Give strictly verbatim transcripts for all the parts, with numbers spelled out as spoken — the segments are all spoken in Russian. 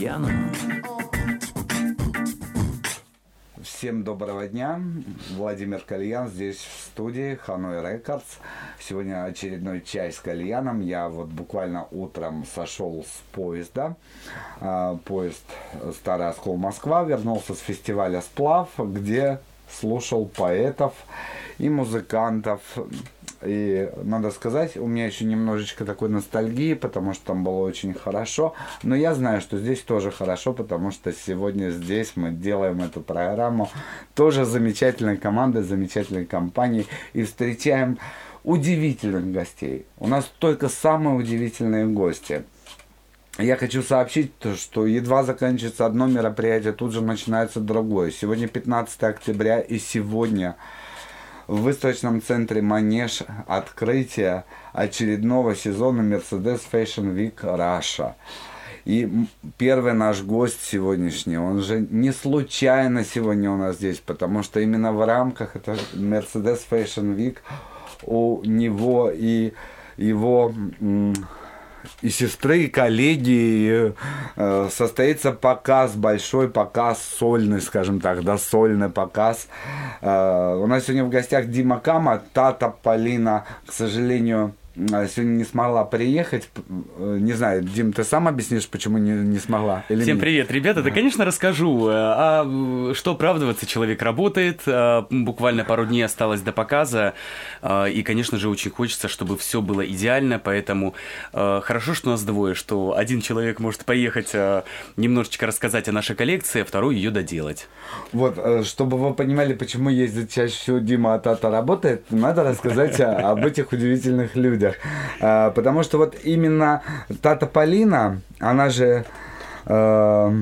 кальяном. Всем доброго дня. Владимир Кальян здесь в студии Ханой Рекордс. Сегодня очередной чай с кальяном. Я вот буквально утром сошел с поезда. Поезд Старый Оскол Москва. Вернулся с фестиваля «Сплав», где слушал поэтов и музыкантов. И надо сказать, у меня еще немножечко такой ностальгии, потому что там было очень хорошо. Но я знаю, что здесь тоже хорошо, потому что сегодня здесь мы делаем эту программу тоже замечательной командой, замечательной компанией. И встречаем удивительных гостей. У нас только самые удивительные гости. Я хочу сообщить, что едва заканчивается одно мероприятие, тут же начинается другое. Сегодня пятнадцатое октября, и сегодня в выставочном центре «Манеж» открытие очередного сезона Mercedes Fashion Week Russia. И первый наш гость сегодняшний, он же не случайно сегодня у нас здесь, потому что именно в рамках этого Mercedes Fashion Week у него и его и сестры, и коллеги э, состоится показ, большой показ, сольный, скажем так, да, сольный показ. Э, у нас сегодня в гостях Дима Кама, Тата Полина, к сожалению, сегодня не смогла приехать. Не знаю, Дим, ты сам объяснишь, почему не, не смогла? Или Всем нет? привет, ребята. Да, конечно, расскажу. А что оправдываться, человек работает. Буквально пару дней осталось до показа. И, конечно же, очень хочется, чтобы все было идеально. Поэтому хорошо, что нас двое, что один человек может поехать немножечко рассказать о нашей коллекции, а второй ее доделать. Вот, чтобы вы понимали, почему ездит чаще всего Дима, а Тата работает, надо рассказать об этих удивительных людях. Потому что вот именно Тата Полина, она же э,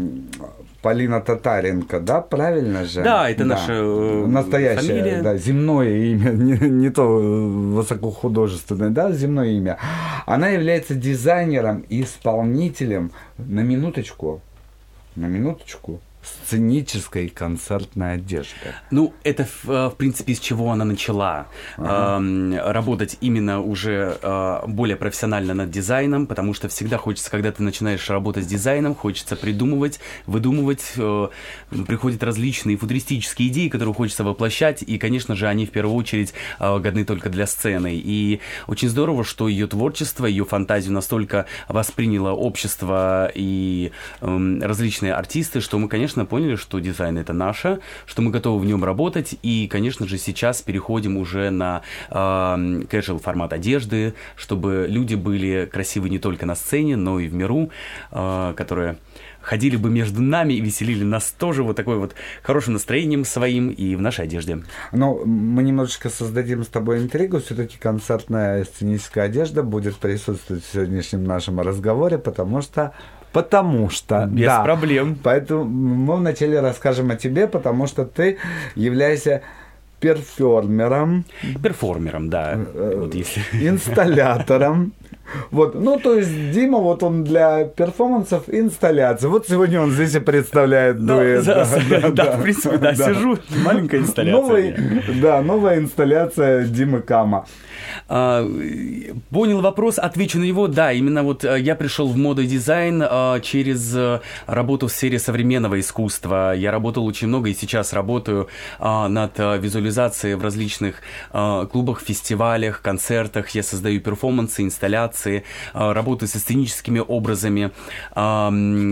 Полина Татаренко, да, правильно же? Да, это да. наша настоящее, фамилия. Да, земное имя, не, не то высокохудожественное, да, земное имя. Она является дизайнером и исполнителем, на минуточку, на минуточку, сценической концертной одежды. Ну, это, в, в принципе, с чего она начала ага. э, работать именно уже э, более профессионально над дизайном, потому что всегда хочется, когда ты начинаешь работать с дизайном, хочется придумывать, выдумывать, э, приходят различные футуристические идеи, которые хочется воплощать, и, конечно же, они в первую очередь э, годны только для сцены. И очень здорово, что ее творчество, ее фантазию настолько восприняло общество и э, различные артисты, что мы, конечно, поняли, что дизайн это наше, что мы готовы в нем работать, и, конечно же, сейчас переходим уже на э, casual формат одежды, чтобы люди были красивы не только на сцене, но и в миру, э, которые ходили бы между нами и веселили нас тоже вот такой вот хорошим настроением своим и в нашей одежде. Ну, мы немножечко создадим с тобой интригу, все-таки концертная сценическая одежда будет присутствовать в сегодняшнем нашем разговоре, потому что Потому что... Без да, проблем. Поэтому мы вначале расскажем о тебе, потому что ты являешься перформером. Перформером, да. Вот если... Инсталлятором. Вот, ну, то есть Дима, вот он для перформансов инсталляции. Вот сегодня он здесь и представляет дуэт. Да, да, да, да, да, в принципе, да, да. Сижу, маленькая инсталляция. Новый, да, новая инсталляция Димы Кама. А, понял вопрос, отвечу на него. Да, именно вот я пришел в моду и дизайн а, через работу в сфере современного искусства. Я работал очень много и сейчас работаю а, над визуализацией в различных а, клубах, фестивалях, концертах. Я создаю перформансы, инсталляции, а, работаю со сценическими образами. А,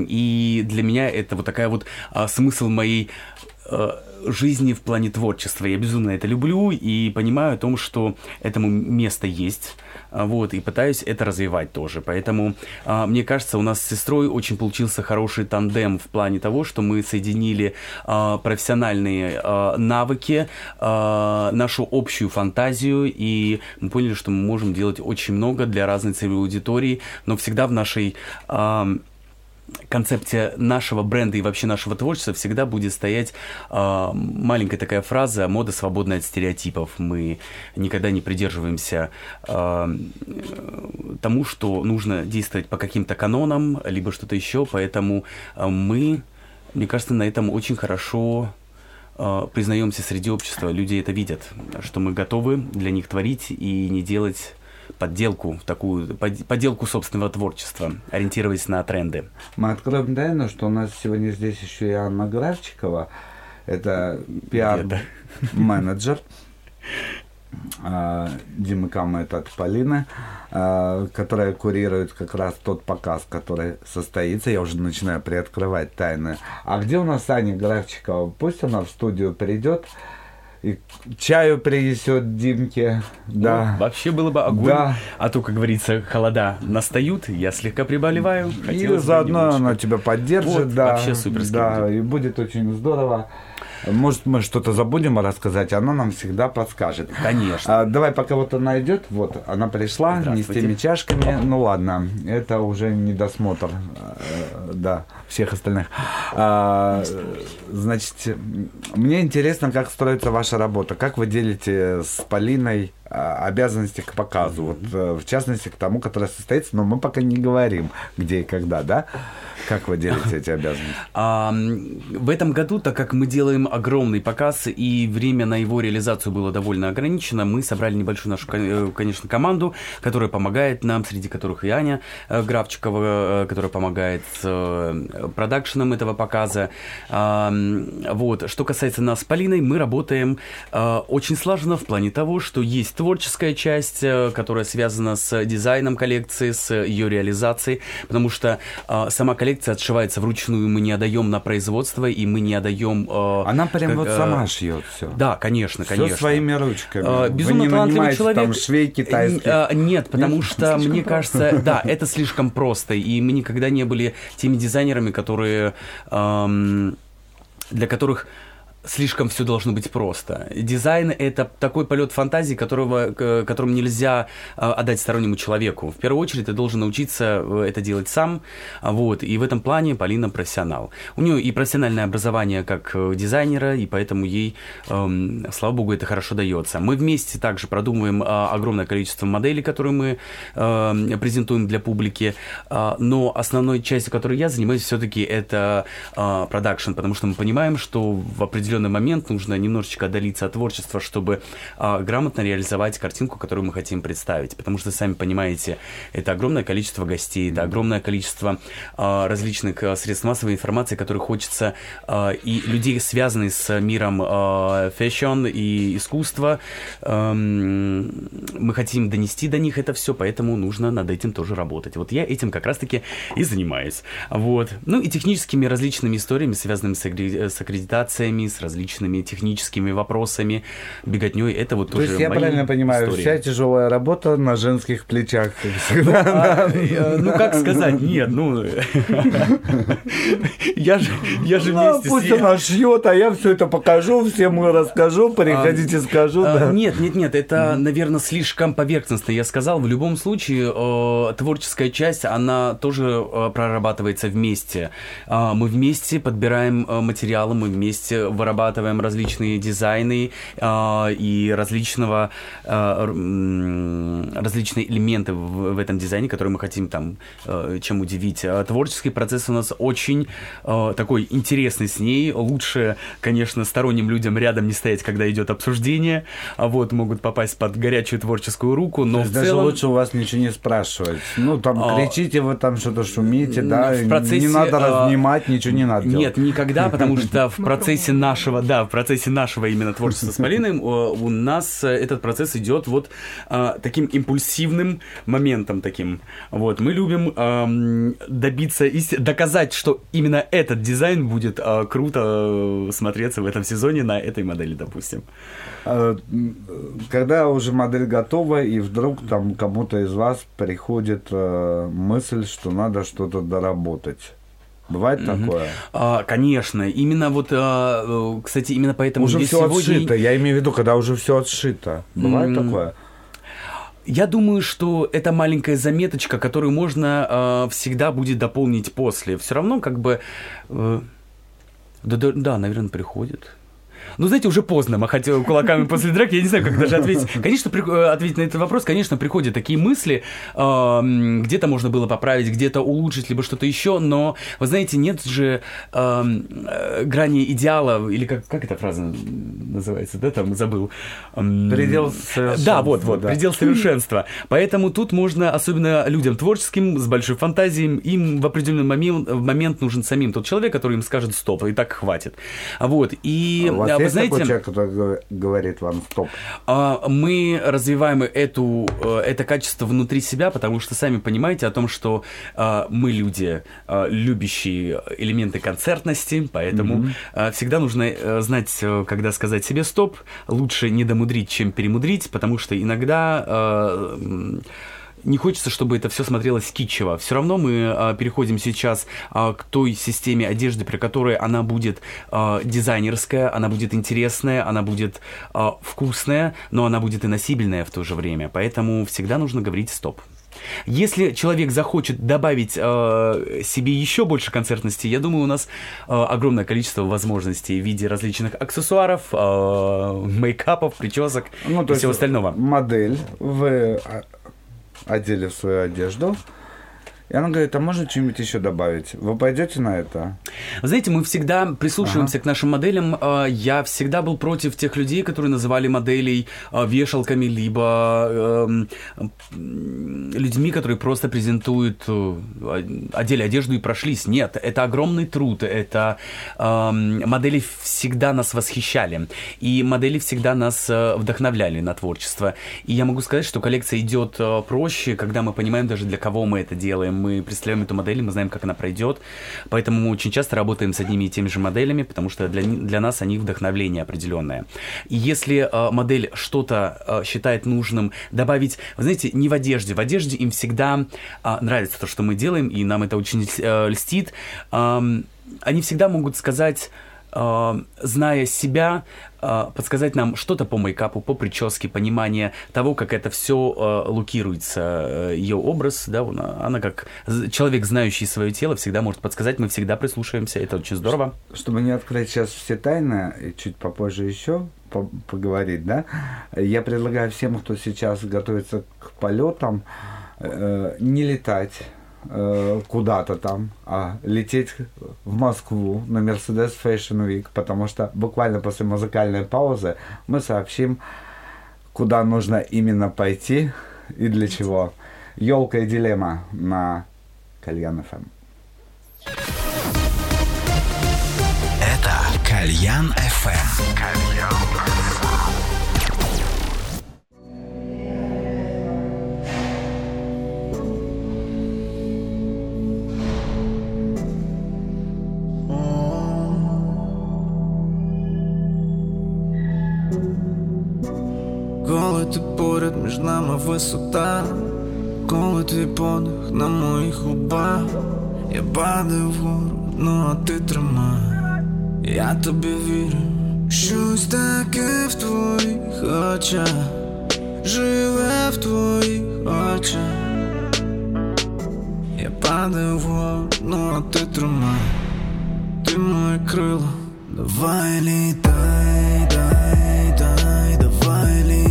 и для меня это вот такая вот а, смысл моей а, жизни в плане творчества. Я безумно это люблю и понимаю о том, что этому место есть, вот, и пытаюсь это развивать тоже. Поэтому, а, мне кажется, у нас с сестрой очень получился хороший тандем в плане того, что мы соединили а, профессиональные а, навыки, а, нашу общую фантазию, и мы поняли, что мы можем делать очень много для разной целевой аудитории, но всегда в нашей... А, концепте нашего бренда и вообще нашего творчества всегда будет стоять э, маленькая такая фраза «мода, свободная от стереотипов». Мы никогда не придерживаемся э, тому, что нужно действовать по каким-то канонам, либо что-то еще, поэтому э, мы, мне кажется, на этом очень хорошо э, признаемся среди общества. Люди это видят, что мы готовы для них творить и не делать подделку, такую подделку собственного творчества, ориентируясь на тренды. Мы откроем тайну, что у нас сегодня здесь еще и Анна Графчикова. Это пиар-менеджер Димы Камы, это от Полины, которая курирует как раз тот показ, который состоится. Я уже начинаю приоткрывать тайны. А где у нас Аня Графчикова? Пусть она в студию придет и чаю принесет Димке. Да. Ну, вообще было бы огонь. Да. А то, как говорится, холода настают, я слегка приболеваю. И заодно она тебя поддержит. Вот, да, вообще суперски. Да, будет. И будет очень здорово. Может, мы что-то забудем рассказать, она нам всегда подскажет. Конечно. А, давай, пока вот она идет, вот, она пришла, не с теми чашками. Ну ладно, это уже недосмотр, э, да, всех остальных. А, значит, мне интересно, как строится ваша работа. Как вы делите с Полиной обязанности к показу? Вот, в частности, к тому, который состоится, но мы пока не говорим, где и когда, да? Как вы делите эти обязанности? А, в этом году, так как мы делаем огромный показ, и время на его реализацию было довольно ограничено, мы собрали небольшую нашу, конечно, команду, которая помогает нам, среди которых и Аня Графчикова, которая помогает с продакшеном этого показа. А, вот. Что касается нас с Полиной, мы работаем а, очень слаженно в плане того, что есть творческая часть, которая связана с дизайном коллекции, с ее реализацией, потому что а, сама коллекция отшивается вручную, мы не отдаем на производство, и мы не отдаем... Э, Она прям как, вот э, сама шьет все. Да, конечно, все конечно. своими ручками. Э, безумно Вы не талантливый человек. Там швей китайских? Э, нет, потому нет, что, мне просто. кажется, да, это слишком просто, и мы никогда не были теми дизайнерами, которые... Эм, для которых... слишком все должно быть просто. Дизайн – это такой полет фантазии, которого, которым нельзя отдать стороннему человеку. В первую очередь ты должен научиться это делать сам. Вот. И в этом плане Полина профессионал. У нее и профессиональное образование как дизайнера, и поэтому ей, эм, слава богу, это хорошо дается. Мы вместе также продумываем э, огромное количество моделей, которые мы э, презентуем для публики. Э, но основной частью, которой я занимаюсь, все-таки это продакшн, э, потому что мы понимаем, что в определенном момент нужно немножечко отдалиться от творчества, чтобы а, грамотно реализовать картинку, которую мы хотим представить. Потому что, сами понимаете, это огромное количество гостей, это огромное количество а, различных а, средств массовой информации, которые хочется, а, и людей, связанных с миром а, фэшн и искусства. А, мы хотим донести до них это все, поэтому нужно над этим тоже работать. Вот я этим как раз-таки и занимаюсь. Вот. Ну и техническими различными историями, связанными с, агри- с аккредитациями, с различными техническими вопросами, беготней, это вот То тоже есть я правильно понимаю, истории. Вся тяжелая работа на женских плечах всегда. Ну, как сказать, нет, ну... Я же вместе с... Пусть она шьет, а я все это покажу, всем расскажу, приходите, скажу. Нет, нет, нет, это, наверное, слишком поверхностно. Я сказал, в любом случае, творческая часть, она тоже прорабатывается вместе. Мы вместе подбираем материалы, мы вместе вырабатываем Вырабатываем различные дизайны э, и различного, э, различные элементы в, в этом дизайне, которые мы хотим там э, чем удивить. А творческий процесс у нас очень э, такой интересный с ней. Лучше, конечно, сторонним людям рядом не стоять, когда идет обсуждение. А вот могут попасть под горячую творческую руку, но в даже целом... лучше у вас ничего не спрашивать. Ну, там а... кричите, вы там что-то шумите, да, в процессе, не надо разнимать, ничего не надо делать. Нет, никогда, потому что в процессе нашего да, в процессе нашего именно творчества с Полиной у нас этот процесс идет вот а, таким импульсивным моментом таким. Вот, мы любим а, добиться, доказать, что именно этот дизайн будет а, круто смотреться в этом сезоне на этой модели, допустим. Когда уже модель готова, и вдруг там кому-то из вас приходит а, мысль, что надо что-то доработать. Бывает mm-hmm. такое? А, конечно. Именно вот, а, кстати, именно поэтому уже все сегодня... отшито. Я имею в виду, когда уже все отшито. Бывает mm-hmm. такое? Я думаю, что это маленькая заметочка, которую можно а, всегда будет дополнить после. Все равно как бы... А, да, да, да, наверное, приходит. Ну, знаете, уже поздно махать кулаками после драки, я не знаю, как даже ответить. Конечно, при... ответить на этот вопрос, конечно, приходят такие мысли, э, где-то можно было поправить, где-то улучшить, либо что-то еще, но, вы знаете, нет же э, грани идеала, или как, как эта фраза? называется, да, там забыл. Предел совершенства. Да, вот, вот, да. Предел совершенства. Поэтому тут можно, особенно людям творческим, с большой фантазией, им в определенный момент, в момент нужен самим тот человек, который им скажет стоп, и так хватит. Вот, и у вас вы есть знаете, такой человек, который говорит вам стоп? Мы развиваем эту, это качество внутри себя, потому что сами понимаете о том, что мы люди, любящие элементы концертности, поэтому mm-hmm. всегда нужно знать, когда сказать себе стоп. Лучше не домудрить, чем перемудрить, потому что иногда не хочется, чтобы это все смотрелось китчево. Все равно мы а, переходим сейчас а, к той системе одежды, при которой она будет а, дизайнерская, она будет интересная, она будет а, вкусная, но она будет и носибельная в то же время. Поэтому всегда нужно говорить стоп. Если человек захочет добавить э, себе еще больше концертности, я думаю, у нас э, огромное количество возможностей в виде различных аксессуаров, э, мейкапов, причесок ну, и всего остального. Модель в... одели в свою одежду, и она говорит, а можно что-нибудь еще добавить? Вы пойдете на это? Знаете, мы всегда прислушиваемся ага. к нашим моделям. Я всегда был против тех людей, которые называли моделей вешалками, либо людьми, которые просто презентуют, одели одежду и прошлись. Нет, это огромный труд. Это модели всегда нас восхищали. И модели всегда нас вдохновляли на творчество. И я могу сказать, что коллекция идет проще, когда мы понимаем даже, для кого мы это делаем. Мы представляем эту модель, мы знаем, как она пройдет. Поэтому мы очень часто работаем с одними и теми же моделями, потому что для, для нас они вдохновление определенное. И если э, модель что-то э, считает нужным добавить, вы знаете, не в одежде. В одежде им всегда э, нравится то, что мы делаем, и нам это очень э, льстит. Э, они всегда могут сказать, э, зная себя, подсказать нам что-то по мейкапу, по прическе, понимание того, как это все э, лукируется, э, ее образ, да, она, она как человек, знающий свое тело, всегда может подсказать, мы всегда прислушиваемся, это очень здорово. Чтобы не открыть сейчас все тайны, и чуть попозже еще по- поговорить, да, я предлагаю всем, кто сейчас готовится к полетам, э, не летать куда-то там, а лететь в Москву на Mercedes Fashion Week, потому что буквально после музыкальной паузы мы сообщим, куда нужно именно пойти и для чего. Ёлка и дилемма на Кальян эф эм. Это Кальян эф эм. Кальян эф эм. Коли ти поряд, між нами висота, коли твій подих на моїх губах, я падаю вгору, ну а ти тримай. Я тобі вірю, щось таке в твоїх очах, живе в твоїх очах. Я падаю вгору, ну а ти тримай. Ти мої крила, давай літай, дай, дай, давай літай.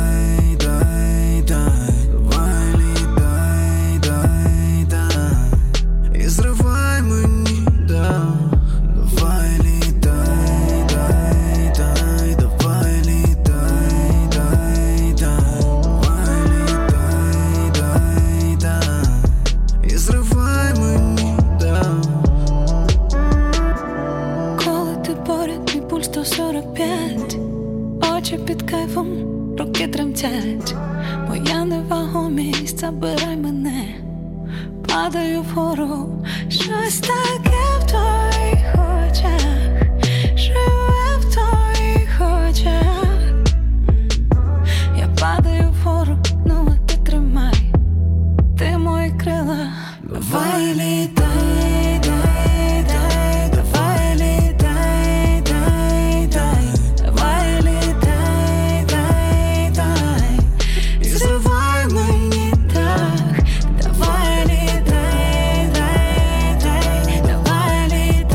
Під кайфом руки тремтять, бо я не вагомість, забирай мене, падаю вгору, щось таке в твоїх очах, живе в твоїх очах. Я падаю вгору, ну а ти тримай, ти мої крила, давай літай, дай, дай, давай літай, дай, дай, давай літай. Давай літай, дай, дай, давай літай.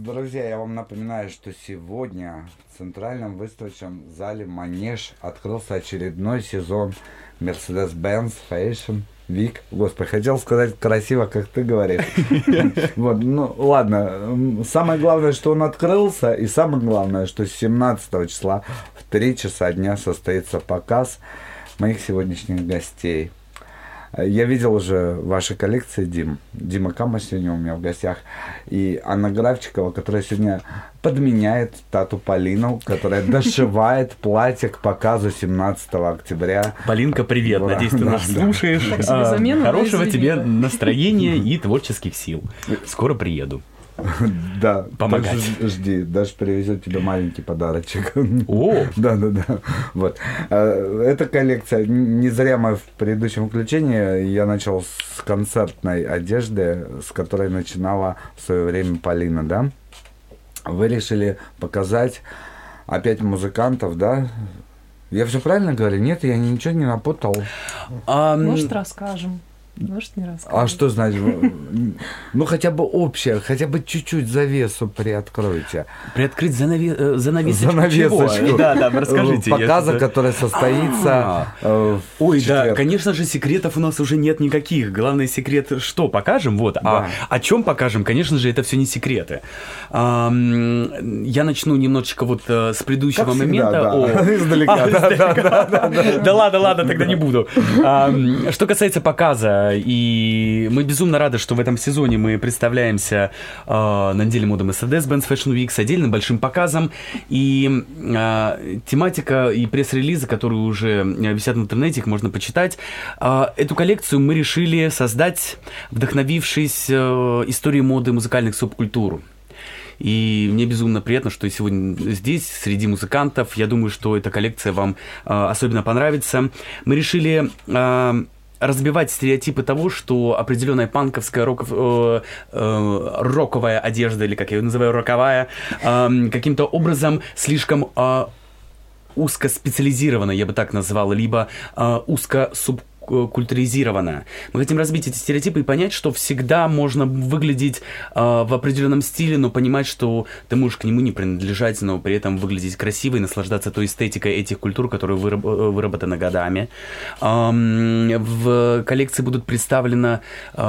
Друзья, я вам напоминаю, что сегодня в Центральном выставочном зале «Манеж» открылся очередной сезон Mercedes-Benz Fashion Week. Господи, хотел сказать красиво, как ты говоришь. Вот, ну ладно. Самое главное, что он открылся, и самое главное, что семнадцатого числа в три часа дня состоится показ моих сегодняшних гостей. Я видел уже ваши коллекции, Дим. Дима Кама сегодня у меня в гостях. И Анна Графчикова, которая сегодня подменяет Тату Полину, которая дошивает платье к показу семнадцатого октября. Полинка, привет. Ура. Надеюсь, ты Да, нас да. слушаешь. А, замену, хорошего извини, тебе да. настроения и творческих сил. Скоро приеду. Да, Помогать. так что жди, даже привезет тебе маленький подарочек. О! Да, да, да. Вот. А, Эта коллекция, не зря мы в предыдущем включении, я начал с концертной одежды, с которой начинала в свое время Полина, да? Вы решили показать опять музыкантов, да? Я все правильно говорю? Нет, я ничего не напутал. А, м, Может, расскажем. Может, не расскажем. А что значит? Ну, хотя бы общее, хотя бы чуть-чуть завесу приоткройте. Приоткрыть занаве... э, занавесочку. Занавесочку. Чего? Да, да, расскажите. Показа, Я- который состоится А. э, в Ой, да, четверг. конечно же, секретов у нас уже нет никаких. Главный секрет, что покажем, вот. Да. А о чем покажем, конечно же, это все не секреты. Ам, я начну немножечко вот э, с предыдущего Как всегда, момента. да. О- Издалека, А, да, издалека. Да ладно, ладно, тогда не буду. Ам, Что касается показа, и мы безумно рады, что в этом сезоне мы представляемся э, на неделе моды Mercedes-Benz Fashion Week с отдельным большим показом. И э, тематика и пресс-релизы, которые уже висят в интернете, их можно почитать. Э, Эту коллекцию мы решили создать, вдохновившись э, историей моды музыкальных субкультур. И мне безумно приятно, что я сегодня здесь, среди музыкантов. Я думаю, что эта коллекция вам э, особенно понравится. Мы решили э, разбивать стереотипы того, что определенная панковская роков, э, э, роковая одежда, или как я ее называю, роковая, э, каким-то образом слишком э, узкоспециализирована, я бы так назвал, либо э, узко суб культуризировано. Мы хотим разбить эти стереотипы и понять, что всегда можно выглядеть э, в определенном стиле, но понимать, что ты можешь к нему не принадлежать, но при этом выглядеть красиво и наслаждаться той эстетикой этих культур, которые выраб- выработаны годами. Эм, в коллекции будут представлены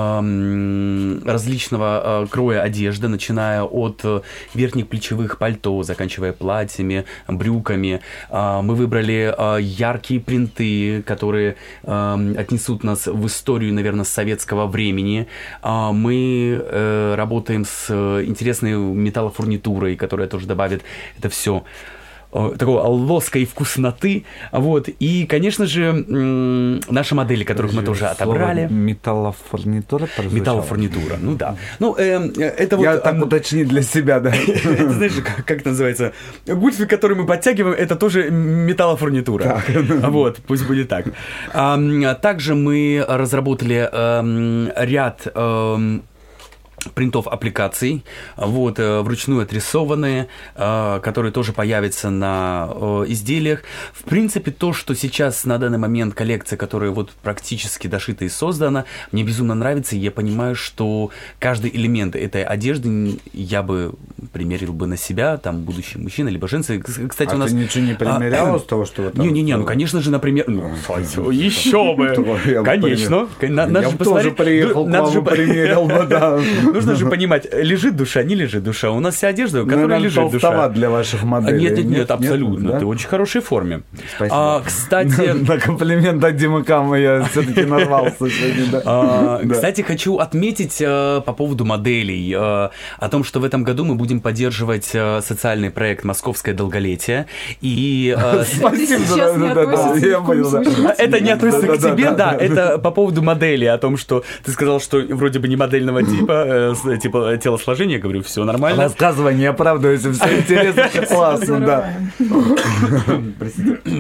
эм, различного э, кроя одежды, начиная от верхних плечевых пальто, заканчивая платьями, брюками. Э, мы выбрали э, яркие принты, которые э, отнесут нас в историю, наверное, советского времени. Мы э, работаем с интересной металлофурнитурой, которая тоже добавит это все такого лоска и вкусноты. Вот. И, конечно же, м- наши модели, которых мы тоже отобрали. Слово металлофурнитура прозвучало. Металлофурнитура, ну да. Ну, э, это вот... Я так уточни для себя, да. Это, знаешь, как, как это называется? Гульфик, который мы подтягиваем, это тоже металлофурнитура. Вот, пусть будет так. А, также мы разработали а, ряд а, принтов аппликаций, вот, вручную отрисованные, которые тоже появятся на изделиях. В принципе, то, что сейчас на данный момент коллекция, которая вот практически дошита и создана, мне безумно нравится, и я понимаю, что каждый элемент этой одежды я бы примерил бы на себя, там, будущий мужчина, либо женщина. Кстати, а у нас... ты ничего не примеряла с того, что вы там... Не-не-не, ну, конечно же, например... Ну, еще бы! Я Конечно. Я бы тоже приехал к вам и примерил бы, да. Нужно же понимать, лежит душа, не лежит душа. У нас вся одежда, которая Наверное, лежит душа. толстоват для ваших моделей. Нет, нет, нет, абсолютно. да? Ты в очень хорошей форме. Спасибо. А, кстати... На комплимент от Димы Кама я все-таки нарвался сегодня. да. А, Да. Кстати, хочу отметить э, по поводу моделей, э, о том, что в этом году мы будем поддерживать э, социальный проект «Московское долголетие». И, э, Спасибо. Сейчас не да, да, да, относится я ни в коем понял, да. случае. Это не относится Да, к да, тебе, да, да, да. это по поводу модели, о том, что ты сказал, что вроде бы не модельного типа, э, с- типа телосложения, я говорю, все нормально. Рассказывай, не оправдывайся, все интересно, все классно, да. Забываем. Простите.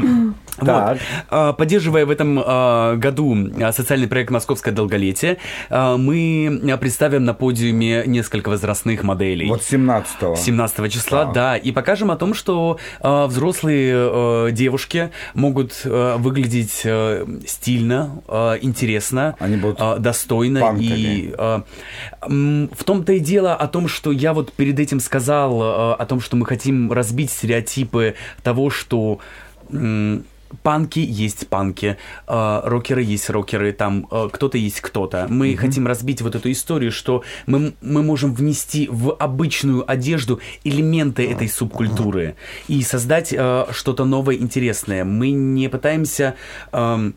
Вот. Поддерживая в этом году социальный проект «Московское долголетие», мы представим на подиуме несколько возрастных моделей. Вот семнадцатого. семнадцатого числа, да. да. И покажем о том, что взрослые девушки могут выглядеть стильно, интересно, они будут достойно. панками. И в том-то и дело о том, что я вот перед этим сказал о том, что мы хотим разбить стереотипы того, что... Панки есть панки, э, рокеры есть рокеры, там э, кто-то есть кто-то. Мы mm-hmm. хотим разбить вот эту историю, что мы, мы можем внести в обычную одежду элементы этой субкультуры и создать э, что-то новое, интересное. Мы не пытаемся... Э,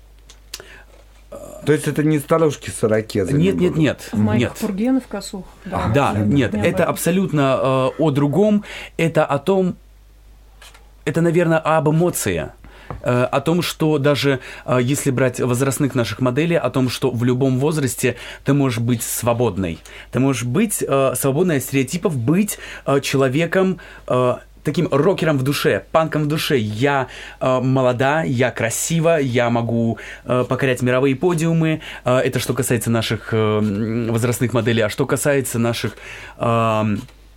То есть это не старушки с ирокезами? Нет, нет, нет. В моих нет. пургены в косух. Да, да нет, не это абсолютно э, о другом. Это о том... Это, наверное, об эмоции. О том, что даже если брать возрастных наших моделей, о том, что в любом возрасте ты можешь быть свободной. Ты можешь быть э, свободной от стереотипов, быть э, человеком, э, таким рокером в душе, панком в душе. Я э, молода, я красива, я могу э, покорять мировые подиумы. Э, это что касается наших э, возрастных моделей. А что касается наших... Э,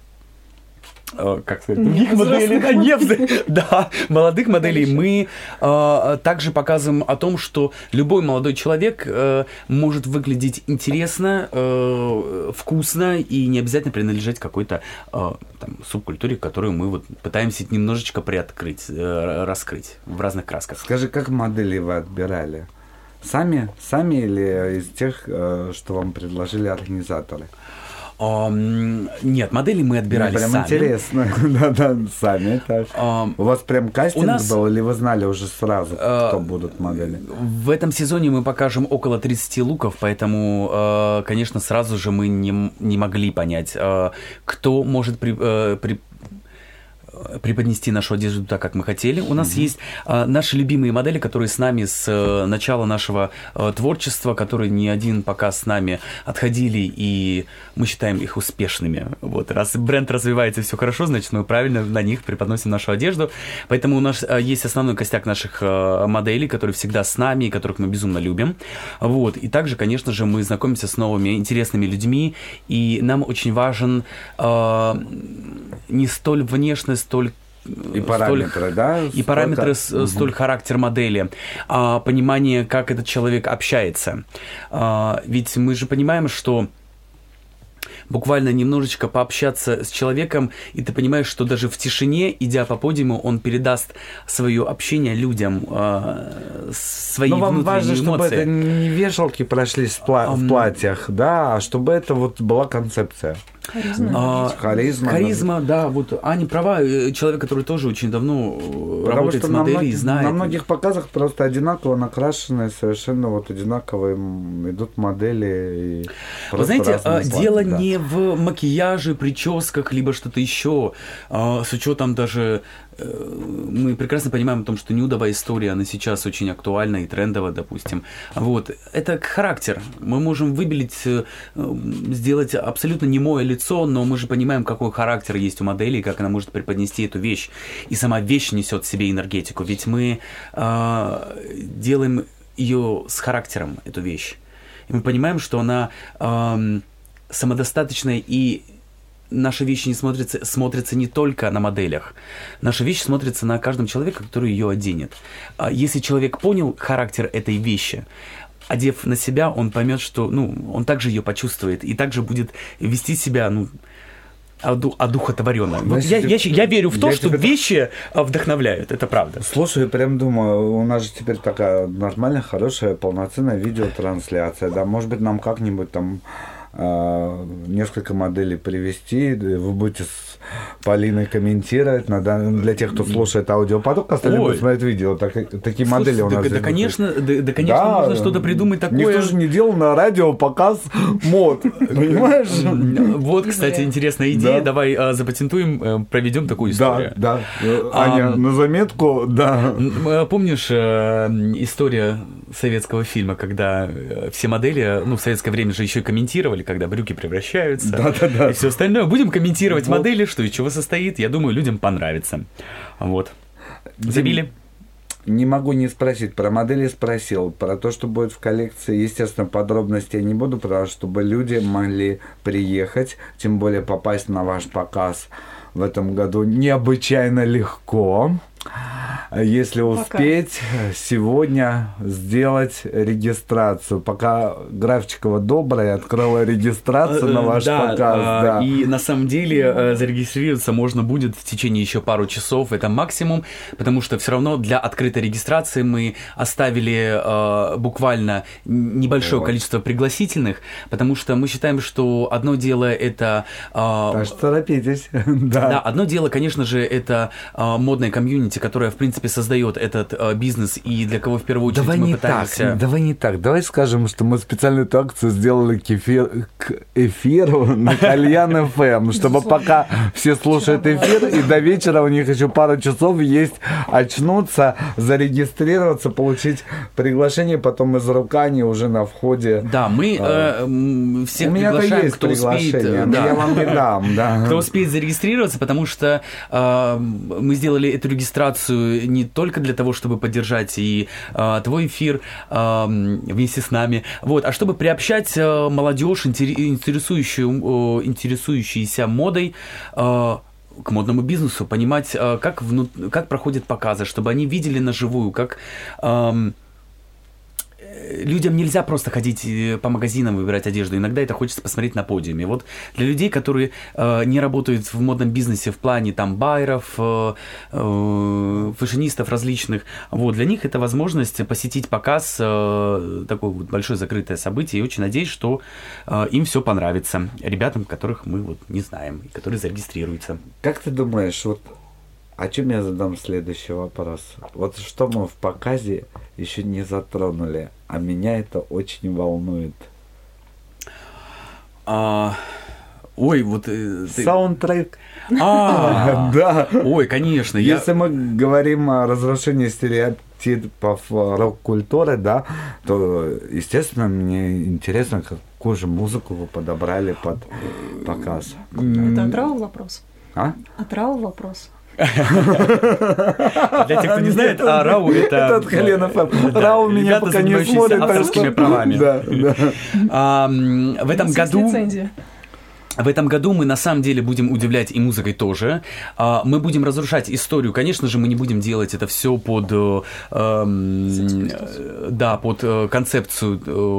как сказать, других моделей, да, нет, да, молодых моделей, мы э, также показываем о том, что любой молодой человек э, может выглядеть интересно, э, вкусно и не обязательно принадлежать какой-то э, там, субкультуре, которую мы вот пытаемся немножечко приоткрыть, э, раскрыть в разных красках. Скажи, как моделей вы отбирали? Сами? Сами или из тех, э, что вам предложили организаторы? Um, нет, модели мы отбирали Мне прям сами. интересно. Да-да, сами. Так. Um, У вас прям кастинг нас, был, или вы знали уже сразу, uh, кто будут модели? В этом сезоне мы покажем около тридцати луков, поэтому, uh, конечно, сразу же мы не, не могли понять, uh, кто может при, uh, при преподнести нашу одежду так, как мы хотели. У нас mm-hmm. есть а, наши любимые модели, которые с нами с а, начала нашего а, творчества, которые не один показ с нами отходили, и мы считаем их успешными. Вот. Раз бренд развивается, все хорошо, значит, мы правильно на них преподносим нашу одежду. Поэтому у нас а, есть основной костяк наших а, моделей, которые всегда с нами, и которых мы безумно любим. Вот. И также, конечно же, мы знакомимся с новыми интересными людьми, и нам очень важен а, не столь внешность, столь и параметры, столь, да? И параметры, Сколько? столь угу. характер модели, а, понимание, как этот человек общается. А, ведь мы же понимаем, что буквально немножечко пообщаться с человеком, и ты понимаешь, что даже в тишине, идя по подиуму, он передаст свое общение людям, э, свои Но вам внутренние важно, эмоции. чтобы это не вешалки прошлись в, пла- um, в платьях, да, а чтобы это вот была концепция. Харизма. А, харизма. Харизма, да, вот Аня права, человек, который тоже очень давно Потому работает что с моделью многих, и знает. На многих показах просто одинаково накрашенные, совершенно вот одинаковые идут модели. И Вы знаете, слои, дело да. не в макияже, прическах, либо что-то еще, с учетом даже... Мы прекрасно понимаем о том, что нюдовая история, она сейчас очень актуальна и трендовая, допустим. Вот. Это характер. Мы можем выбелить, сделать абсолютно немое лицо, но мы же понимаем, какой характер есть у модели, как она может преподнести эту вещь. И сама вещь несет в себе энергетику. Ведь мы э, делаем ее с характером, эту вещь. И мы понимаем, что она э, самодостаточная, и наша вещь не смотрится, смотрится не только на моделях. Наша вещь смотрится на каждом человеке, который ее оденет. Если человек понял характер этой вещи, одев на себя, он поймет, что ну, он также ее почувствует и также будет вести себя ну, одухотворенно. Вот я, я, я верю в то, что теперь... вещи вдохновляют. Это правда. Слушай, я прям думаю, у нас же теперь такая нормальная, хорошая, полноценная видеотрансляция. Да, может быть, нам как-нибудь там несколько моделей привести, вы будете с Полиной комментировать, для тех, кто слушает аудиопоток, остальные будут смотреть видео, так, такие Слушай, модели у нас. Да, да, конечно, да, да, конечно, да, можно что-то придумать такое. Никто же не делал на радио показ мод, понимаешь? Вот, кстати, интересная идея, давай запатентуем, проведем такую историю. Да, да, Аня, на заметку, да. Помнишь история советского фильма, когда все модели, ну, в советское время же еще и комментировали, когда брюки превращаются да, да, да. и все остальное. Будем комментировать вот. Модели, что из чего состоит. Я думаю, людям понравится. Вот. Дим, Забили? не могу не спросить, про модели спросил, про то, что будет в коллекции, естественно, подробностей я не буду, потому что чтобы люди могли приехать, тем более попасть на ваш показ в этом году необычайно легко. Если успеть Пока. сегодня сделать регистрацию. Пока Графчикова добрая открыла регистрацию на ваш да, показ. Да. И на самом деле зарегистрироваться можно будет в течение еще пару часов. Это максимум, потому что все равно для открытой регистрации мы оставили э, буквально небольшое вот. количество пригласительных, потому что мы считаем, что одно дело это... Э, так что торопитесь. да. да, одно дело, конечно же, это э, модная комьюнити, которая, в принципе, создает этот э, бизнес, и для кого в первую очередь давай мы не пытаемся... Так, давай не так, давай скажем, что мы специальную эту акцию сделали к, эфир, к эфиру на Кальян эф эм, чтобы пока все слушают эфир, и до вечера у них еще пару часов есть очнуться, зарегистрироваться, получить приглашение, потом из Рукани уже на входе. Да, мы э, всех у приглашаем, есть кто успеет... Да. Я вам не дам, да. Кто успеет зарегистрироваться, потому что э, мы сделали эту регистрацию не только для того, чтобы поддержать и э, твой эфир э, вместе с нами, вот, а чтобы приобщать э, молодежь, интересующую, э, интересующуюся модой, э, к модному бизнесу, понимать, э, как, вну... как проходят показы, чтобы они видели наживую, как... Э, людям нельзя просто ходить по магазинам, выбирать одежду. Иногда это хочется посмотреть на подиуме. Вот для людей, которые э, не работают в модном бизнесе в плане там байеров, э, э, фэшонистов различных, вот, для них это возможность посетить показ, э, такое вот большое закрытое событие. И очень надеюсь, что э, им все понравится. Ребятам, которых мы вот не знаем, и которые зарегистрируются. Как ты думаешь, вот о чем я задам следующий вопрос? Вот что мы в показе еще не затронули, а меня это очень волнует. А, ой, вот... Ты... Саундтрек. А, да. Ой, конечно. Если я... мы говорим о разрушении стереотипов рок-культуры, да, то, естественно, мне интересно, какую же музыку вы подобрали под показ. Это от Рау вопрос. А? От Рау вопрос. Для тех, кто не знает, а Рау это... Это от Кальян эф эм. Рау меня пока не смотрит. Авторскими правами. Да, да. В этом году... В этом году мы на самом деле будем удивлять и музыкой тоже. Мы будем разрушать историю. Конечно же, мы не будем делать это все под, э, да, под концепцию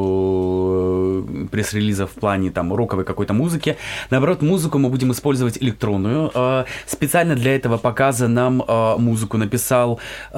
э, пресс-релиза в плане там роковой какой-то музыки. Наоборот, музыку мы будем использовать электронную. Э, специально для этого показа нам э, музыку написал э,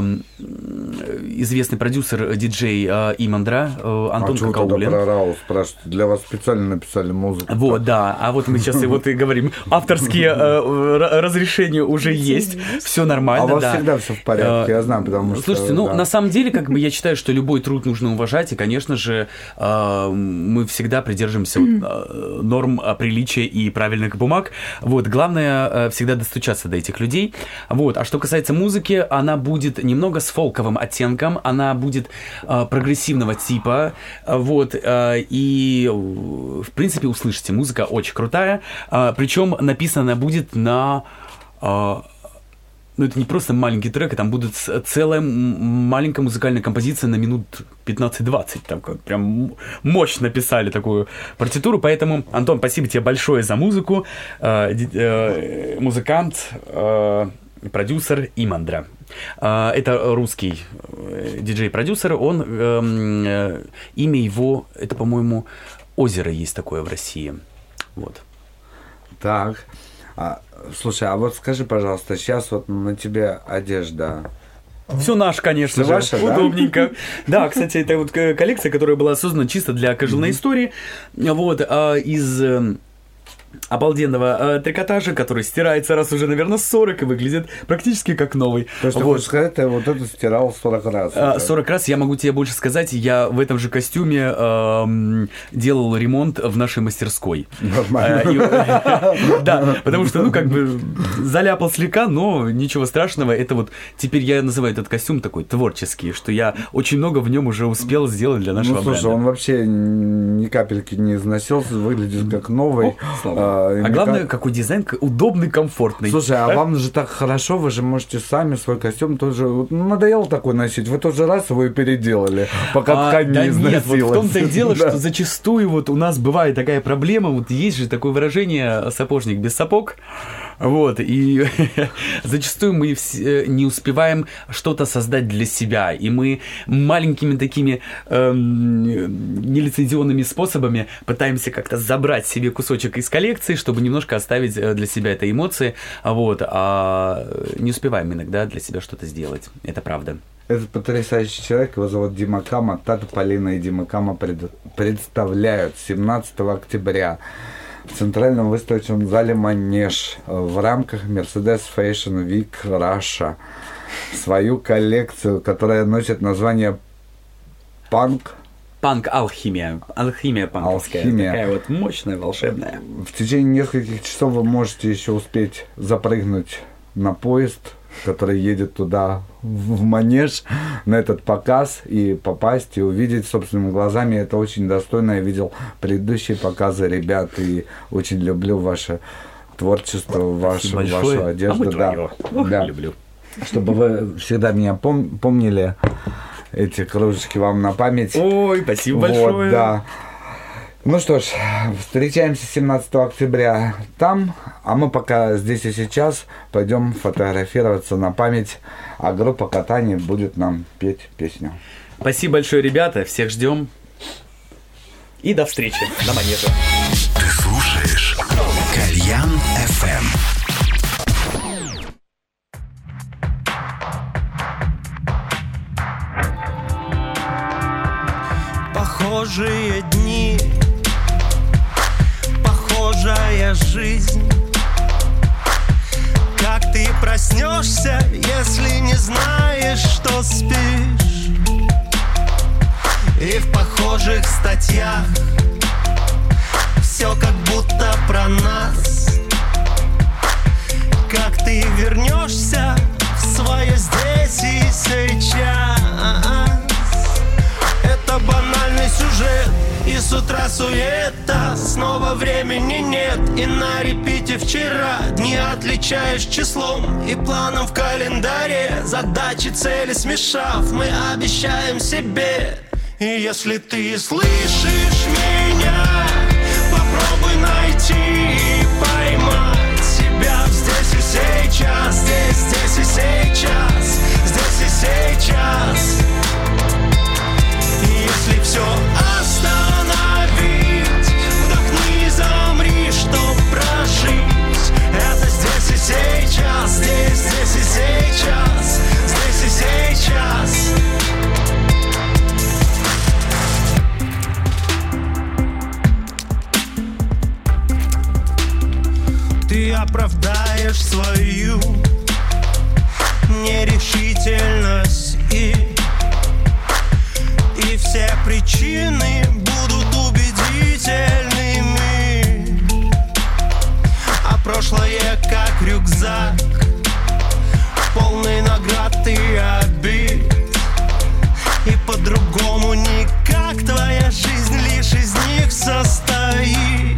известный продюсер, диджей э, Имандра, э, Антон а Какаулин. А что про Рау спрашивают? Для вас специально написали музыку. Вот, да. А вот мы сейчас и вот и говорим, авторские э, разрешения уже есть, все нормально. А у вас да. всегда все в порядке, я знаю, потому что... Слушайте, ну, да. на самом деле, как бы я считаю, что любой труд нужно уважать, и, конечно же, э, мы всегда придерживаемся вот, э, норм приличия и правильных бумаг. Вот, главное э, всегда достучаться до этих людей. Вот, а что касается музыки, она будет немного с фолковым оттенком, она будет э, прогрессивного типа, вот, э, и, в принципе, услышите, музыка очень крутая, а, причем написано будет на... А, ну, это не просто маленький трек, а там будет целая маленькая музыкальная композиция на минут пятнадцать-двадцать. Так вот, прям мощно написали такую партитуру. Поэтому, Антон, спасибо тебе большое за музыку. А, э, музыкант, э, продюсер Имандра. А, это русский диджей-продюсер. Он, э, э, имя его, это, по-моему, «Озеро» есть такое в России. Вот. Так. А, слушай, а вот скажи, пожалуйста, сейчас вот на тебе одежда. Все наше, конечно же. Ваше, удобненько. Да? Да, кстати, это вот коллекция, которая была создана чисто для casual истории. Вот, а, из обалденного э, трикотажа, который стирается раз уже, наверное, сорок и выглядит практически как новый. То есть, вот. ты хочешь сказать, ты вот это стирал сорок раз? А, сорок раз, я могу тебе больше сказать, я в этом же костюме э, делал ремонт в нашей мастерской. Нормально. Да, потому что, ну, как бы, заляпал слегка, но ничего страшного. Это вот, теперь я называю этот костюм такой творческий, что я очень много в нем уже успел сделать для нашего бренда. Ну, слушай, он вообще ни капельки не износился, выглядит как новый. А главное, какой дизайн, удобный, комфортный. Слушай, а вам же так хорошо, вы же можете сами свой костюм тоже... Ну, надоело такой носить, вы тоже раз его и переделали, пока а, ткань да не износилась. Нет, вот в том-то и дело, что зачастую вот у нас бывает такая проблема, вот есть же такое выражение «сапожник без сапог», вот, и зачастую мы не успеваем что-то создать для себя, и мы маленькими такими эм, нелицензионными способами пытаемся как-то забрать себе кусочек из коллекции, чтобы немножко оставить для себя это эмоции, вот, а не успеваем иногда для себя что-то сделать, это правда. Этот потрясающий человек, его зовут Дима Кама, Тата Полина и Дима Кама пред, представляют семнадцатого октября в Центральном выставочном зале «Манеж» в рамках Mercedes Fashion Week Russia свою коллекцию, которая носит название «Панк». Панк-алхимия. Алхимия панковская. Алхимия. Такая вот мощная, волшебная. В течение нескольких часов вы можете еще успеть запрыгнуть на поезд, который едет туда, в Манеж, на этот показ, и попасть, и увидеть собственными глазами. Это очень достойно. Я видел предыдущие показы ребят, и очень люблю ваше творчество, вашу, вашу одежду. А да. Ох, да. люблю. Чтобы вы всегда меня пом- помнили, эти кружечки вам на память. Ой, спасибо вот, большое. Да. Ну что ж, встречаемся семнадцатого октября там, а мы пока здесь и сейчас пойдем фотографироваться на память, а группа «Катание» будет нам петь песню. Спасибо большое, ребята, всех ждем. И до встречи на Манеже. Ты слушаешь Кальян эф эм. Похожие дни, похожая жизнь. Как ты проснешься, если не знаешь, что спишь? И в похожих статьях все как будто про нас. Как ты вернешься в свое здесь и сейчас? Это банальный сюжет, и с утра суета. Снова времени нет, и на репите вчера. Дни отличаешь числом и планом в календаре. Задачи, цели смешав, мы обещаем себе. И если ты слышишь меня, попробуй найти и поймать себя здесь и сейчас. Здесь, здесь и сейчас, здесь и сейчас. Если все остановить, вдохни и замри, чтоб прожить. Это здесь и сейчас, здесь, здесь и сейчас, здесь и сейчас. Ты оправдаешь свою нерешительность и И все причины будут убедительными. А прошлое как рюкзак, полный наград и обид. И по-другому никак твоя жизнь лишь из них состоит.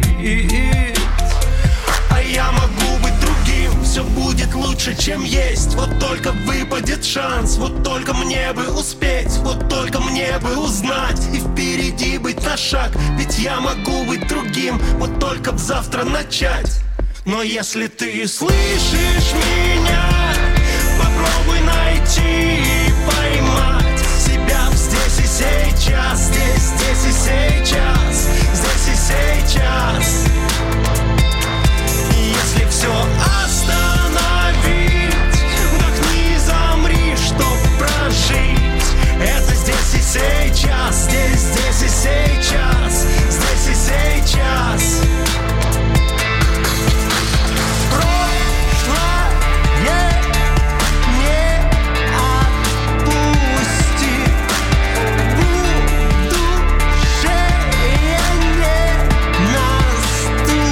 А я могу быть другим, все будет лучше, чем есть. Вот только выпадет шанс, вот только мне бы успеть, вот только мне бы узнать и впереди быть на шаг. Ведь я могу быть другим, вот только б завтра начать. Но если ты слышишь меня, попробуй найти и поймать себя здесь и сейчас, здесь, здесь и сейчас, здесь и сейчас. Если все остановить, вдохни и замри, чтоб прожить. Это здесь и сейчас, здесь, здесь и сейчас, здесь и сейчас. Прошлое не отпусти, будущее не наступит.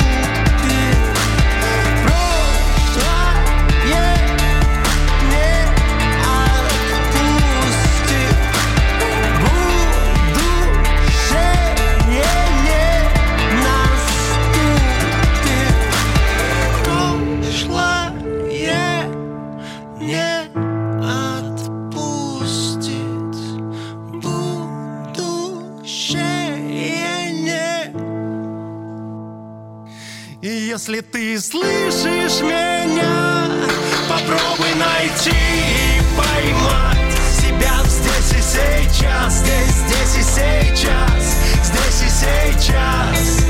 Если ты слышишь меня, попробуй найти и поймать себя здесь и сейчас, здесь, здесь и сейчас, здесь и сейчас.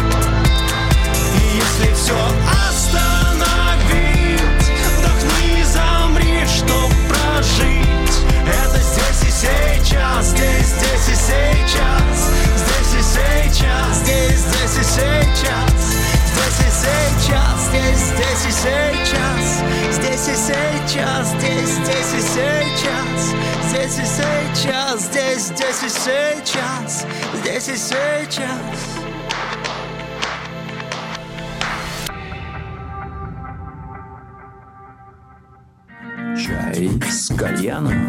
И если все остановить, вдохни и замри, чтоб прожить. Это здесь и сейчас, здесь, здесь и сейчас, здесь и сейчас, здесь, здесь и сейчас, здесь и сейчас, здесь, здесь и сейчас, здесь и сейчас, здесь, здесь и сейчас, здесь и сейчас, здесь, здесь и сейчас, здесь и сейчас. Чай с кальяном.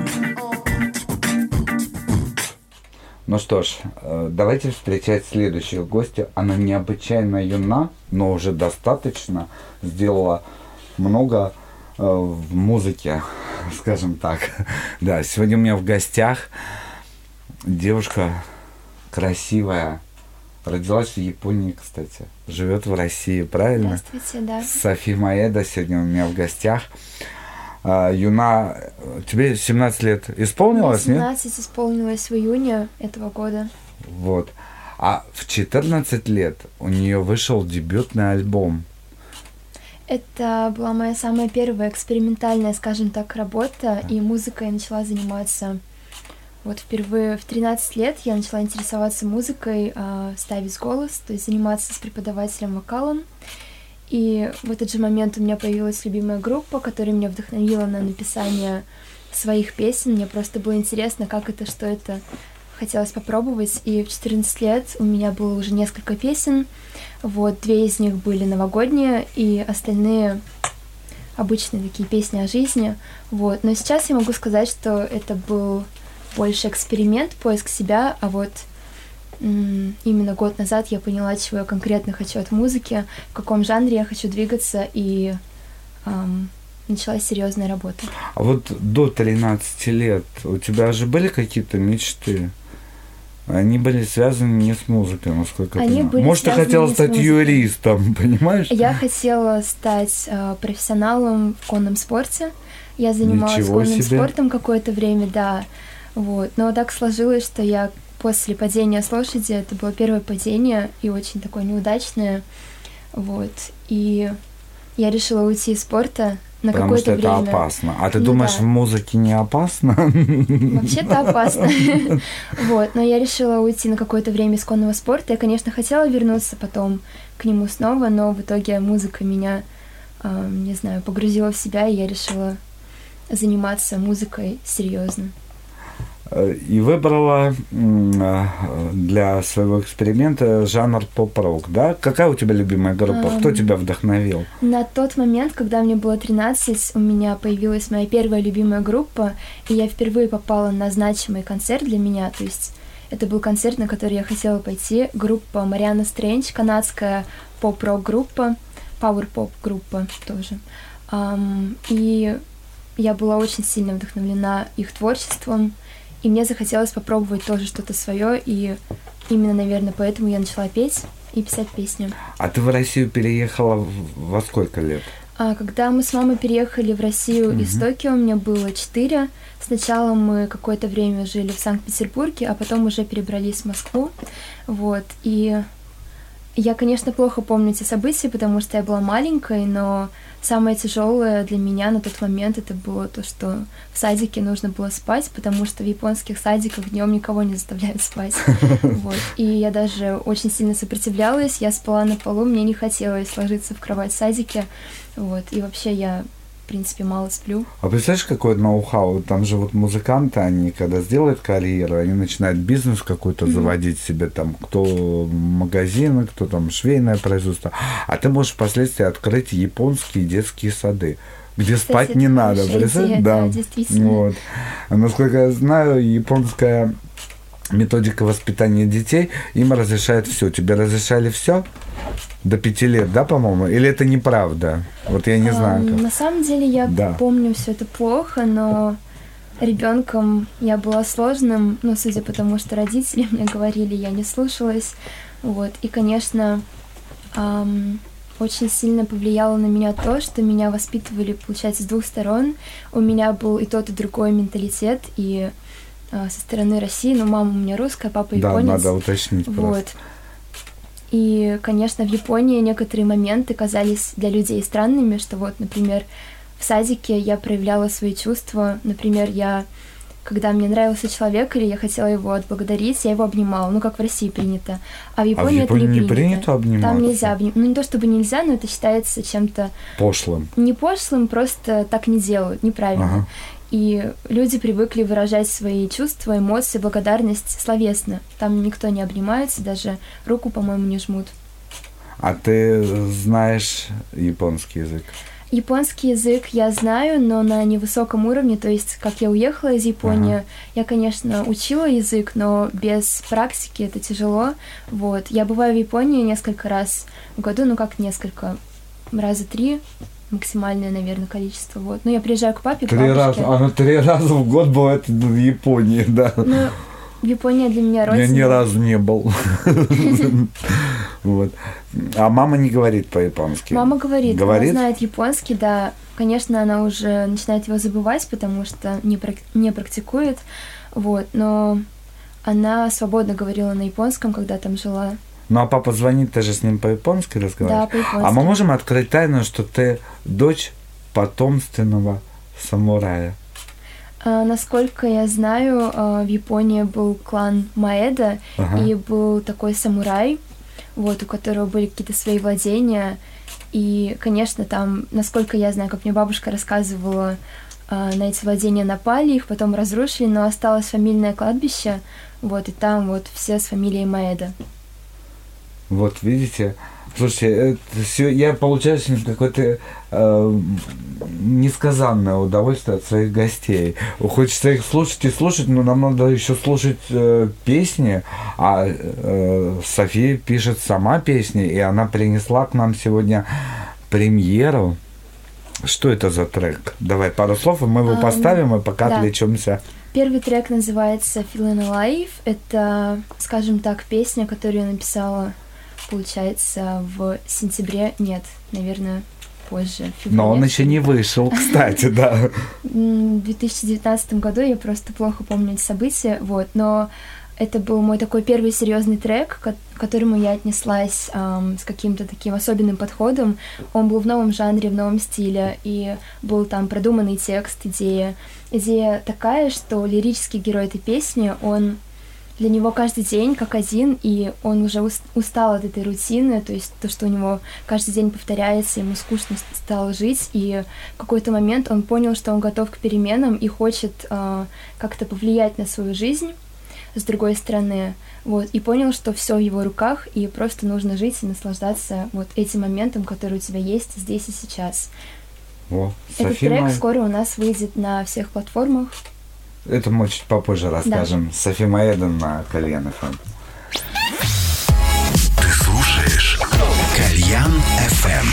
Ну что ж, давайте встречать следующего гостя. Она необычайно юна, но уже достаточно сделала много э, в музыке, скажем так. Да, сегодня у меня в гостях девушка красивая, родилась в Японии, кстати, живет в России, правильно? Здравствуйте, да. Софи Маэда сегодня у меня в гостях. А, юна, тебе семнадцать лет исполнилось, семнадцать нет? исполнилось в июне этого года. Вот. А в четырнадцать лет у нее вышел дебютный альбом. Это была моя самая первая экспериментальная, скажем так, работа, и музыкой я начала заниматься. Вот впервые в тринадцать лет я начала интересоваться музыкой, ставить голос, то есть заниматься с преподавателем вокалом. И в этот же момент у меня появилась любимая группа, которая меня вдохновила на написание своих песен. Мне просто было интересно, как это, что это. Хотелось попробовать. И в четырнадцать лет у меня было уже несколько песен. Вот, две из них были новогодние, и остальные обычные такие песни о жизни. Вот. Но сейчас я могу сказать, что это был больше эксперимент, поиск себя, а вот именно год назад я поняла, чего я конкретно хочу от музыки, в каком жанре я хочу двигаться, и эм, началась серьезная работа. А вот до тринадцати лет у тебя же были какие-то мечты? Они были связаны не с музыкой, насколько я понимаю. Может, ты хотела стать юристом, понимаешь? Я хотела стать э, профессионалом в конном спорте. Я занималась Ничего конным себе. спортом какое-то время, да. Вот. Но так сложилось, что я после падения с лошади, это было первое падение, и очень такое неудачное, вот, и я решила уйти из спорта на Потому какое-то время. Потому что это опасно. А ты ну, думаешь, да. в музыке не опасно? Вообще-то опасно. Вот, но я решила уйти на какое-то время из конного спорта. Я, конечно, хотела вернуться потом к нему снова, но в итоге музыка меня, не знаю, погрузила в себя, и я решила заниматься музыкой серьезно. И выбрала для своего эксперимента жанр поп-рок, да? Какая у тебя любимая группа? Um, Кто тебя вдохновил? На тот момент, когда мне было тринадцать, у меня появилась моя первая любимая группа, и я впервые попала на значимый концерт для меня, то есть это был концерт, на который я хотела пойти. Группа Мариана Стрэндж, канадская поп-рок группа, пауэр-поп группа тоже. Um, и я была очень сильно вдохновлена их творчеством, и мне захотелось попробовать тоже что-то свое, и именно, наверное, поэтому я начала петь и писать песни. А ты в Россию переехала во сколько лет? А, когда мы с мамой переехали в Россию mm-hmm. из Токио, мне было четыре. Сначала мы какое-то время жили в Санкт-Петербурге, а потом уже перебрались в Москву. Вот. И я, конечно, плохо помню эти события, потому что я была маленькой, но самое тяжелое для меня на тот момент это было то, что в садике нужно было спать, потому что в японских садиках днем никого не заставляют спать. Вот. И я даже очень сильно сопротивлялась, я спала на полу, мне не хотелось ложиться в кровать в садике. Вот. И вообще я, в принципе, мало сплю. А представляешь, какое ноу-хау? Там же вот музыканты, они когда сделают карьеру, они начинают бизнес какой-то mm-hmm. заводить себе, там, кто магазины, кто там швейное производство. А ты можешь впоследствии открыть японские детские сады, где Кстати, спать не надо. Идея, да, да, действительно. Вот. А насколько я знаю, японская методика воспитания детей, им разрешает все. Тебе разрешали все? До пяти лет, да, по-моему? Или это неправда? Вот я не знаю. Как. На самом деле я да. помню все это плохо, но ребенком я была сложным, ну, судя по тому, что родители мне говорили, я не слушалась. Вот. И, конечно, эм, очень сильно повлияло на меня то, что меня воспитывали, получается, с двух сторон. У меня был и тот, и другой менталитет, и э, со стороны России, но мама у меня русская, папа японец. Да, надо уточнить просто. Вот. И, конечно, в Японии некоторые моменты казались для людей странными, что вот, например, в садике я проявляла свои чувства. Например, я, когда мне нравился человек или я хотела его отблагодарить, я его обнимала, ну, как в России принято. А в Японии, а в Японии это не, не принято. принято обниматься? Там нельзя обниматься. Ну, не то чтобы нельзя, но это считается чем-то... Пошлым. Не пошлым, просто так не делают, неправильно. Ага. И люди привыкли выражать свои чувства, эмоции, благодарность словесно. Там никто не обнимается, даже руку, по-моему, не жмут. А ты знаешь японский язык? Японский язык я знаю, но на невысоком уровне, то есть, как я уехала из Японии, ага. я, конечно, учила язык, но без практики это тяжело. Вот. Я бываю в Японии несколько раз в году, ну как несколько, раза три, максимальное, наверное, количество. Вот. Но я приезжаю к папе, к три бабушке. раза, а ну три раза в год бывает в Японии, да. Ну, Япония для меня родина. Я ни разу не был. Вот. А мама не говорит по-японски? Мама говорит, говорит? Она знает японский, да. Конечно, она уже начинает его забывать, потому что не, прак- не практикует. Вот. Но она свободно говорила на японском, когда там жила. Ну, а папа звонит, ты же с ним по-японски разговариваешь? Да, по-японски. А мы можем открыть тайну, что ты дочь потомственного самурая? А, насколько я знаю, в Японии был клан Маэда, ага. и был такой самурай, вот, у которого были какие-то свои владения. И, конечно, там, насколько я знаю, как мне бабушка рассказывала, на эти владения напали, их потом разрушили, но осталось фамильное кладбище, вот, и там вот все с фамилией Маэда. Вот, видите, слушайте, это все, я получаю сегодня какое-то э, несказанное удовольствие от своих гостей. Хочется их слушать и слушать, но нам надо еще слушать э, песни, а э, София пишет сама песни, и она принесла к нам сегодня премьеру. Что это за трек? Давай пару слов, и мы его um, поставим, и пока да. отвлечемся. Первый трек называется Feeling Alive. Это, скажем так, песня, которую я написала, получается, в сентябре, нет, наверное, позже. Но он еще не вышел, кстати, да. В две тысячи девятнадцатом году, я просто плохо помню эти события, вот, но это был мой такой первый серьезный трек, к которому я отнеслась эм, с каким-то таким особенным подходом. Он был в новом жанре, в новом стиле, и был там продуманный текст, идея. Идея такая, что лирический герой этой песни, он для него каждый день как один, и он уже устал от этой рутины, то есть то, что у него каждый день повторяется, ему скучно стало жить, и в какой-то момент он понял, что он готов к переменам и хочет э, как-то повлиять на свою жизнь с другой стороны, вот, и понял, что все в его руках, и просто нужно жить и наслаждаться вот этим моментом, который у тебя есть здесь и сейчас. О, Этот София трек моя... скоро у нас выйдет на всех платформах. Это мы чуть попозже расскажем. Да. София Маэден на Кальян эф эм. Ты слушаешь Кальян эф эм.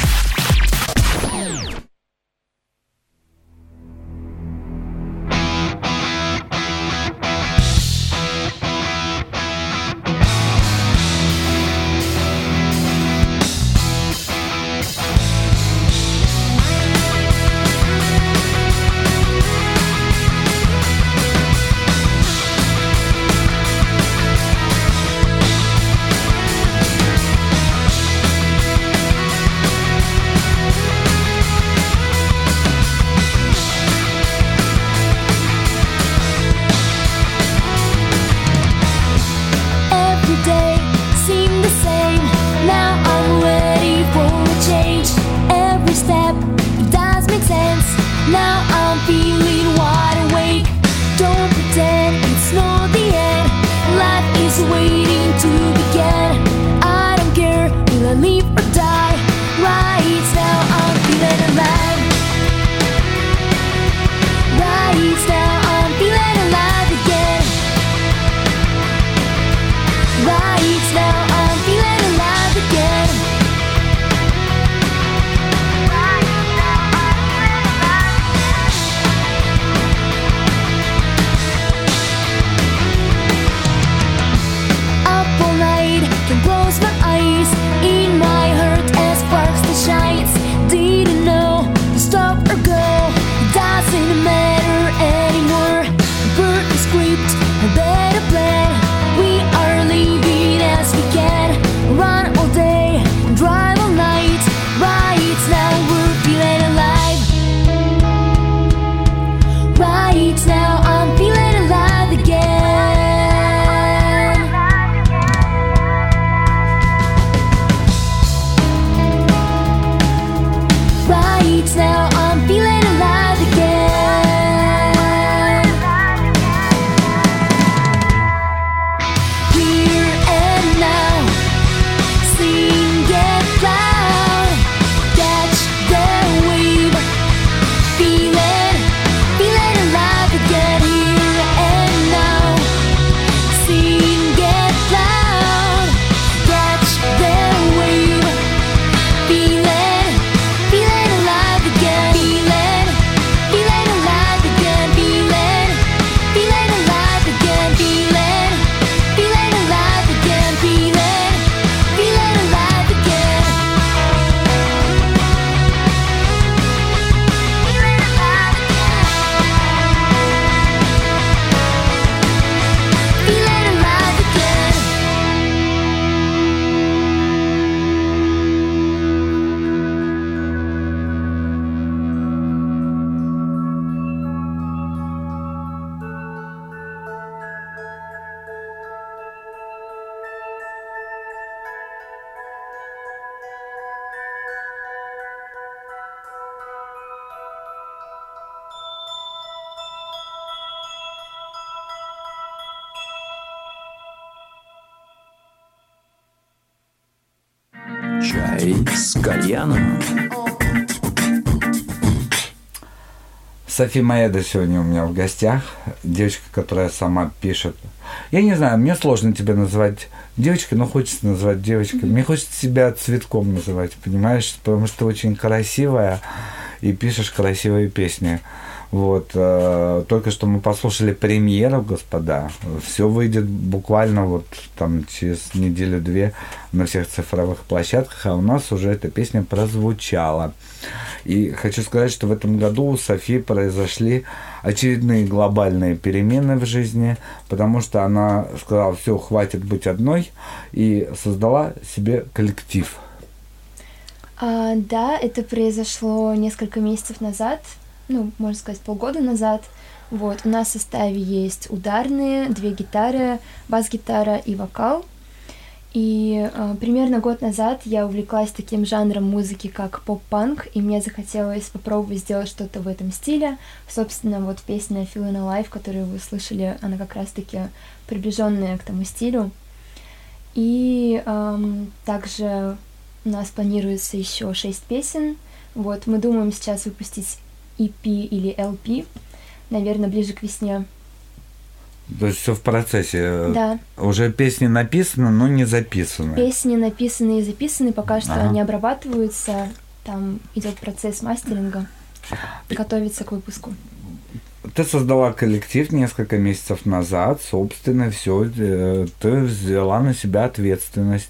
Чай с кальяном. Софи Маэда сегодня у меня в гостях. Девочка, которая сама пишет. Я не знаю, мне сложно тебя называть девочкой, но хочется называть девочкой. Mm-hmm. Мне хочется себя Цветком называть, понимаешь? Потому что ты очень красивая и пишешь красивые песни. Вот. Только что мы послушали премьеру, господа. Все выйдет буквально вот там через неделю-две на всех цифровых площадках, а у нас уже эта песня прозвучала. И хочу сказать, что в этом году у Софи произошли очередные глобальные перемены в жизни, потому что она сказала, все, хватит быть одной, и создала себе коллектив. А, да, это произошло несколько месяцев назад. Ну, можно сказать, полгода назад. Вот, у нас в составе есть ударные, две гитары, бас-гитара и вокал. И э, примерно год назад я увлеклась таким жанром музыки, как поп-панк, и мне захотелось попробовать сделать что-то в этом стиле. Собственно, вот песня Feeling Alive, которую вы слышали, она как раз-таки приближенная к тому стилю. И э, также у нас планируется еще шесть песен. Вот, мы думаем сейчас выпустить и пи или эл пи, наверное, ближе к весне. То есть все в процессе. Да. Уже песни написаны, но не записаны. Песни написаны и записаны, пока что ага. они обрабатываются. Там идет процесс мастеринга, готовится к выпуску. Ты создала коллектив несколько месяцев назад, собственно, все, ты взяла на себя ответственность.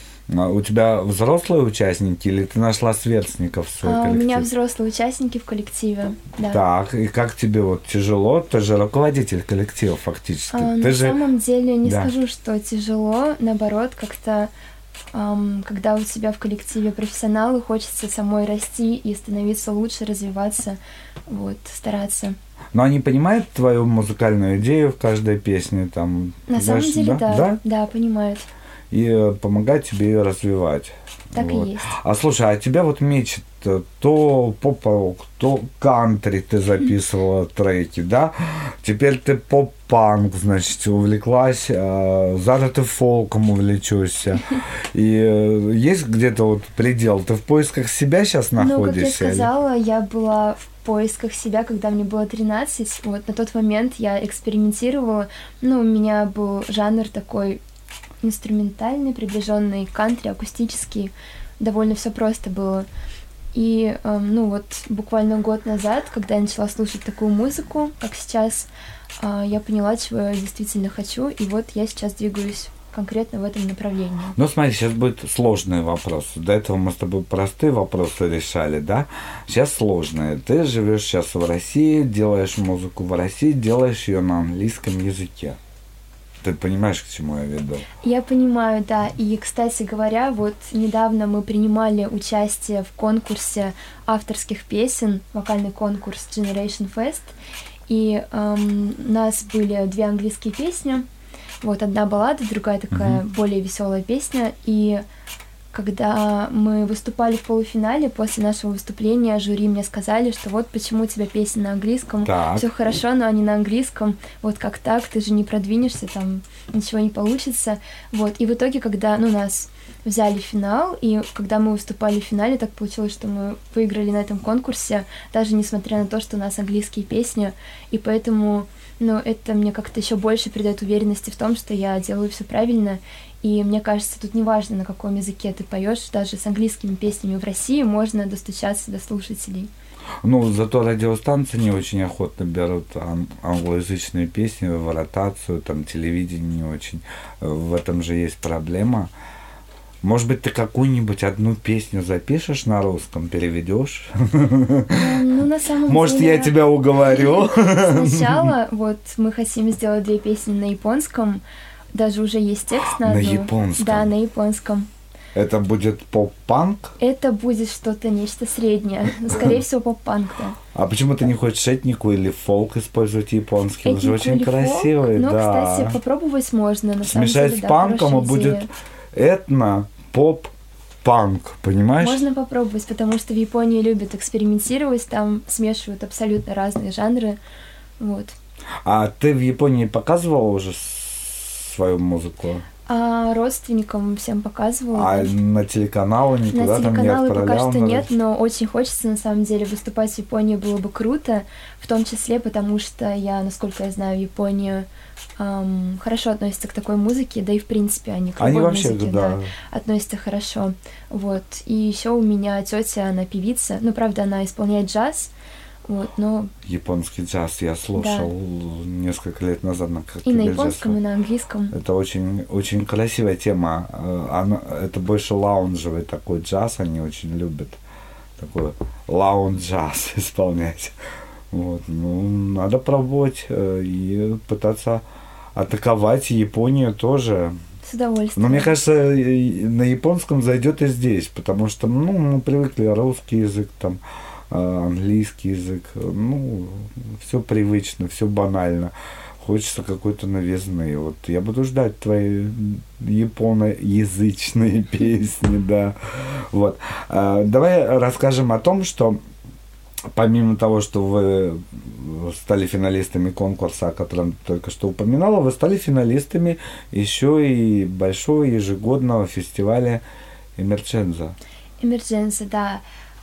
У тебя взрослые участники или ты нашла сверстников в свой а, коллектив? У меня взрослые участники в коллективе, да. Так, и как тебе вот тяжело? Ты же руководитель коллектива фактически. А, ты на же... самом деле не да. скажу, что тяжело, наоборот, как-то эм, когда у тебя в коллективе профессионалы, хочется самой расти и становиться лучше, развиваться, вот, стараться. Но они понимают твою музыкальную идею в каждой песне? Там, на самом знаешь, деле, да, да, да, да, понимают. И помогать тебе ее развивать. Так вот. и есть. А слушай, а тебя вот мечет то поп-рок, то кантри ты записывала треки, да? Теперь ты поп-панк, значит, увлеклась, завтра ты фолком увлечешься. И есть где-то вот предел? Ты в поисках себя сейчас находишься? Ну, как я сказала, или? Я была в поисках себя, когда мне было тринадцать. Вот на тот момент я экспериментировала. Ну, у меня был жанр такой инструментальный, приближенный к кантри, акустический. Довольно все просто было. И, э, ну вот, буквально год назад, когда я начала слушать такую музыку, как сейчас, э, я поняла, чего я действительно хочу, и вот я сейчас двигаюсь конкретно в этом направлении. Ну, смотри, сейчас будет сложный вопрос. До этого мы с тобой простые вопросы решали, да? Сейчас сложные. Ты живешь сейчас в России, делаешь музыку в России, делаешь ее на английском языке. Ты понимаешь, к чему я веду? Я понимаю, да. И, кстати говоря, вот недавно мы принимали участие в конкурсе авторских песен, вокальный конкурс Generation Fest, и эм, у нас были две английские песни. Вот одна баллада, другая такая mm-hmm. более веселая песня. И когда мы выступали в полуфинале, после нашего выступления жюри мне сказали, что вот почему у тебя песня на английском, все хорошо, но они на английском, вот как так, ты же не продвинешься, там ничего не получится. Вот. И в итоге, когда ну, нас взяли в финал, и когда мы выступали в финале, так получилось, что мы выиграли на этом конкурсе, даже несмотря на то, что у нас английские песни, и поэтому ну, это мне как-то еще больше придает уверенности в том, что я делаю все правильно. И мне кажется, тут не важно, на каком языке ты поешь, даже с английскими песнями в России можно достучаться до слушателей. Ну, зато радиостанции не очень охотно берут ан- англоязычные песни в ротацию, там телевидение не очень. В этом же есть проблема. Может быть, ты какую-нибудь одну песню запишешь на русском, переведешь? Ну, на самом Может, деле, я тебя уговорю? Сначала вот мы хотим сделать две песни на японском. Даже уже есть текст на одну. На японском? Да, на японском. Это будет поп-панк? Это будет что-то, нечто среднее. Скорее всего, поп-панк, да. А почему ты не хочешь этнику или фолк использовать японский? Он же очень красивый, да. Ну, кстати, попробовать можно, на самом деле, смешать с панком, и будет этно, поп, панк, понимаешь? Можно попробовать, потому что в Японии любят экспериментировать, там смешивают абсолютно разные жанры, вот. А ты в Японии показывала уже свою музыку? А родственникам всем показывала. А на телеканалы никуда на там не телеканалы отправлял? пока что нет, народ? но очень хочется, на самом деле, выступать в Японии было бы круто, в том числе потому, что я, насколько я знаю, Японию эм, хорошо относится к такой музыке, да и в принципе они к любой Они вообще, музыке, да. да, относятся хорошо. Вот. И еще у меня тетя, она певица, ну, правда, она исполняет джаз, вот, но... Японский джаз я слушал да. несколько лет назад. На и на японском, и на английском. Это очень, очень красивая тема. Она, это больше лаунжевый такой джаз, они очень любят такой лаунж-джаз исполнять. Вот. Ну, надо пробовать и пытаться атаковать Японию тоже. С удовольствием. Но мне кажется, на японском зайдет и здесь, потому что ну, мы привыкли русский язык там, английский язык, ну, все привычно, все банально. Хочется какой-то новизны. Вот я буду ждать твои японоязычные песни, да. Вот. Давай расскажем о том, что помимо того, что вы стали финалистами конкурса, о котором ты только что упоминала, вы стали финалистами еще и большого ежегодного фестиваля Эмердженза. Эмердженза, да.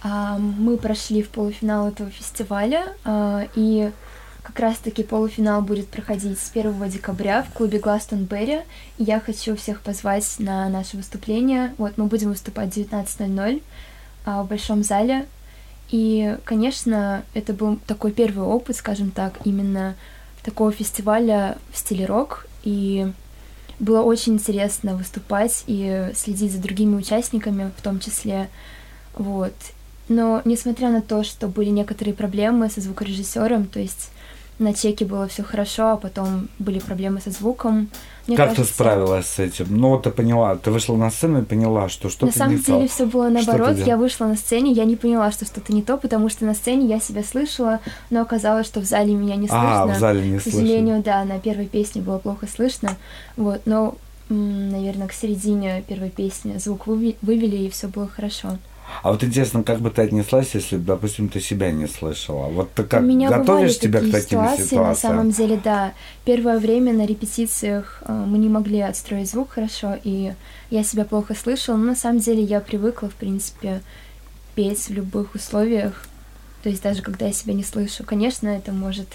Мы прошли в полуфинал этого фестиваля, и как раз-таки полуфинал будет проходить с первого декабря в клубе Гластонберри. И я хочу всех позвать на наше выступление. Вот мы будем выступать в девятнадцать ноль ноль в большом зале. И, конечно, это был такой первый опыт, скажем так, именно такого фестиваля в стиле рок. И было очень интересно выступать и следить за другими участниками в том числе. Вот. Но несмотря на то, что были некоторые проблемы со звукорежиссером, то есть на чеке было все хорошо, а потом были проблемы со звуком. Мне как кажется, ты справилась с этим? Ну, ты поняла, ты вышла на сцену и поняла, что что-то не то. На самом деле все было наоборот. Я вышла на сцене, я не поняла, что что-то не то, потому что на сцене я себя слышала, но оказалось, что в зале меня не слышно. А, в зале не слышно. К сожалению, да, на первой песне было плохо слышно. Вот, но, наверное, к середине первой песни звук вывели, и все было хорошо. А вот интересно, как бы ты отнеслась, если, допустим, ты себя не слышала? Вот ты как У меня готовишь себя такие к таким ситуации, ситуациям? На самом деле, да. Первое время на репетициях э, мы не могли отстроить звук хорошо, и я себя плохо слышала, но на самом деле я привыкла, в принципе, петь в любых условиях, то есть даже когда я себя не слышу. Конечно, это может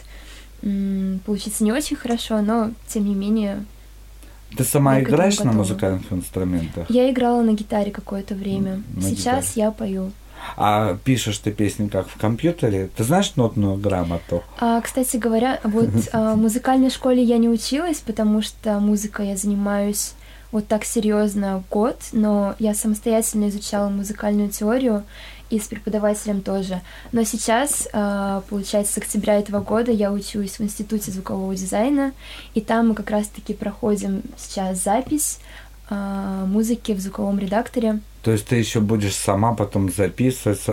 м- получиться не очень хорошо, но, тем не менее... Ты сама я играешь на готова. музыкальных инструментах? Я играла на гитаре какое-то время. На Сейчас гитаре. я пою. А пишешь ты песни как в компьютере? Ты знаешь нотную грамоту? А, кстати говоря, вот а, в музыкальной школе я не училась, потому что музыкой я занимаюсь вот так серьезно год, но я самостоятельно изучала музыкальную теорию и с преподавателем тоже. Но сейчас, получается, с октября этого года я учусь в Институте звукового дизайна, и там мы как раз-таки проходим сейчас запись музыки в звуковом редакторе. То есть ты еще будешь сама потом записывать,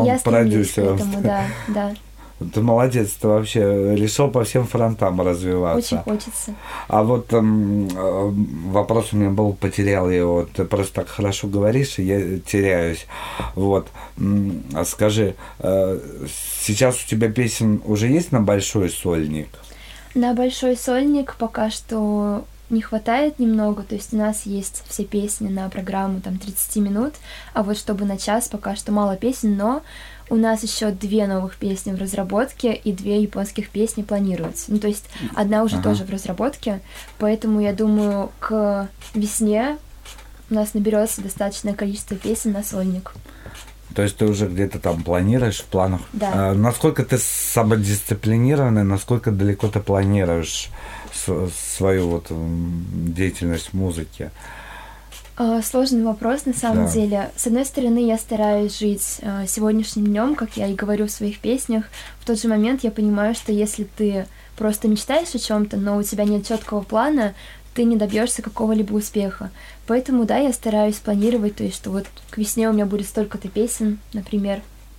Я саунд-продюсером? стремлюсь к этому, да, да. Ты молодец, ты вообще решил по всем фронтам развиваться. Очень хочется. А вот эм, вопрос у меня был, потерял я его. Ты просто так хорошо говоришь, и я теряюсь. Вот. Скажи, э, сейчас у тебя песен уже есть на большой сольник? На большой сольник пока что не хватает немного, то есть у нас есть все песни на программу там тридцать минут, а вот чтобы на час пока что мало песен, но у нас еще две новых песни в разработке и две японских песни планируются. Ну, то есть одна уже ага. тоже в разработке, поэтому я думаю, к весне у нас наберется достаточное количество песен на сольник. То есть ты уже где-то там планируешь в планах? Да. А, насколько ты самодисциплинированная, насколько далеко ты планируешь свою вот деятельность в музыке? Сложный вопрос, на самом да. деле. С одной стороны, я стараюсь жить сегодняшним днем, как я и говорю в своих песнях. В тот же момент я понимаю, что если ты просто мечтаешь о чем-то, но у тебя нет четкого плана, ты не добьешься какого-либо успеха. Поэтому, да, я стараюсь планировать, то есть, что вот к весне у меня будет столько-то песен, например.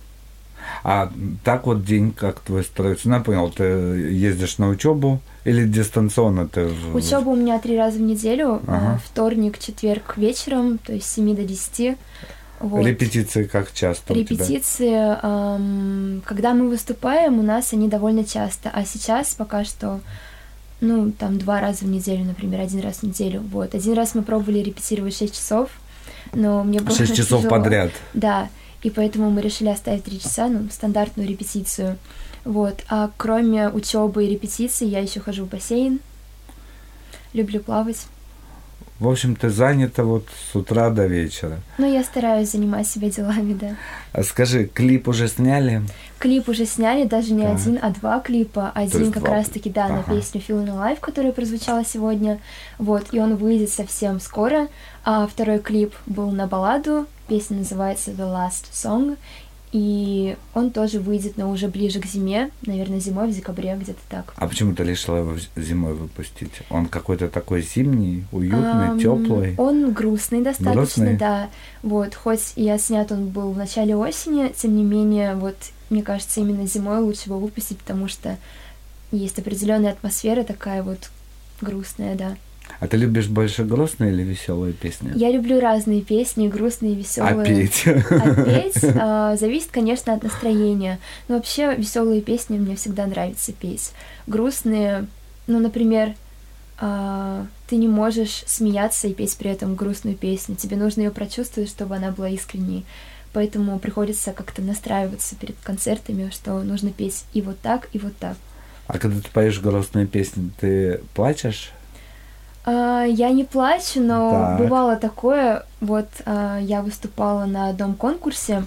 А так вот день как твой строится? Ну, я понял, ты ездишь на учебу или дистанционно ты? Учеба у меня три раза в неделю, ага. вторник, четверг вечером, то есть с семи до десяти. Вот. Репетиции как часто Репетиции, у тебя? Эм, когда мы выступаем, у нас они довольно часто, а сейчас пока что, ну, там, два раза в неделю, например, один раз в неделю. Вот. Один раз мы пробовали репетировать шесть часов, но мне было шесть часов тяжело. Подряд? Да, и поэтому мы решили оставить три часа, ну, стандартную репетицию. Вот. А кроме учебы и репетиций я еще хожу в бассейн, люблю плавать. В общем, ты занята вот с утра до вечера. Ну, я стараюсь занимать себя делами, да. А скажи, клип уже сняли? Клип уже сняли, даже не да. один, а два клипа. Один как два... раз-таки, да, ага. на песню Feeling Alive, которая прозвучала сегодня. Вот, и он выйдет совсем скоро. А второй клип был на балладу. Песня называется The Last Song. И он тоже выйдет, но уже ближе к зиме, наверное, зимой, в декабре, где-то так. А почему ты решила его зимой выпустить? Он какой-то такой зимний, уютный, um, теплый. Он грустный достаточно, грустный? Да. Вот, хоть и отснят он был в начале осени, тем не менее, вот, мне кажется, именно зимой лучше его выпустить, потому что есть определенная атмосфера такая вот грустная, да. А ты любишь больше грустные или веселые песни? Я люблю разные песни, грустные, веселые. А петь? А петь а, зависит, конечно, от настроения. Но вообще веселые песни мне всегда нравится петь. Грустные, ну, например, а, ты не можешь смеяться и петь при этом грустную песню. Тебе нужно ее прочувствовать, чтобы она была искренней. Поэтому приходится как-то настраиваться перед концертами, что нужно петь и вот так, и вот так. А когда ты поешь грустные песни, ты плачешь? Uh, я не плачу, но так. бывало такое. Вот uh, я выступала на одном конкурсе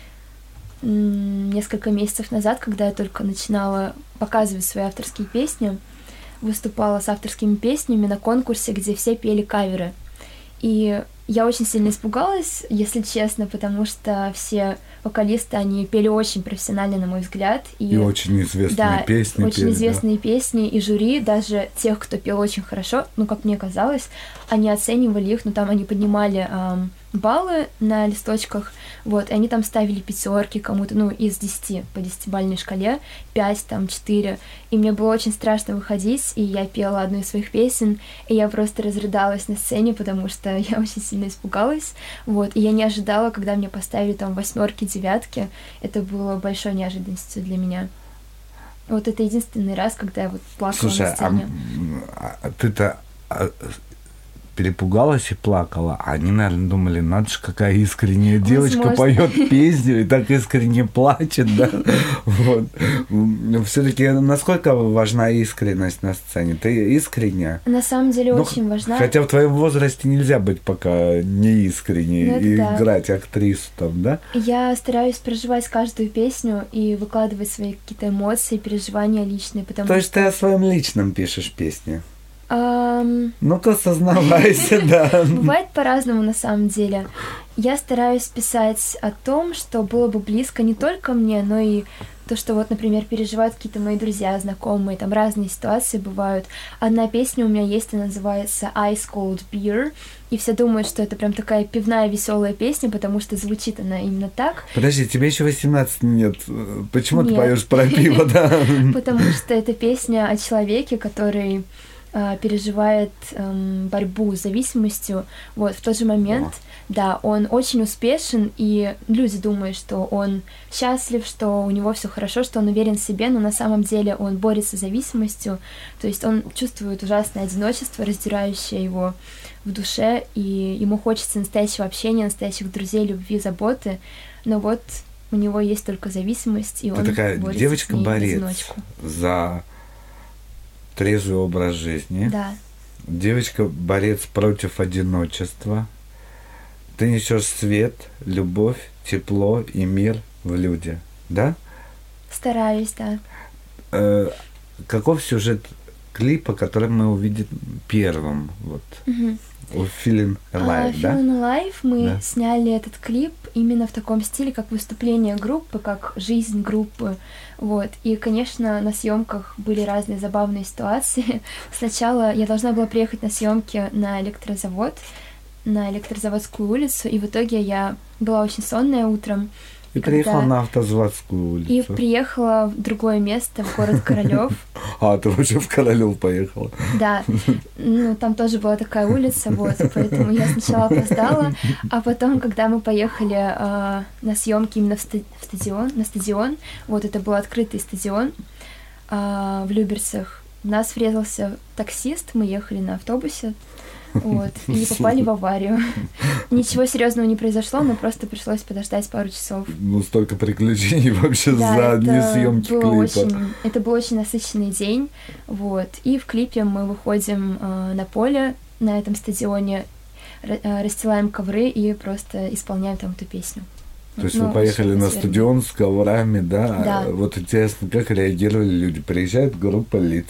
м- несколько месяцев назад, когда я только начинала показывать свои авторские песни. Выступала с авторскими песнями на конкурсе, где все пели каверы. И я очень сильно испугалась, если честно, потому что все вокалисты, они пели очень профессионально, на мой взгляд. И, и очень известные да, песни. очень пели, известные да. песни, и жюри, даже тех, кто пел очень хорошо, ну, как мне казалось, они оценивали их, ну, там они поднимали эм, баллы на листочках, вот, и они там ставили пятерки кому-то, ну, из десяти, по десятибалльной шкале, пять, там, четыре, и мне было очень страшно выходить, и я пела одну из своих песен, и я просто разрыдалась на сцене, потому что я очень сильно испугалась, вот, и я не ожидала, когда мне поставили там восьмерки, девятки, это было большой неожиданностью для меня. Вот это единственный раз, когда я вот плакала. Слушай, на сцене. А, а ты-то а, перепугалась и плакала, а они, наверное, думали, надо же, какая искренняя девочка поет песню и так искренне плачет, да? Вот. Все-таки насколько важна искренность на сцене? Ты искренняя? На самом деле ну, очень важна. Хотя в твоем возрасте нельзя быть пока неискренней ну, и да. играть актрису там, да? Я стараюсь проживать каждую песню и выкладывать свои какие-то эмоции, переживания личные, потому То что... есть ты о своем личном пишешь песни? Um, Ну-ка, сознавайся, да. Бывает по-разному на самом деле. Я стараюсь писать о том, что было бы близко не только мне, но и то, что вот, например, переживают какие-то мои друзья, знакомые, там разные ситуации бывают. Одна песня у меня есть, она называется Ice Cold Beer, и все думают, что это прям такая пивная веселая песня, потому что звучит она именно так. Подожди, тебе еще восемнадцать нет. Почему нет. ты поешь про пиво, да? Потому что это песня о человеке, который переживает эм, борьбу с зависимостью, вот, в тот же момент, О. да, он очень успешен, и люди думают, что он счастлив, что у него все хорошо, что он уверен в себе, но на самом деле он борется с зависимостью, то есть он чувствует ужасное одиночество, раздирающее его в душе, и ему хочется настоящего общения, настоящих друзей, любви, заботы, но вот у него есть только зависимость, и Ты он такая борется девочка-борец в одиночку. За трезвый образ жизни. Да. Девочка-борец против одиночества. Ты несешь свет, любовь, тепло и мир в люди, да? Стараюсь, да. Э, каков сюжет клипа, который мы увидим первым? Вот. Угу. У Feeling Alive, uh, да? Feeling Alive мы да. сняли этот клип именно в таком стиле, как выступление группы, как жизнь группы. Вот. И, конечно, на съемках были разные забавные ситуации. Сначала я должна была приехать на съемки на электрозавод, на электрозаводскую улицу, и в итоге я была очень сонная утром. И когда... приехала на Автозаводскую улицу. И приехала в другое место, в город Королёв. А, ты уже в Королёв поехала. Да, ну там тоже была такая улица, вот, поэтому я сначала опоздала, а потом, когда мы поехали э, на съемки именно в, ста- в стадион, на стадион, вот это был открытый стадион э, в Люберцах, В нас врезался таксист, мы ехали на автобусе, вот, и попали в аварию. Ничего серьезного не произошло, но просто пришлось подождать пару часов. Ну, столько приключений вообще Да, за одни это съемки было клипа. очень, это был очень насыщенный день, вот. И в клипе мы выходим э, на поле на этом стадионе, ра- э, расстилаем ковры и просто исполняем там эту песню. То есть Ну, вы поехали очень на атмосферно. стадион с коврами, да? Да. Вот интересно, как реагировали люди? Приезжает группа лиц,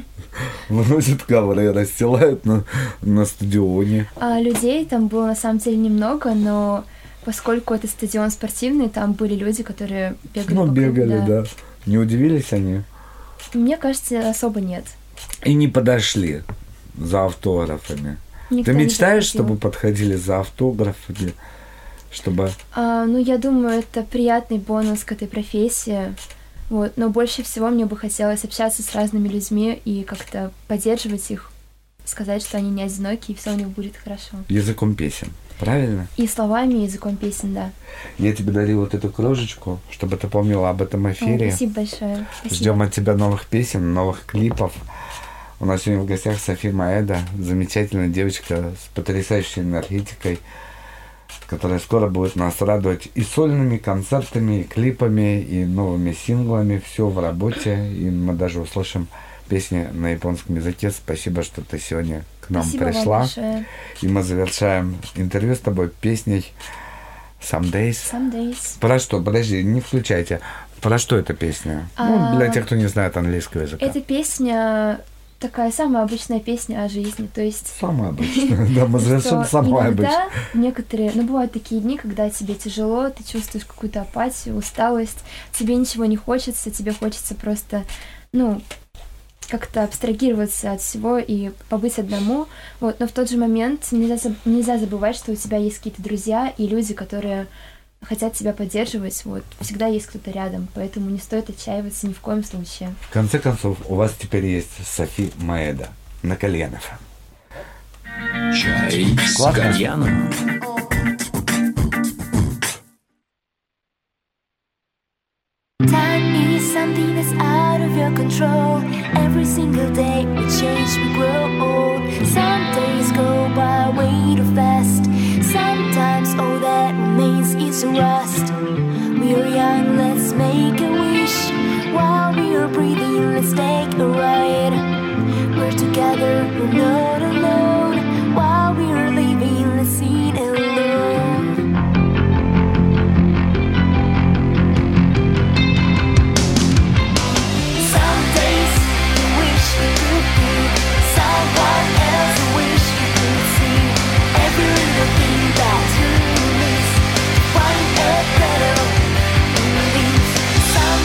выносят ковры, расстилают на, на стадионе. А людей там было на самом деле немного, но поскольку это стадион спортивный, там были люди, которые бегали Ну, по кругу, бегали, да. Не удивились они? Мне кажется, особо нет. И не подошли за автографами. Никто Ты не мечтаешь, подходил. чтобы подходили за автографами? Чтобы... А, ну, я думаю, это приятный бонус к этой профессии. Вот. Но больше всего мне бы хотелось общаться с разными людьми и как-то поддерживать их, сказать, что они не одиноки, и все у них будет хорошо. Языком песен, правильно? И словами, и языком песен, да. Я тебе дарил вот эту кружечку, чтобы ты помнила об этом О, эфире. спасибо большое. Спасибо. Ждем от тебя новых песен, новых клипов. У нас сегодня в гостях Софи Маэда, замечательная девочка с потрясающей энергетикой, которая скоро будет нас радовать и сольными концертами, и клипами, и новыми синглами. Все в работе. И мы даже услышим песни на японском языке. Спасибо, что ты сегодня к нам Спасибо вам пришла. большое. И мы завершаем интервью с тобой песней Some Days. Some days. Про что? Подожди, не включайте. Про что эта песня? А, Ну, для тех, кто не знает английского языка. Эта песня такая самая обычная песня о жизни. То есть Самая обычная. Да, мы что совершенно самая обычная. иногда некоторые, ну, бывают такие дни, когда тебе тяжело, ты чувствуешь какую-то апатию, усталость, тебе ничего не хочется, тебе хочется просто, ну, как-то абстрагироваться от всего и побыть одному, вот, но в тот же момент нельзя, заб- нельзя забывать, что у тебя есть какие-то друзья и люди, которые хотят тебя поддерживать, вот, всегда есть кто-то рядом, поэтому не стоит отчаиваться ни в коем случае. В конце концов, у вас теперь есть Софи Маэда на Кальян эф эм. Чай с Классно. кальяном. Time is something that's out of your control. Every single day we change, we grow old. Some days go by way too fast. Sometimes all that remains is rust. We are young, let's make a wish. While we are breathing, let's take a ride. We're together, we're not alone. While we are living, let's sing alone. Some days you wish you could be someone else. You wish you could see every little thing that you miss. Find a better release. Some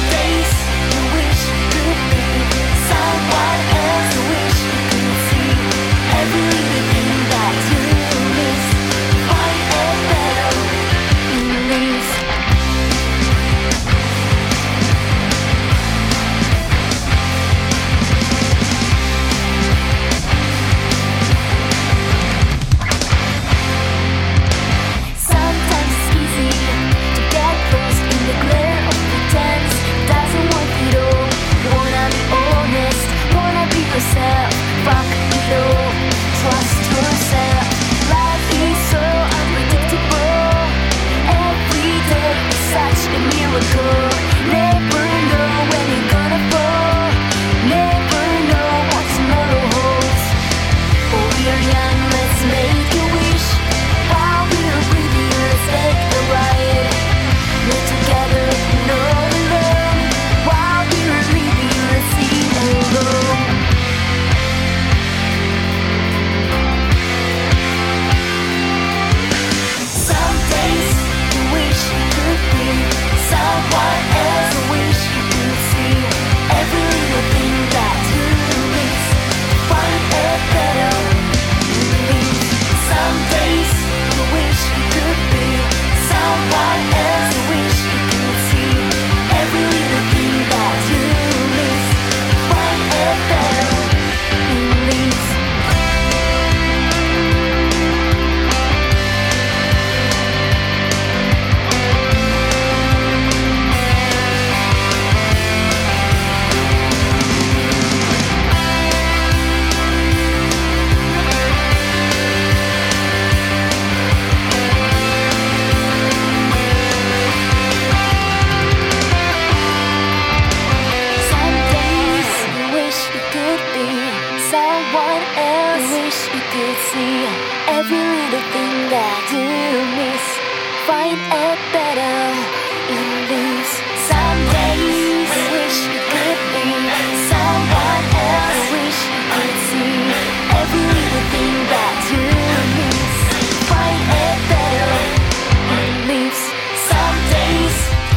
see every little thing that you miss. Find a better in this. Some days I wish you could be someone else. I wish you could see every little thing that you miss. Find a better in this. Some days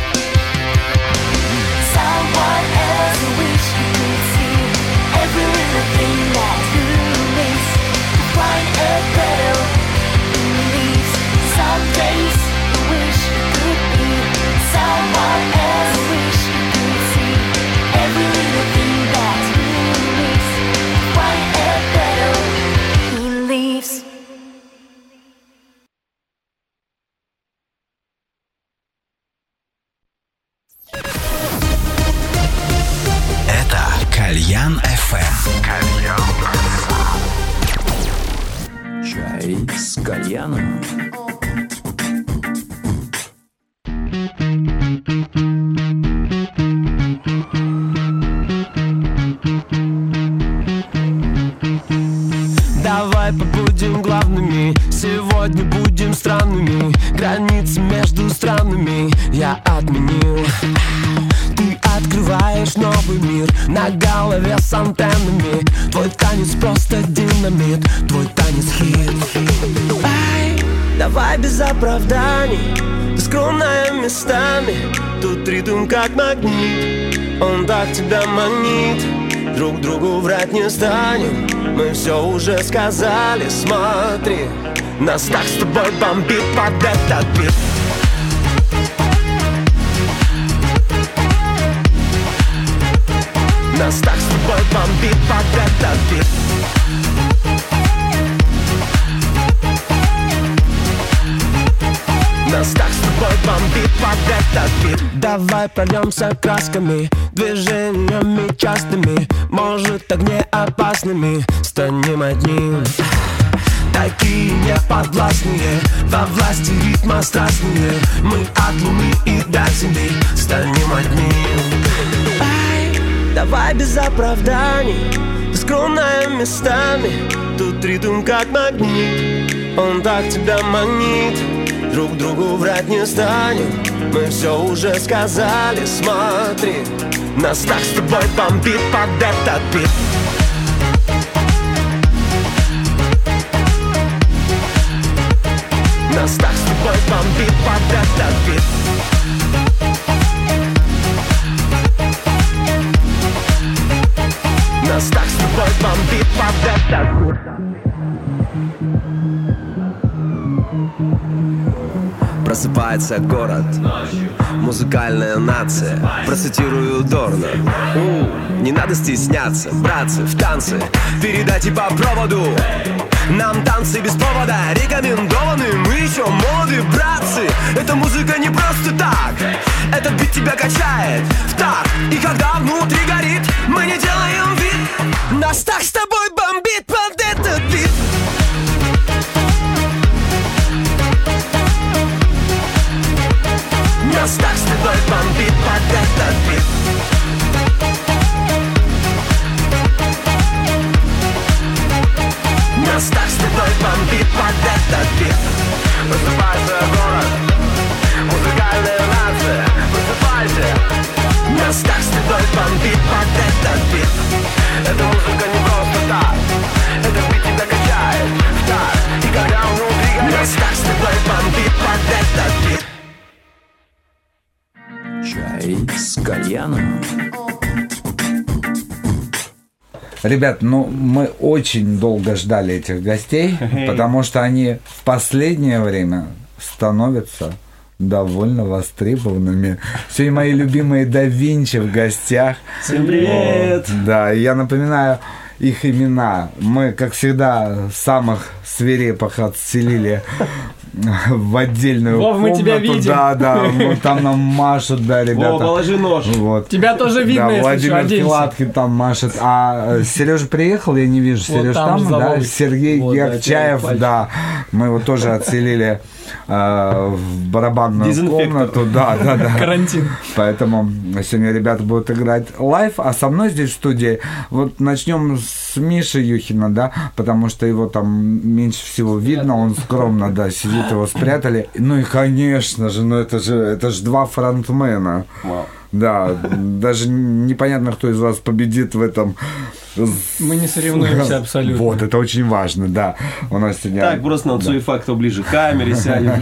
someone else. I wish you could see every little thing that you miss. Find a better in this. Some days I wish you could be someone else. I wish you could see every little thing that you miss. Find a better in this. Это Кальян эф эм. Чай с кальяном. Давай побудем главными, сегодня будем странными. Границы между странами я отменил. Ты открываешь новый мир на голове с антеннами. Твой танец просто динамит, твой танец хит. Ай, давай без оправданий, скромная местами. Тут ритм как магнит, он так тебя манит. Друг другу врать не станем, мы все уже сказали. Смотри, нас так с тобой бомбит под этот бит. Нас так с тобой бомбит под этот бит. Нас так с тобой бомбит под этот бит. Давай прольемся красками, движениями частыми, может так не опасными. Станем одним, такие неподвластные, во власти ритма страстные. Мы от луны и до земли станем одним. Ай, давай без оправданий, скромная местами. Тут ритм как магнит, он так тебя манит. Друг другу врать не станем, мы все уже сказали. Смотри, нас так с тобой бомбит под этот бит. Нас так с тобой бомбит под этот бит. Нас так с тобой бомбит под этот бит. Просыпается город, музыкальная нация. Процитирую Дорна. У, не надо стесняться, братцы, в танцы передайте по проводу. Нам танцы без повода рекомендованы. Мы еще молоды, братцы. Эта музыка не просто так, этот бит тебя качает в такт. И когда внутри горит, мы не делаем вид. Нас так с тобой бомбит под этот бит. Нас так с тобой бомбит под этот бит. Нас так с тобой бомбит под этот бит. Просыпается город, музыкальная нация. Просыпайся. Нас так с тобой бомбит под этот бит. Эта музыка не просто так, это бит тебя качает в такт. И когда внутри горит, нас так с тобой бомбит под этот бит. Чай с кальяном. Ребят, ну мы очень долго ждали этих гостей, потому что они в последнее время становятся довольно востребованными. Сегодня мои любимые Да Винчи в гостях. Всем привет! Вот, да, я напоминаю их имена. Мы, как всегда, самых свирепых отселили в отдельную Вов, комнату. мы тебя видим. Да, да, там нам машут, да, ребята. Вова, положи нож. Вот. Тебя тоже видно, да, если Владимир что, Кладкин там машет. А Сережа приехал, я не вижу. Вот Сереж там, там, да? Сергей вот, Герчаев, да, да. Мы его тоже отселили э, в барабанную комнату. Да, да, да. Карантин. Поэтому сегодня ребята будут играть лайв, а со мной здесь в студии вот начнем с Миши Юхина, да, потому что его там меньше всего видно, он скромно, да, сидит, его спрятали. Ну и, конечно же, ну это же, это же два фронтмена. Вау. Да, даже непонятно, кто из вас победит в этом. Мы не соревнуемся абсолютно. Вот, это очень важно, да. У нас сегодня... Так, просто на Цуефа, кто ближе к камере сядет.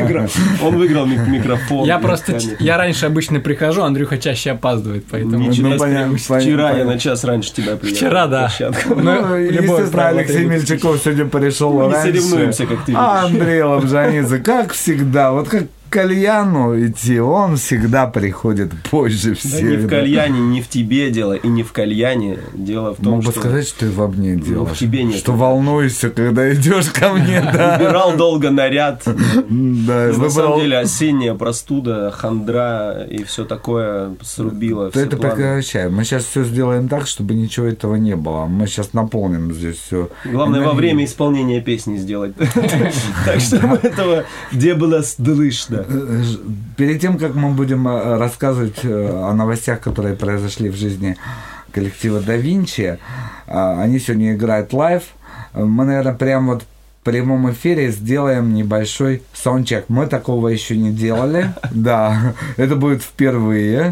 Он выиграл микрофон. Я просто, я раньше обычно прихожу, Андрюха чаще опаздывает, поэтому... Вчера я на час раньше тебя приехал. Вчера, да. Ну, естественно, Алексей Мельчаков сегодня пришел раньше. Мы не соревнуемся, как ты видишь. А Андрей Лобжанидзе, как всегда, вот как к кальяну идти, он всегда приходит позже всех. Да не в кальяне, не в тебе дело, и не в кальяне. Дело в том, Мог что... бы сказать, что ты во мне делаешь. Ну, в тебе нет. Что волнуешься, когда идешь ко мне, да. Выбирал долго наряд. Да, на самом деле осенняя простуда, хандра и все такое срубило. Это прекращаем. Мы сейчас все сделаем так, чтобы ничего этого не было. Мы сейчас наполним здесь все. Главное во время исполнения песни сделать. Так, чтобы этого не было слышно. Перед тем, как мы будем рассказывать о новостях, которые произошли в жизни коллектива Да Винчи, они сегодня играют лайв, мы, наверное, прямо вот в прямом эфире сделаем небольшой саундчек. Мы такого еще не делали, да, это будет впервые.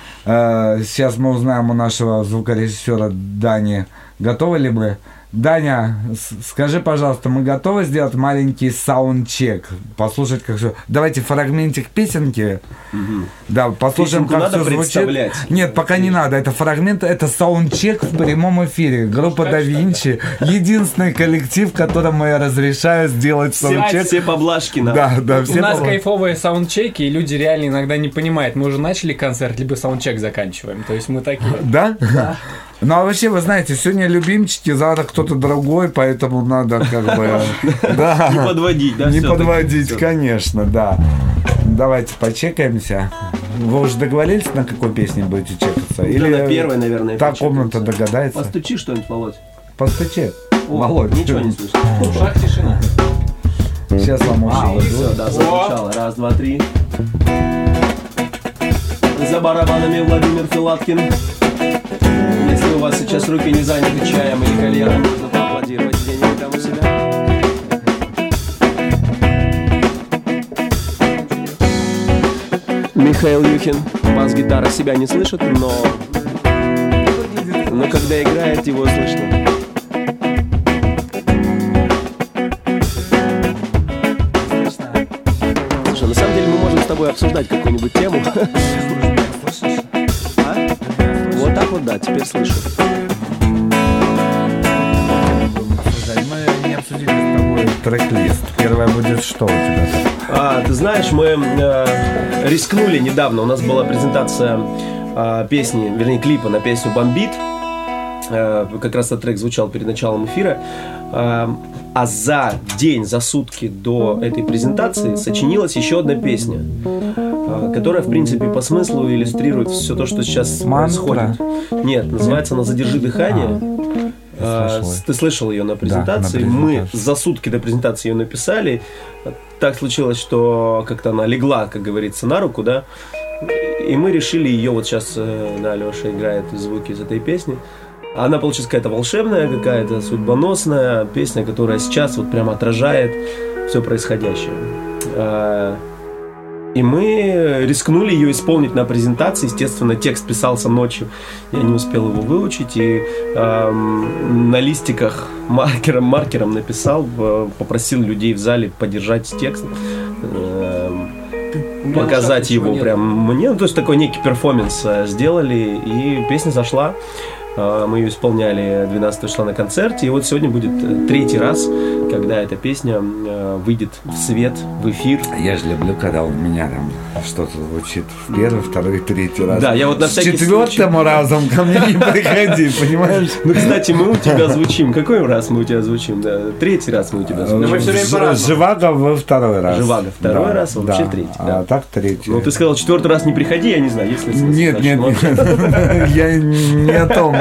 Сейчас мы узнаем у нашего звукорежиссера Дани, готовы ли мы. Даня, скажи, пожалуйста, мы готовы сделать маленький саундчек? Послушать, как все. Давайте фрагментик песенки. Угу. Да, послушаем, песенку как надо все звучит. Нет, пока не надо. Это фрагмент, это саундчек в прямом эфире. Группа Да Винчи. Единственный коллектив, которому я разрешаю сделать саундчек. Все поблажки нам. Да, да, все У нас поблажки. кайфовые саундчеки, и люди реально иногда не понимают. Мы уже начали концерт, либо саундчек заканчиваем. То есть мы такие. Да? Да. Ну, а вообще, вы знаете, сегодня любимчики, завтра кто-то другой, поэтому надо как бы... Не подводить, да? Не подводить, конечно, да. Давайте почекаемся. Вы уже договорились, на какой песне будете чекаться? Или на первой, наверное. Та комната догадается? Постучи что-нибудь, Володь. Постучи. Володь. Ничего не слышно. Шаг тишина. Сейчас вам А, все, да, зазвучало. Раз, два, три. За барабанами Владимир Филаткин. Если у вас сейчас руки не заняты чаем или кальяном, нужно поаплодировать где-нибудь там у себя. Михаил Юхин. Бас-гитара себя не слышит, но... Но когда играет, его слышно. Слушай, на самом деле мы можем с тобой обсуждать какую-нибудь тему. Вот так вот, да, теперь слышу. Мы не обсудили с тобой трек-лист. Первое будет что у тебя? А, ты знаешь, мы э, рискнули недавно. У нас была презентация э, песни, вернее, клипа на песню «Бомбит». Э, как раз этот трек звучал перед началом эфира. Э, а за день, за сутки до этой презентации сочинилась еще одна песня, которая, в принципе, по смыслу иллюстрирует все то, что сейчас Мантра. происходит. Нет, называется она «Задержи дыхание». А, ты слышал ее на презентации. Да, на презентации. Мы за сутки до презентации ее написали. Так случилось, что как-то она легла, как говорится, на руку, да. И мы решили ее, вот сейчас да, Леша играет звуки из этой песни. Она получилась какая-то волшебная, какая-то судьбоносная песня, которая сейчас вот прямо отражает все происходящее. И мы рискнули ее исполнить на презентации. Естественно, текст писался ночью. Я не успел его выучить. И эм, на листиках маркером, маркером написал, попросил людей в зале поддержать текст. Эм, показать его прям мне. Ну, то есть такой некий перформанс сделали. И песня зашла. Мы ее исполняли двенадцатого числа на концерте. И вот сегодня будет третий раз, когда эта песня выйдет в свет, в эфир. Я же люблю, когда у меня там что-то звучит в первый, второй, третий раз. Да, я вот на всякий случай. С четвертым разом ко мне не приходи, понимаешь? Ну, кстати, мы у тебя звучим. Какой раз мы у тебя звучим? Да, третий раз мы у тебя звучим. Мы все время по-разному. Живаго во второй раз. Живаго второй раз, вообще третий. А так третий. Ну, ты сказал, четвертый раз не приходи, я не знаю, есть ли смысл. Нет, нет, нет. Я не о том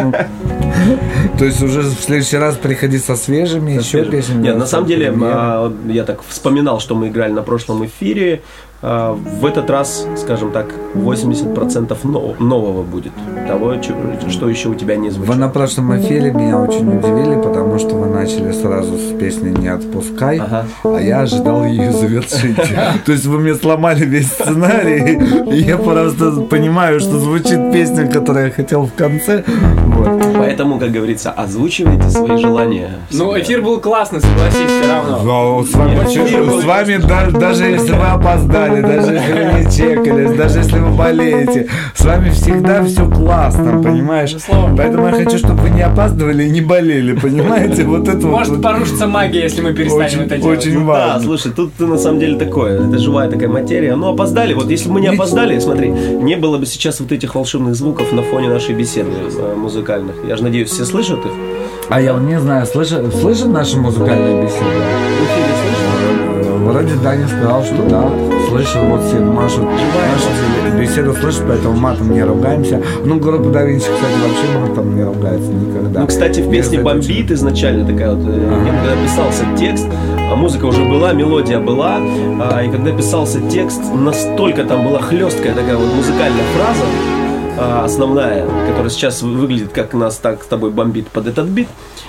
То есть уже в следующий раз приходи со свежими, еще песнями. Нет, на самом деле, я так вспоминал, что мы играли на прошлом эфире. В этот раз, скажем так, восемьдесят процентов нового будет. Того, что еще у тебя не звучит. Вы на прошлом эфире меня очень удивили, потому что вы начали сразу с песни «Не отпускай», ага. а я ожидал ее завершить. То есть вы мне сломали весь сценарий, и я просто понимаю, что звучит песня, которую я хотел в конце. Вот. Поэтому, как говорится, озвучивайте свои желания. Ну, эфир был классный, согласись, все равно. Но с вами, с вами да, даже если вы опоздали, даже если вы не чекались, даже если вы болеете, с вами всегда все классно, понимаешь? Поэтому я хочу, чтобы вы не опаздывали и не болели, понимаете? Вот это Может вот, порушиться магия, если мы перестанем очень, это делать. Очень важно. Да, слушай, тут на самом деле такое, это живая такая материя. Ну, опоздали, вот если бы мы не опоздали, смотри, не было бы сейчас вот этих волшебных звуков на фоне нашей беседы музыкальных. Я же надеюсь, все слышат их? А я вот не знаю, слышат, слышат наши музыкальные беседы? В эфире слышно? Вроде Даня сказал, что да, слышал, вот все нашу, нашу беседу слышат, поэтому матом не ругаемся. Ну, группа Да Винчи, кстати, вообще матом не ругается никогда. Ну, кстати, в песне «Бомбит» изначально такая вот, ага. когда писался текст, а музыка уже была, мелодия была, а, и когда писался текст, настолько там была хлесткая такая вот музыкальная фраза, а, основная, которая сейчас выглядит, как нас так с тобой бомбит под этот бит.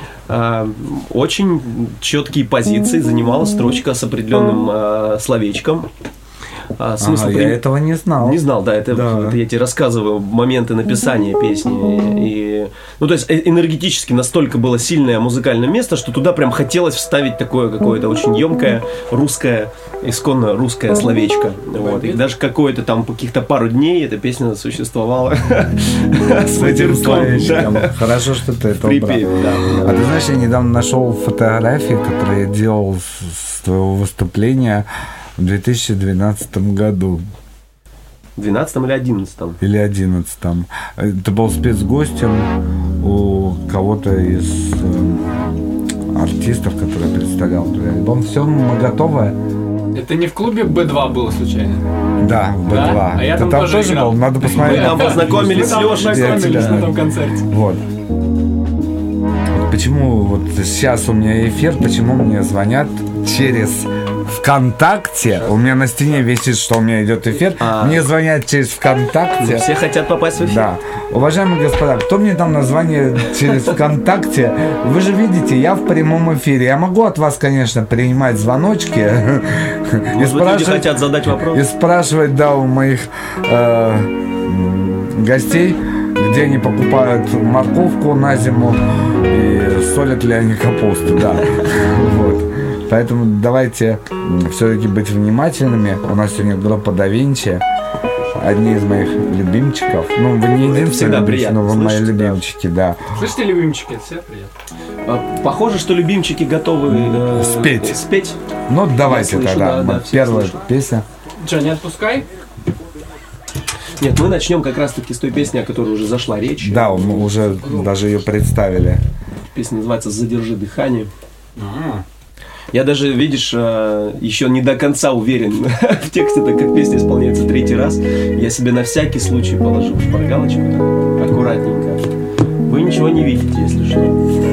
Очень четкие позиции занимала строчка с определенным э, словечком. А, смысл ага, при... я этого не знал. Не знал, да, это, да. это я тебе рассказываю моменты написания песни. И, ну, то есть энергетически настолько было сильное музыкальное место, что туда прям хотелось вставить такое какое-то очень емкое русское, исконно русское словечко. Вот. И даже какое-то там каких-то пару дней эта песня существовала с этим словечком. Хорошо, что ты это убрал. А ты знаешь, я недавно нашел фотографии, которые я делал с твоего выступления в две тысячи двенадцатом году. В двенадцатом или одиннадцатом? Или одиннадцатом. Это был спецгостем у кого-то из э, артистов, который представлял твой альбом. Все, мы готовы. Это не в клубе бэ два было случайно? Да, в бэ два. Да? А я там Ты там тоже, тоже играл. был? Надо посмотреть. Мы там познакомились с Лешей. Мы там познакомились на том концерте. Вот. Почему вот сейчас у меня эфир, почему мне звонят через ВКонтакте? У меня на стене висит, что у меня идет эфир. А. Мне звонят через ВКонтакте. Все хотят попасть в эфир. Да. Уважаемые господа, кто мне там названивает через ВКонтакте? Вы же видите, я в прямом эфире. Я могу от вас, конечно, принимать звоночки. Может, и спрашивать, люди хотят задать вопрос. И спрашивать, да, у моих э, гостей, где они покупают морковку на зиму и солят ли они капусту, да. Вот. Поэтому давайте все-таки быть внимательными. У нас сегодня группа Да Винчи. Одни из моих любимчиков. Ну, вы не единственные любимчики, но вы мои любимчики, да. Слышите, любимчики, это все приятно. Похоже, что любимчики готовы э, спеть. спеть. Ну, давайте слышу, тогда. Да, да, первая слышу. песня. Че, не отпускай? Нет, мы начнем как раз-таки с той песни, о которой уже зашла речь. Да, мы уже даже ее представили. Песня называется «Задержи дыхание». А-а-а. Я даже, видишь, еще не до конца уверен в тексте, так как песня исполняется третий раз. Я себе на всякий случай положил шпаргалочку так, аккуратненько. Вы ничего не видите, если что.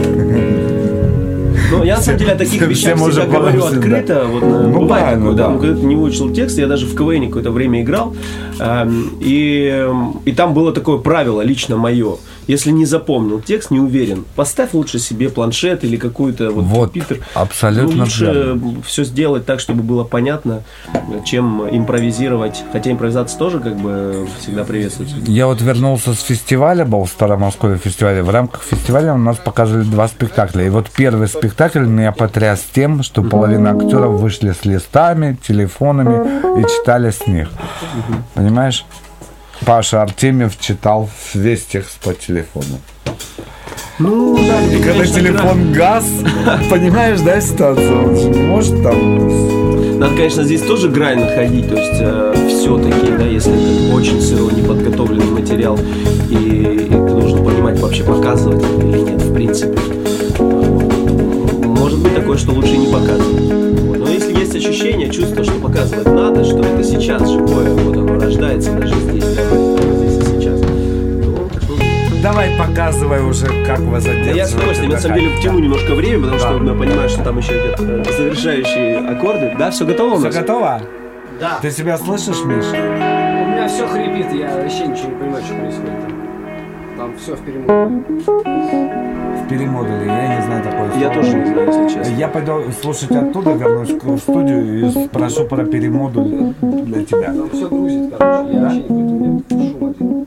Но я на самом деле о таких вещах всегда говорю открыто. Да. Вот, ну, бывает такое, да. Да. Когда ты не выучил текст, я даже в КВН какое-то время играл. И, и там было такое правило лично мое. Если не запомнил текст, не уверен, поставь лучше себе планшет или какой-то вот, вот компьютер. Абсолютно. Ну, лучше верно. Все сделать так, чтобы было понятно, чем импровизировать. Хотя импровизация тоже как бы всегда приветствуется. Я вот вернулся с фестиваля, был в Старомосковье фестивале. В рамках фестиваля у нас показывали два спектакля. И вот первый спектакль меня потряс тем, что половина актеров вышли с листами, телефонами и читали с них. Понимаешь? Паша Артемьев читал весь текст по телефону. Ну, да, и когда телефон газ, понимаешь, да, ситуацию? Он же не может там... Надо, конечно, здесь тоже грань находить, то есть э, все-таки, да, если это очень сырой, неподготовленный материал, и, и ты должен понимать, вообще показывать это или нет, в принципе. Может быть такое, что лучше не показывать. Вот. Но если есть ощущение, чувство, что показывать надо, что это сейчас живое, вот оно рождается даже здесь, да, здесь и сейчас, то, то давай показывай уже, как вы задерживаете. Я с удовольствием, на самом деле, втяну немножко время, потому что я понимаю, что там еще идет э, завершающие аккорды. Да, все готово у нас? Все готово? Да. Ты себя слышишь, Миш? У меня все хрипит, я вообще ничего не понимаю, что происходит там. Там все в перемодуле. В перемодуле, я не знаю такое слово. Я тоже не знаю, если честно. Я пойду слушать оттуда, вернусь в студию и спрошу про перемодуль для тебя. Там все грузит, короче, я вообще не понимаю, у меня шум один.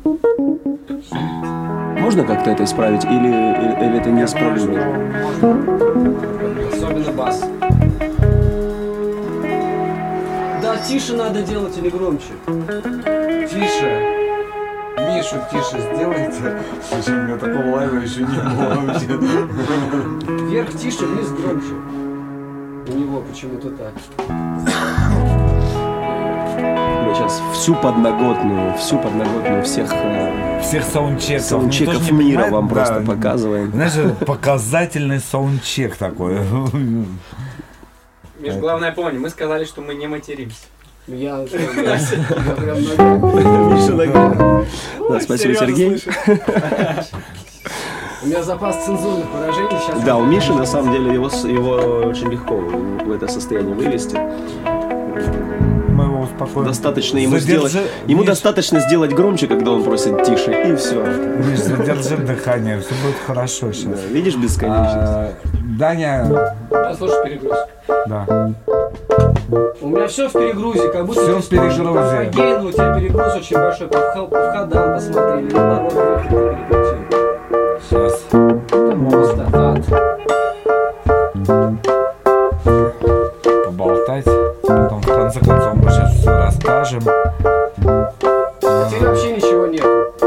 Можно как-то это исправить или, или, или это не исправимо? Особенно бас. Да, тише надо делать или громче? Тише. Мишу тише сделайте. Слушай, у меня такого лайва еще не было вообще. Вверх тише, вниз громче. У него почему-то так. Мы сейчас всю подноготную, всю подноготную всех, э, всех саундчеков, саундчеков мира понимает, вам да, просто показываем. Знаешь, показательный саундчек такой. Миш, главное помни, мы сказали, что мы не материмся. Я, я прям Миша ногами. Да, спасибо, Сергей. У меня запас цензурных выражений сейчас. Да, у Миши на самом деле его, его очень легко в это состояние вывести. Мы его успокоим. Достаточно ему Задержи... сделать. Ему Миш... достаточно сделать громче, когда он просит тише, и все. Миш, задержи дыхание, все будет хорошо сейчас. Да, видишь бесконечность. А, Даня. Да, слушай, перегруз. Да. У меня все в перегрузе, как будто все в перегрузе. По гейну у тебя перегруз очень большой, по, вх... по входам посмотрели, наоборот, вверх ты перекрутил. Сейчас. Там просто ад. Поболтать. Потом в конце концов мы сейчас все расскажем. Теперь вообще ничего нет.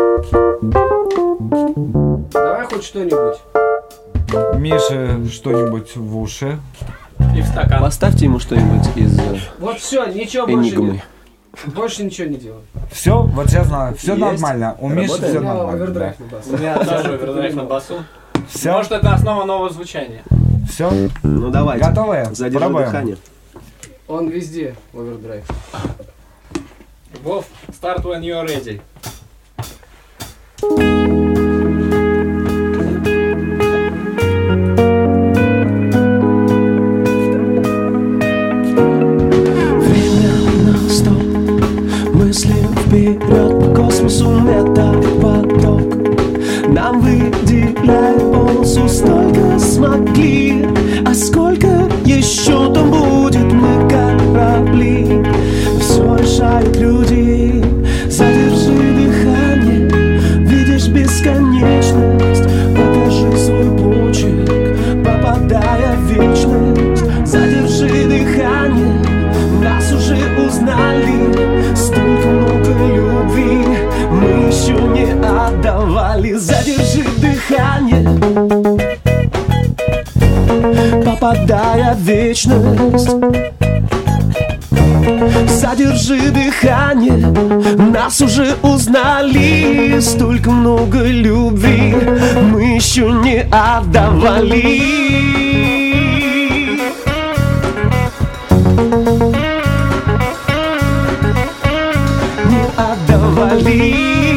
Давай хоть что-нибудь. Мише что-нибудь в уши. И в стакан. Поставьте ему что-нибудь из Вот все, ничего больше Энигмы. нет. Больше ничего не делай. Все, вот сейчас надо. Все Есть? нормально. У Миши Работает? все У меня нормально. овердрайв Да. на басу. У меня тоже овердрайв на басу. Все? Может, это основа нового звучания. Все? Ну давайте. Готовы? Задержи Пробуем. дыхание. Он везде овердрайв. Вов, start when you're ready. Вперед по космосу метапоток нам выделяет полосу. Столько смогли, а сколько еще там будет? Мы корабли, все решают люди. Задержи дыхание, видишь бесконечность. Покажи свой почерк, попадая в вечность. Задержи дыхание, нас уже узнали. Столько много любви мы еще не отдавали. Задержи дыхание, попадая в вечность. Задержи дыхание, нас уже узнали. Столько много любви мы еще не отдавали. Отдавали.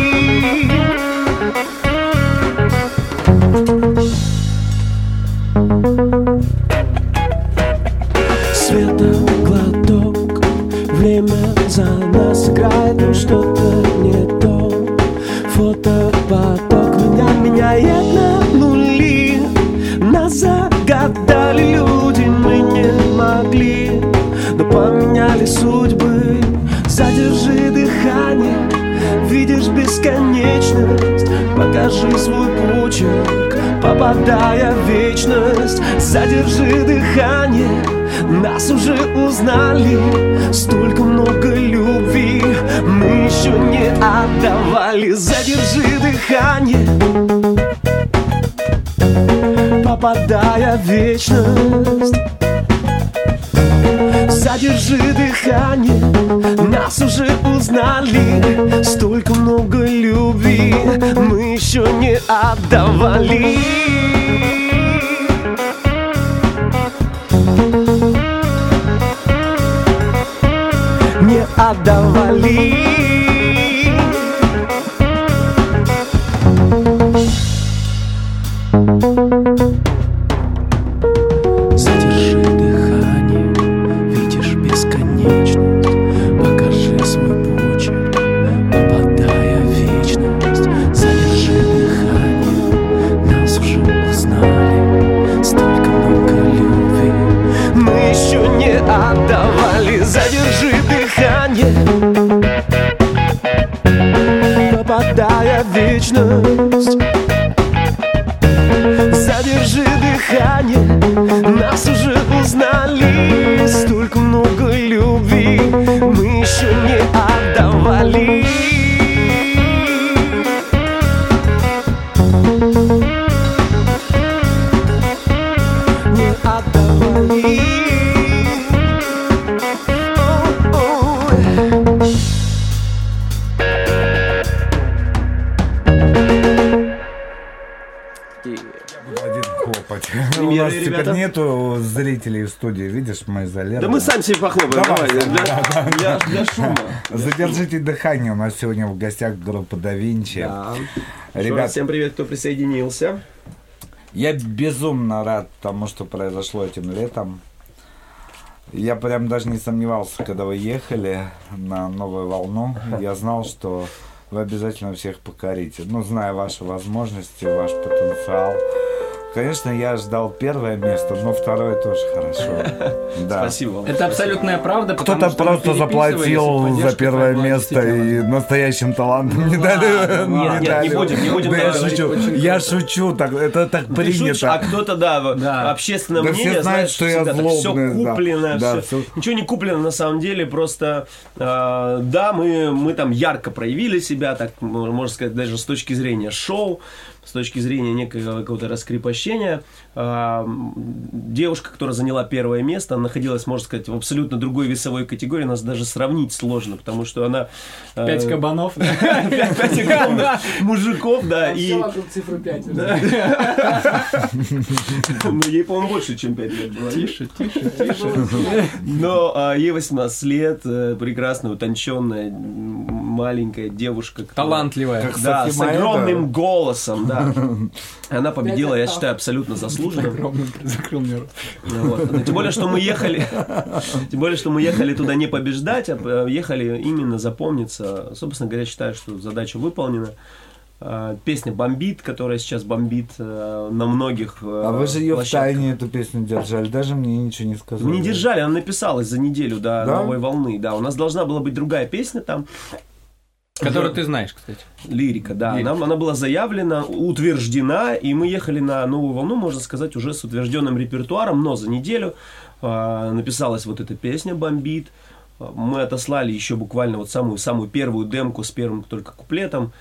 Светоглоток, время за нас играет, но что-то не то. Фотопоток меня меняет на нули. Нас загадали люди, мы не могли, но поменяли судьбы. Задержи дыхание, видишь бесконечность. Покажи свой почерк, попадая в вечность. Задержи дыхание, нас уже узнали. Столько много любви мы еще не отдавали. Задержи дыхание, попадая в вечность. Задержи дыхание, нас уже узнали. Столько много любви мы еще не отдавали. Не отдавали. задержи дыхание, нас уже узнали. Столько много любви мы еще не отдавали. Не отдавали. У нас теперь ребята. Нету зрителей в студии, видишь, мы изолированы. Да мы сами себе похлопаем. Давай, Давай, да, для, да, для, да. для шума. Задержите дыхание. У нас сегодня в гостях группа Да Винчи. Да. Ребят, всем привет, кто присоединился. Я безумно рад тому, что произошло этим летом. Я прям даже не сомневался, когда вы ехали на новую волну. Я знал, что вы обязательно всех покорите. Ну, зная ваши возможности, ваш потенциал. Конечно, я ждал первое место, но второе тоже хорошо. Да. Спасибо вам. Это абсолютная правда. Кто-то просто заплатил за первое место и настоящим талантом не дали. Нет, нет, не будем, не будем. Да я шучу. Я шучу, так это так принято. А кто-то, да, общественное да мнение, все знают, что я злобный. Все куплено, да, все. все. Ничего не куплено на самом деле, просто э, да, мы, мы там ярко проявили себя, так можно сказать, даже с точки зрения шоу, с точки зрения некого какого-то раскрепощения. Э, девушка, которая заняла первое место, она находилась, можно сказать, в абсолютно другой весовой категории, нас даже сравнить сложно, потому что она... э, Пять кабанов. Пять кабанов, мужиков, да. Все вокруг цифры пять. Ну, ей, по-моему, больше, чем пять лет было. Тише, тише, тише. Но а, ей восемнадцать лет, прекрасная, утонченная, маленькая девушка. Талантливая. Как да, с огромным голосом, да. Она победила, я считаю, абсолютно заслуженно. Закрыл мне рот. Вот. Тем более, что мы ехали, тем более, что мы ехали туда не побеждать, а ехали именно запомниться. Собственно говоря, считаю, что задача выполнена. Песня «Бомбит», которая сейчас бомбит на многих. А вы же ее в тайне эту песню держали, даже мне ничего не сказали. Мы не держали, она написалась за неделю до да? новой волны. Да, у нас должна была быть другая песня там. Которую ты знаешь, кстати. Лирика, да. Лирика. Она, она была заявлена, утверждена, и мы ехали на новую волну, можно сказать, уже с утвержденным репертуаром, но за неделю э, написалась вот эта песня «Бомбит». Мы отослали еще буквально вот самую-самую первую демку с первым только куплетом,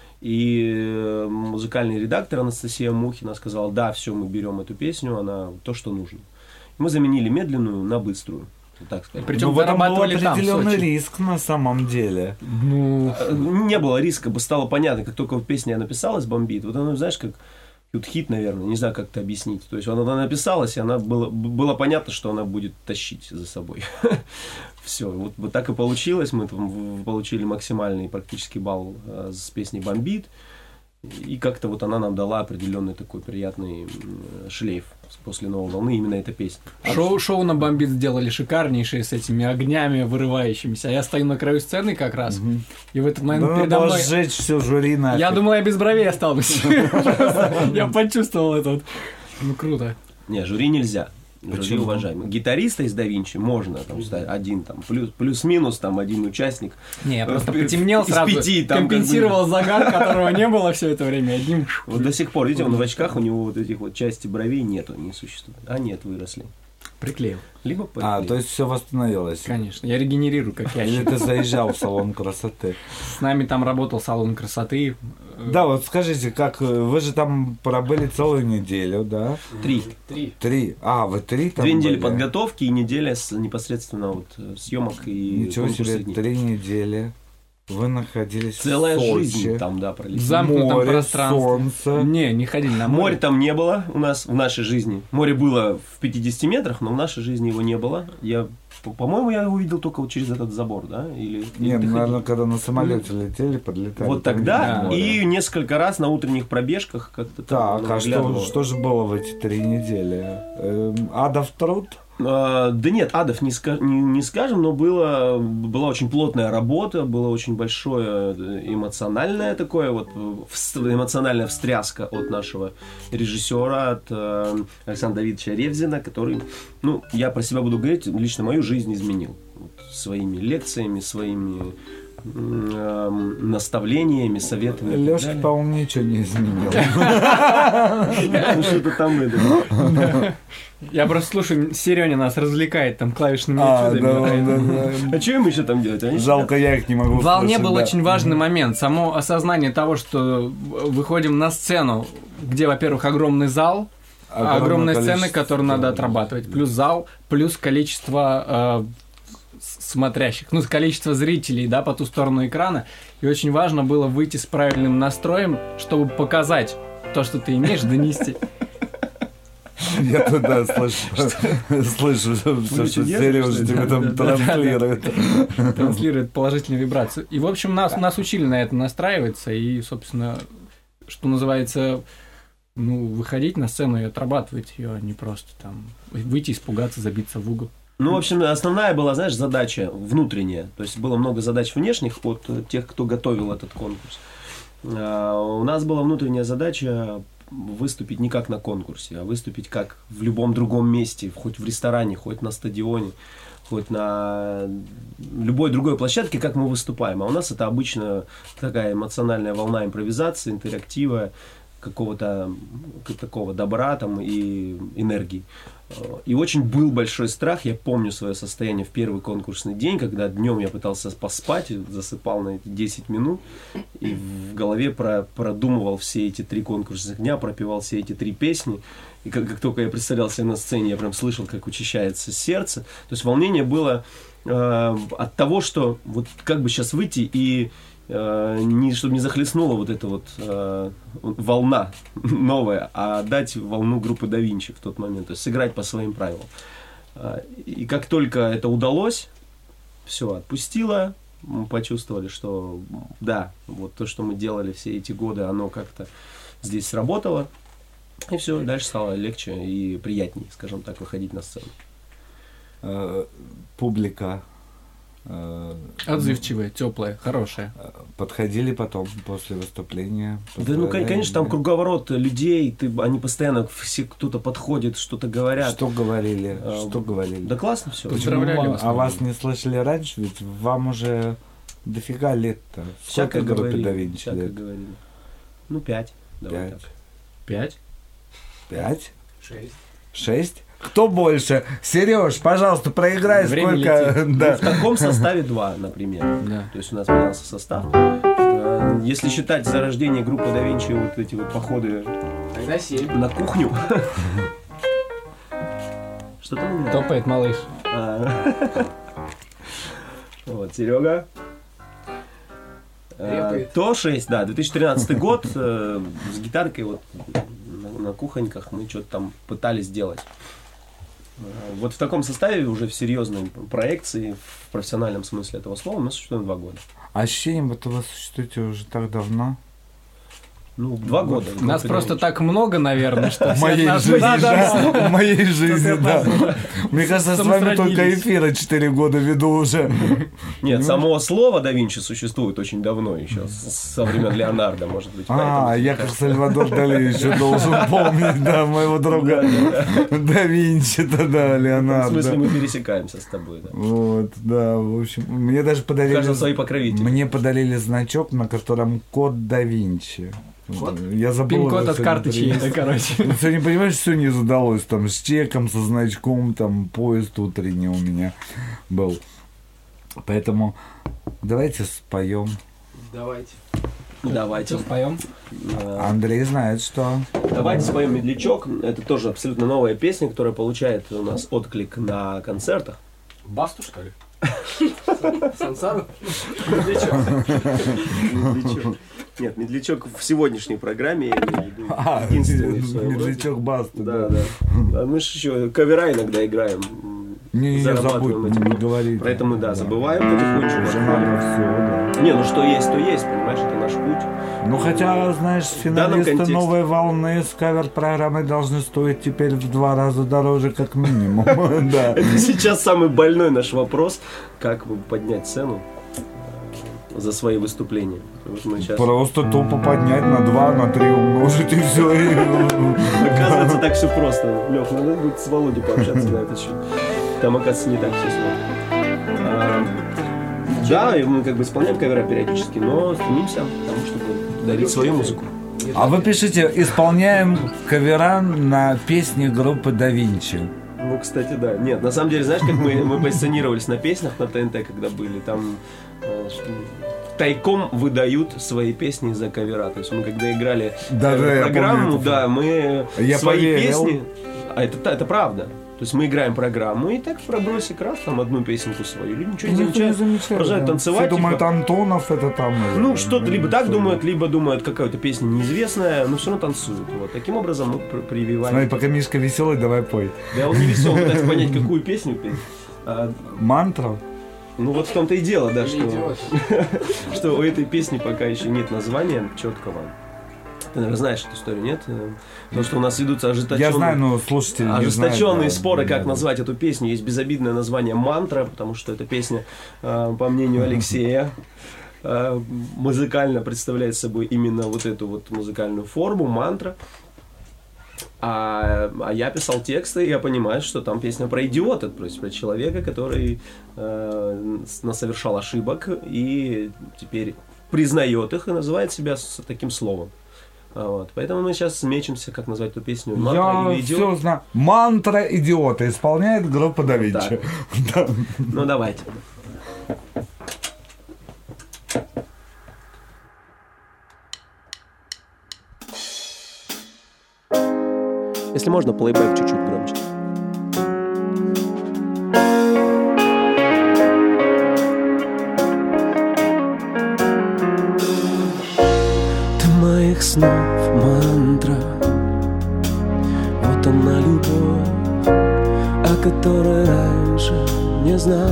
и музыкальный редактор Анастасия Мухина сказала: да, все, мы берем эту песню, она то, что нужно. Мы заменили медленную на быструю. Так сказать. Причем в этом был определенный риск на самом деле. Ну, не было риска, бы стало понятно, как только песня написалась «Бомбит». Вот она, знаешь, как вот хит, наверное, не знаю, как это объяснить. То есть она, она написалась, и она было, было понятно, что она будет тащить за собой. Все, вот, вот так и получилось. Мы там получили максимальный практически балл э, с песней «Бомбит». И как-то вот она нам дала определенный такой приятный шлейф после новой волны, именно эта песня. Шоу, шоу на «Бомбит» сделали шикарнейшие с этими огнями вырывающимися. А я стою на краю сцены как раз, угу. И в этот момент да передо мной... сжечь все жюри нафиг. Я думал, я без бровей остался. Я почувствовал это. Ну, круто. Не, жюри нельзя. Жюри уважаемый. Гитариста из Да Винчи можно там ставить один там плюс, плюс-минус там один участник. Не, я просто потемнел сразу, пяти, там, компенсировал как бы... загар, которого не было все это время одним. Вот до сих пор, видите, он в очках, у него вот этих вот части бровей нету, не существует. А нет, выросли. Приклеил. Либо приклеил. А, то есть все восстановилось. Конечно, я регенерирую, как я. Или ты заезжал в салон красоты? С нами там работал салон красоты. Да, вот скажите, как вы же там пробыли целую неделю, да? Три. Три. Три. А, вы три там Две недели были? подготовки и неделя с, непосредственно вот съемок и ничего себе, дней. Три недели. Вы находились целая в Сочи. Жизнь там, да, пролетела. В замкнутом море, пространстве. Солнце. Не, не ходили на море. Море там не было у нас в нашей жизни. Море было в пятидесяти метрах, но в нашей жизни его не было. Я, по-моему, я его видел только вот через этот забор, да? Или, Нет, или наверное, когда на самолете летели, подлетали. Вот тогда и несколько раз на утренних пробежках как-то так. А что, что же было в эти три недели? Эм, адов труд? Uh, да нет, адов не, ска- не, не скажем, но было, была очень плотная работа, было очень большое эмоциональное такое вот, эмоциональная встряска от нашего режиссера, от uh, Александра Давидовича Ревзина, который, ну, я про себя буду говорить, лично мою жизнь изменил. Вот, своими лекциями, своими эм, наставлениями, советами. Лёшка, по-моему, ничего не изменил. Что-то там выдал. Я просто слушаю, Серёня нас развлекает там клавишными А, этюдами. да, да, да. А что им еще там делать? Они Жалко, я их не могу В «Волне» слушать, был да. очень важный момент. Само осознание того, что выходим на сцену, где, во-первых, огромный зал, Огромное огромные сцены, количество, которые надо да. отрабатывать, плюс зал, плюс количество э, с- смотрящих, ну, количество зрителей, да, по ту сторону экрана. И очень важно было выйти с правильным настроем, чтобы показать то, что ты имеешь, донести. Я туда слышу, слышу, все, что Сережа тебе там транслирует. Транслирует положительную вибрацию. И, в общем, нас, нас учили на это настраиваться и, собственно, что называется, ну, выходить на сцену и отрабатывать ее, а не просто там выйти, испугаться, забиться в угол. Ну, в общем, основная была, знаешь, задача внутренняя. То есть было много задач внешних от тех, кто готовил этот конкурс. А у нас была внутренняя задача выступить не как на конкурсе, а выступить как в любом другом месте, хоть в ресторане, хоть на стадионе, хоть на любой другой площадке, как мы выступаем. А у нас это обычно такая эмоциональная волна импровизации, интерактива, какого-то такого добра там и энергии. И очень был большой страх. Я помню свое состояние в первый конкурсный день, когда днем я пытался поспать, засыпал на эти десять минут, и в голове про, продумывал все эти три конкурсных дня, пропевал все эти три песни. И как, как только я представлял себя на сцене, я прям слышал, как учащается сердце. То есть волнение было э, от того, что вот как бы сейчас выйти и Не, чтобы не захлестнула вот эта вот э, волна новая, а дать волну группы Да Винчи в тот момент, то есть сыграть по своим правилам. И как только это удалось, все отпустило, мы почувствовали, что да, вот то, что мы делали все эти годы, оно как-то здесь сработало, и все, дальше стало легче и приятнее, скажем так, выходить на сцену. Публика отзывчивая, теплая, хорошая. Подходили потом после выступления. Да, ну, конечно, там круговорот людей, ты, они постоянно, все кто-то подходит, что-то говорят. Что говорили? А, что говорили? Да классно все. Почему? А вас не слышали раньше? Ведь вам уже дофига лет-то. Сколько группы Да Винчи всяко лет? говорили. Ну, пять. Пять. Пять? Пять? Шесть. Шесть? Кто больше? Сереж, пожалуйста, проиграй. Время сколько. Да. Ну, в таком составе два, например. Да. То есть у нас менялся состав. Если считать за рождение группы Да Винчи вот эти вот походы Тогда семь. на кухню. Что там? Топает малыш. Вот, Серега. То шесть, да, две тысячи тринадцатый год. С гитаркой вот на кухоньках мы что-то там пытались сделать. Вот в таком составе, уже в серьезной проекции, в профессиональном смысле этого слова, мы существуем два года. А ощущение, будто вы существуете уже так давно? Ну, два года. Нас просто так много, наверное, что... В моей жизни, да. В моей жизни, да. Мне кажется, с вами только эфира четыре года веду уже. Нет, само слово Да Винчи существует очень давно еще, со времен Леонардо, может быть. А, я как Сальвадор Дали еще должен помнить, да, моего друга Да Винчи-то, да, Леонардо. В смысле, мы пересекаемся с тобой, да. Вот, да, в общем, мне даже подарили... Каждый свои покровители. Мне подарили значок, на котором код Да Винчи. Код? Я забыл. Пин-код от карты чьей-то, короче. Ты не понимаешь, все не задалось. Там с чеком, со значком, там поезд утренний у меня был. Поэтому давайте споем. Давайте. Давайте. Что споем? Андрей знает, что. Давайте споем «Медлячок». Это тоже абсолютно новая песня, которая получает у нас отклик на концертах. Басту, что ли? Сансару? Медлячок. Медлячок. Нет, «Медлячок» в сегодняшней программе. А, единственный в своем роде. «Медлячок» Басту. Да, да. А мы же еще кавера иногда играем. Не, не, забудь, не говорите. Поэтому, да, забываем потихонечку. Уже надо все, да. Не, ну что есть, то есть, понимаешь, это наш путь. Ну, хотя, знаешь, финалисты «Новой волны» с кавер-программой должны стоить теперь в два раза дороже, как минимум. Да. Это сейчас самый больной наш вопрос, как поднять цену за свои выступления. Вот мы сейчас... Просто тупо поднять на два, на три умножить и все. И... Оказывается, так все просто. Лёх, надо будет с Володей пообщаться на этот счет. Там, оказывается, не так все сложно. А, Да, и мы как бы исполняем кавера периодически, но стремимся к тому, чтобы дарить свою музыку. А вы пишите, исполняем кавера на песни группы Да Винчи. Ну, кстати, да. Нет, на самом деле, знаешь, как мы, мы позиционировались на песнях на ТНТ, когда были, там э, тайком выдают свои песни за кавера. То есть мы когда играли Даже программу, помню, да, мы я свои поверил. песни, а это, это правда. То есть мы играем программу и так в пробросик раз там одну песенку свою. Люди ничего не замечают, продолжают да. танцевать. Все думают, типа, Антонов это там. ну, что-то либо так думают, либо думают, какая-то песня неизвестная, но все равно танцуют. Вот. Таким образом мы пр- прививаем. Смотри, пока Мишка веселый, давай пой. Да, он не веселый, пытается понять, какую песню петь. А, Мантра? ну вот в том-то и дело, да, что, что у этой песни пока еще нет названия четкого. Ты, наверное, знаешь эту историю, нет? Потому что у нас ведутся ожесточенные, Я знаю, но слушатели не ожесточенные знают, да. споры, как назвать эту песню. Есть безобидное название «Мантра», потому что эта песня, э, по мнению Алексея, э, музыкально представляет собой именно вот эту вот музыкальную форму, мантра. А, а я писал тексты, и я понимаю, что там песня про идиота, то есть про человека, который э, насовершал ошибок и теперь признает их и называет себя с таким словом. Вот. Поэтому мы сейчас мечемся, как назвать эту песню. Мантра Я или идиот. все знаю. Мантра идиота исполняет группа Да Винчи. Да. Ну давайте. Если можно, плейбэк чуть-чуть громче. Ты моих снов мантра, вот она любовь, о которой раньше не знал.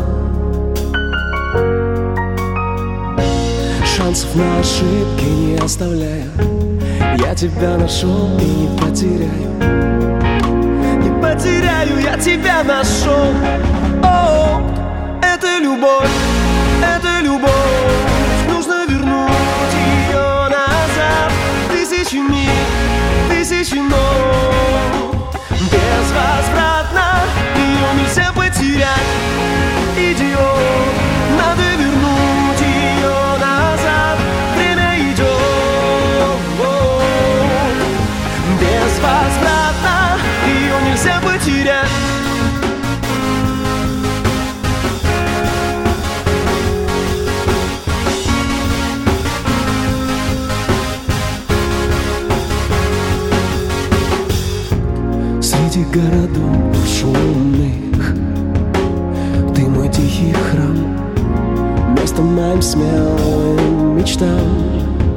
Шансов на ошибки не оставляя, я тебя нашел и не потеряю. Не потеряю, я тебя нашел. О, это любовь, это любовь. Нужно вернуть ее назад. Тысячи миль, тысячи ног. Безвозвратно ее нельзя потерять. Идиот, надо вернуть ее назад. Время идет. Безвозвратно ее нельзя потерять. Среди городов шумных ты мой тихий храм, место моим смелым мечтам.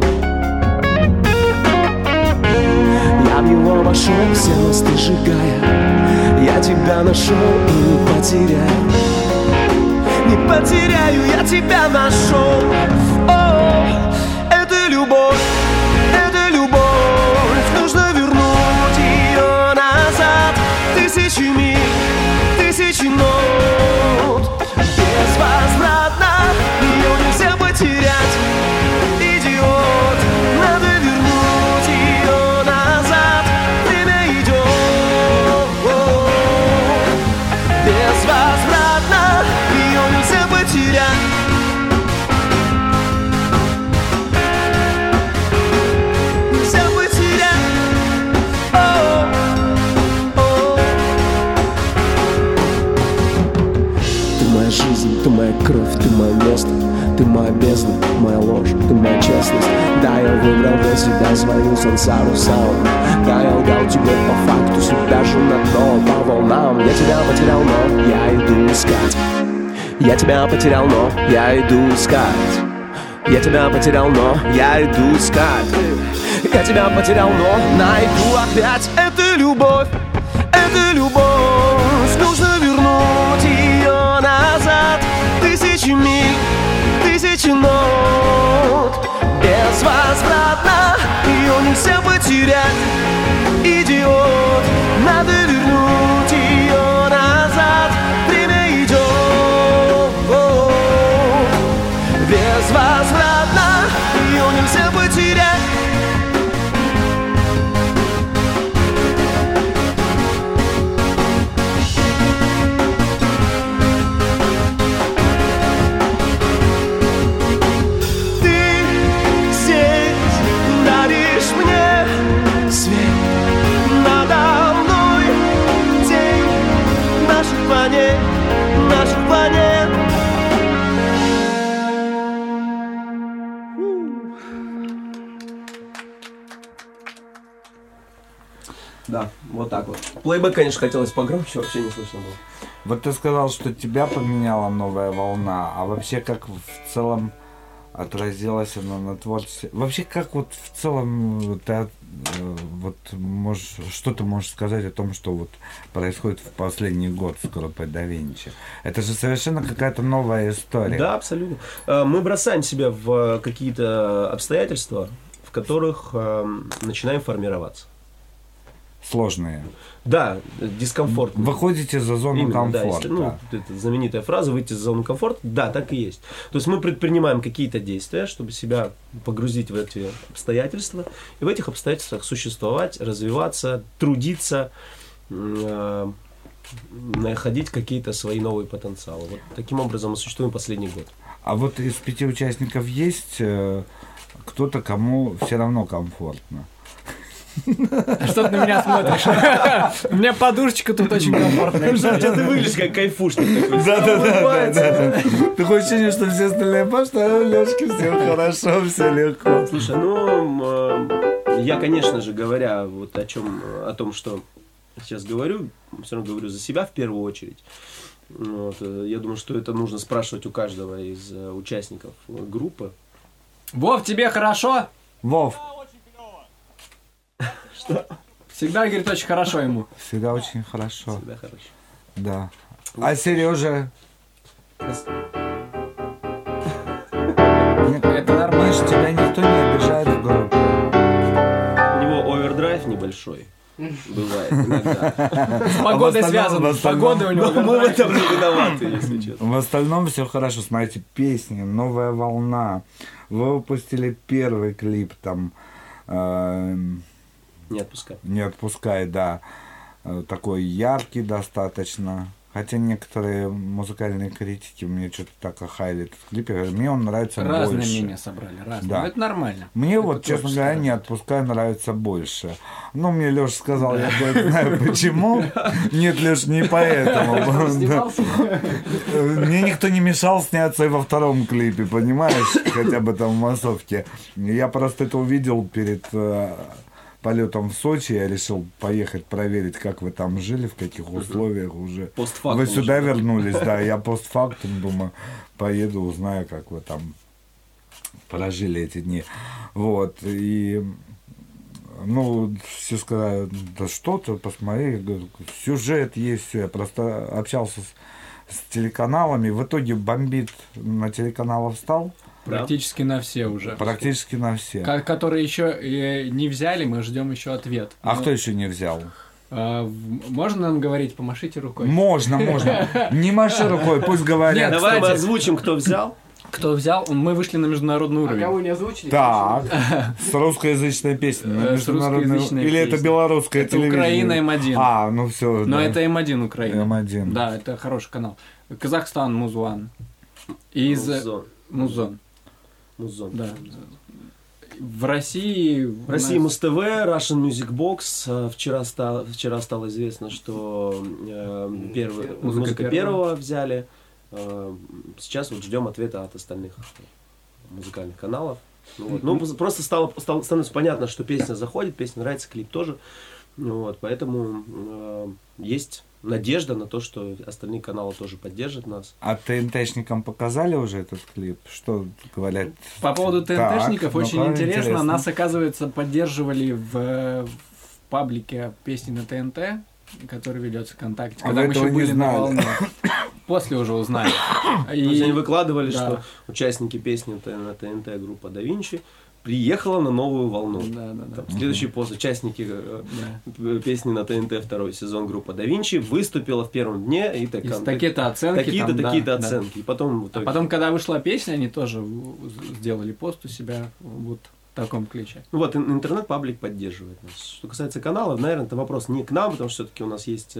Я в него вошел, все мосты сжигая. Я тебя нашел и не потеряю. Не потеряю, я тебя нашел. О, это любовь, это любовь. Нужно вернуть ее назад. Тысячи миль, тысячи нот. Безвозвратно ее нельзя потерять. Идиот, надо вернуть ее назад. Время идет. Безвозвратно ее нельзя потерять. Нельзя потерять. О, о. Ты моя жизнь, ты моя кровь, ты мое место. Ты моя бездна, моя ложь, ты моя честность. Да, я выбрал для себя свою сансару саунд. Да, я лгал тебе по факту, себя же на дно, по волнам. Я тебя потерял, но я иду искать. Я тебя потерял, но я иду искать. Я тебя потерял, но я иду искать. Я тебя потерял, но найду опять. Это любовь, это любовь. Нужно вернуть ее назад. Тысячи миль, тысячи нот. Безвозвратно ее нельзя потерять. Идиот, надо вернуть ее назад. Время идет. Безвозвратно ее нельзя потерять. Да, вот так вот. Плейбэк, конечно, хотелось погромче, вообще не слышно было. Вот ты сказал, что тебя поменяла новая волна, а вообще как в целом отразилась она на творчестве? Вообще как вот в целом ты вот можешь, что ты можешь сказать о том, что вот происходит в последний год с группой Да Винчи? Это же совершенно какая-то новая история. Да, абсолютно. Мы бросаем себя в какие-то обстоятельства, в которых начинаем формироваться. Сложные. Да, дискомфорт. Выходите за зону Именно, комфорта. Да, ну, это знаменитая фраза «выйти за зону комфорта». Да, так и есть. То есть мы предпринимаем какие-то действия, чтобы себя погрузить в эти обстоятельства, и в этих обстоятельствах существовать, развиваться, трудиться, э- находить какие-то свои новые потенциалы. Вот таким образом мы существуем последний год. А вот из пяти участников есть э- кто-то, кому все равно комфортно? Что ты на меня смотришь? У меня подушечка тут очень комфортная. Что ты выглядишь как кайфушник такой. Да-да-да. Такое ощущение, что все остальные пошли, а у Лёшки все хорошо, все легко. Слушай, ну, я, конечно же, говоря вот о чем, о том, что сейчас говорю, все равно говорю за себя в первую очередь. Вот, я думаю, что это нужно спрашивать у каждого из участников группы. Вов, тебе хорошо? Вов. Что? Всегда, говорит, очень хорошо ему. Всегда очень хорошо. Всегда хорошо. Да. А Сережа? Это нормально. Миш, тебя никто не обижает в группе. У него овердрайв небольшой. Бывает иногда. С погодой связано. С погодой у него. Мы в этом не виноваты, если честно. В остальном все хорошо. Смотрите, песни, новая волна. Вы выпустили первый клип там. Не отпускай. Не отпускай, да. Такой яркий достаточно. Хотя некоторые музыкальные критики мне что-то так охаяли этот клип. Мне он нравится разные больше. Разные мнения собрали, разные. Да. Но это нормально. Мне это вот, честно говоря, не отпускай нравится больше. Ну, мне Леша сказал, я знаю почему. Нет, Леш, не поэтому. Мне никто не мешал сняться и во втором клипе, понимаешь? Хотя бы там в массовке. Я просто это увидел перед полетом в Сочи, я решил поехать проверить, как вы там жили, в каких условиях уже. Постфактум вы сюда уже. Вернулись, да, я постфактум, думаю, поеду, узнаю, как вы там прожили эти дни. Вот, и, ну, все сказали, да что ты, посмотри, я говорю, сюжет есть, все, я просто общался с, с телеканалами, в итоге бомбит на телеканалах стал. Практически на все уже. Практически на все. К- которые еще не взяли, мы ждем еще ответ. А Но... кто еще не взял? А, можно нам говорить, помашите рукой? Можно, можно. Не маши рукой, пусть говорят. Нет, давай мы озвучим, кто взял. Кто взял? Мы вышли на международный уровень. А кого не озвучили? Так, с русскоязычной песней. На международной... Или это белорусское это телевидение? Украина эм один. А, ну все. Но да. это эм один Украина. эм один. Да, это хороший канал. Казахстан, Музван. Из... Музон. Музон. Музон. Да. В России... В России нас... Муз-ТВ, Russian Music Box. Вчера стало, вчера стало известно, что э, первый, музыка, музыка первого. первого взяли. Э, сейчас вот ждем ответа от остальных музыкальных каналов. Ну, вот. ну просто стало, стало, становится понятно, что песня заходит, песня нравится, клип тоже. Вот, поэтому э, есть надежда на то, что остальные каналы тоже поддержат нас. А ТНТшникам показали уже этот клип? Что говорят? По поводу ТНТшников так, очень ну, интересно. интересно. Нас, оказывается, поддерживали в, в паблике песни на ТНТ, который ведется ВКонтакте, а когда мы еще были на волне. После уже узнали. И... То есть они выкладывали, да. что участники песни на ТНТ группа Да Винчи приехала на новую волну. Да, да, да. Там, следующий пост, участники да. песни на ТНТ второй сезон группа Да Винчи выступила в первом дне и так, там, такие-то оценки. Такие-то, там, такие-то да, оценки. Да. И потом, итоге... А потом, когда вышла песня, они тоже сделали пост у себя вот в таком ключе. Ну вот, интернет-паблик поддерживает нас. Что касается каналов, наверное, это вопрос не к нам, потому что все-таки у нас есть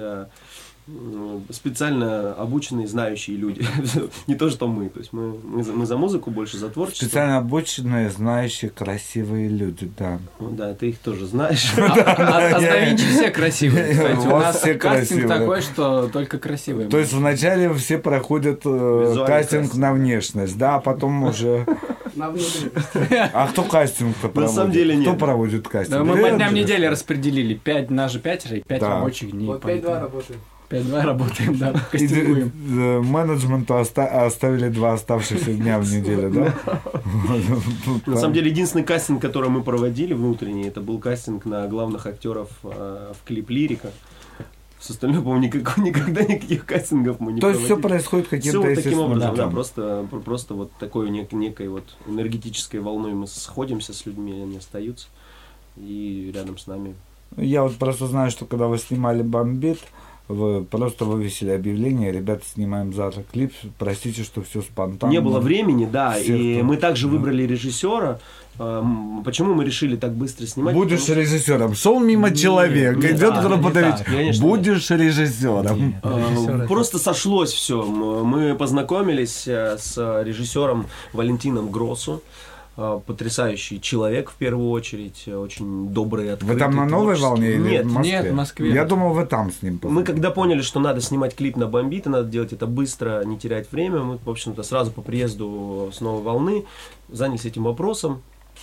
специально обученные, знающие люди. Не то, что мы. То есть мы, мы, за, мы за музыку, больше за творчество. Специально обученные, знающие, красивые люди, да. Ну да, ты их тоже знаешь. А с Да Винчи все красивые. Кстати, у нас все кастинг такой, что только красивые. То есть вначале все проходят кастинг на внешность, да, а потом уже На внутренности. А кто кастинг-то проводит? На самом деле нет. Кто проводит кастинг? Да, мы по дням недели распределили. Пять, нас же пятеро и пять Да. рабочих дней. Вот пять-два работаем. пять-два работаем, да, И кастингуем. д- д- менеджменту оста- оставили два оставшихся дня в неделю, да? На самом деле, единственный кастинг, который мы проводили внутренний, это был кастинг на главных актеров э, в клип «Лирика». С остальным, по-моему, никакого, никогда никаких кастингов мы не То проводили. есть все происходит каким-то Всё вот таким естественным образом, да, путем. просто, про- просто вот такой нек- некой вот энергетической волной мы сходимся с людьми, они остаются и рядом с нами. Я вот просто знаю, что когда вы снимали «Бомбит», вы просто вывесили объявление: ребята, снимаем завтра клип, простите, что все спонтанно. Не было времени, да, Все, и кто- мы также да. выбрали режиссера. Эм, Почему мы решили так быстро снимать? Будешь Потому что- режиссером. Шел мимо человек, нет, идет да, Храпотович. не так, конечно, Будешь режиссером. Э, Просто сошлось все. Мы познакомились э, с режиссером Валентином Гроссу. Э, Потрясающий человек в первую очередь, э, очень добрый, открытый. Вы там на Новой творческий. волне или Нет, в Москве? Нет, в Москве. Я думал, вы там с ним. Мы когда поняли, что надо снимать клип на «Бомбит», и надо делать это быстро, не терять время, мы, в общем-то, сразу по приезду с «Новой волны» занялись этим вопросом.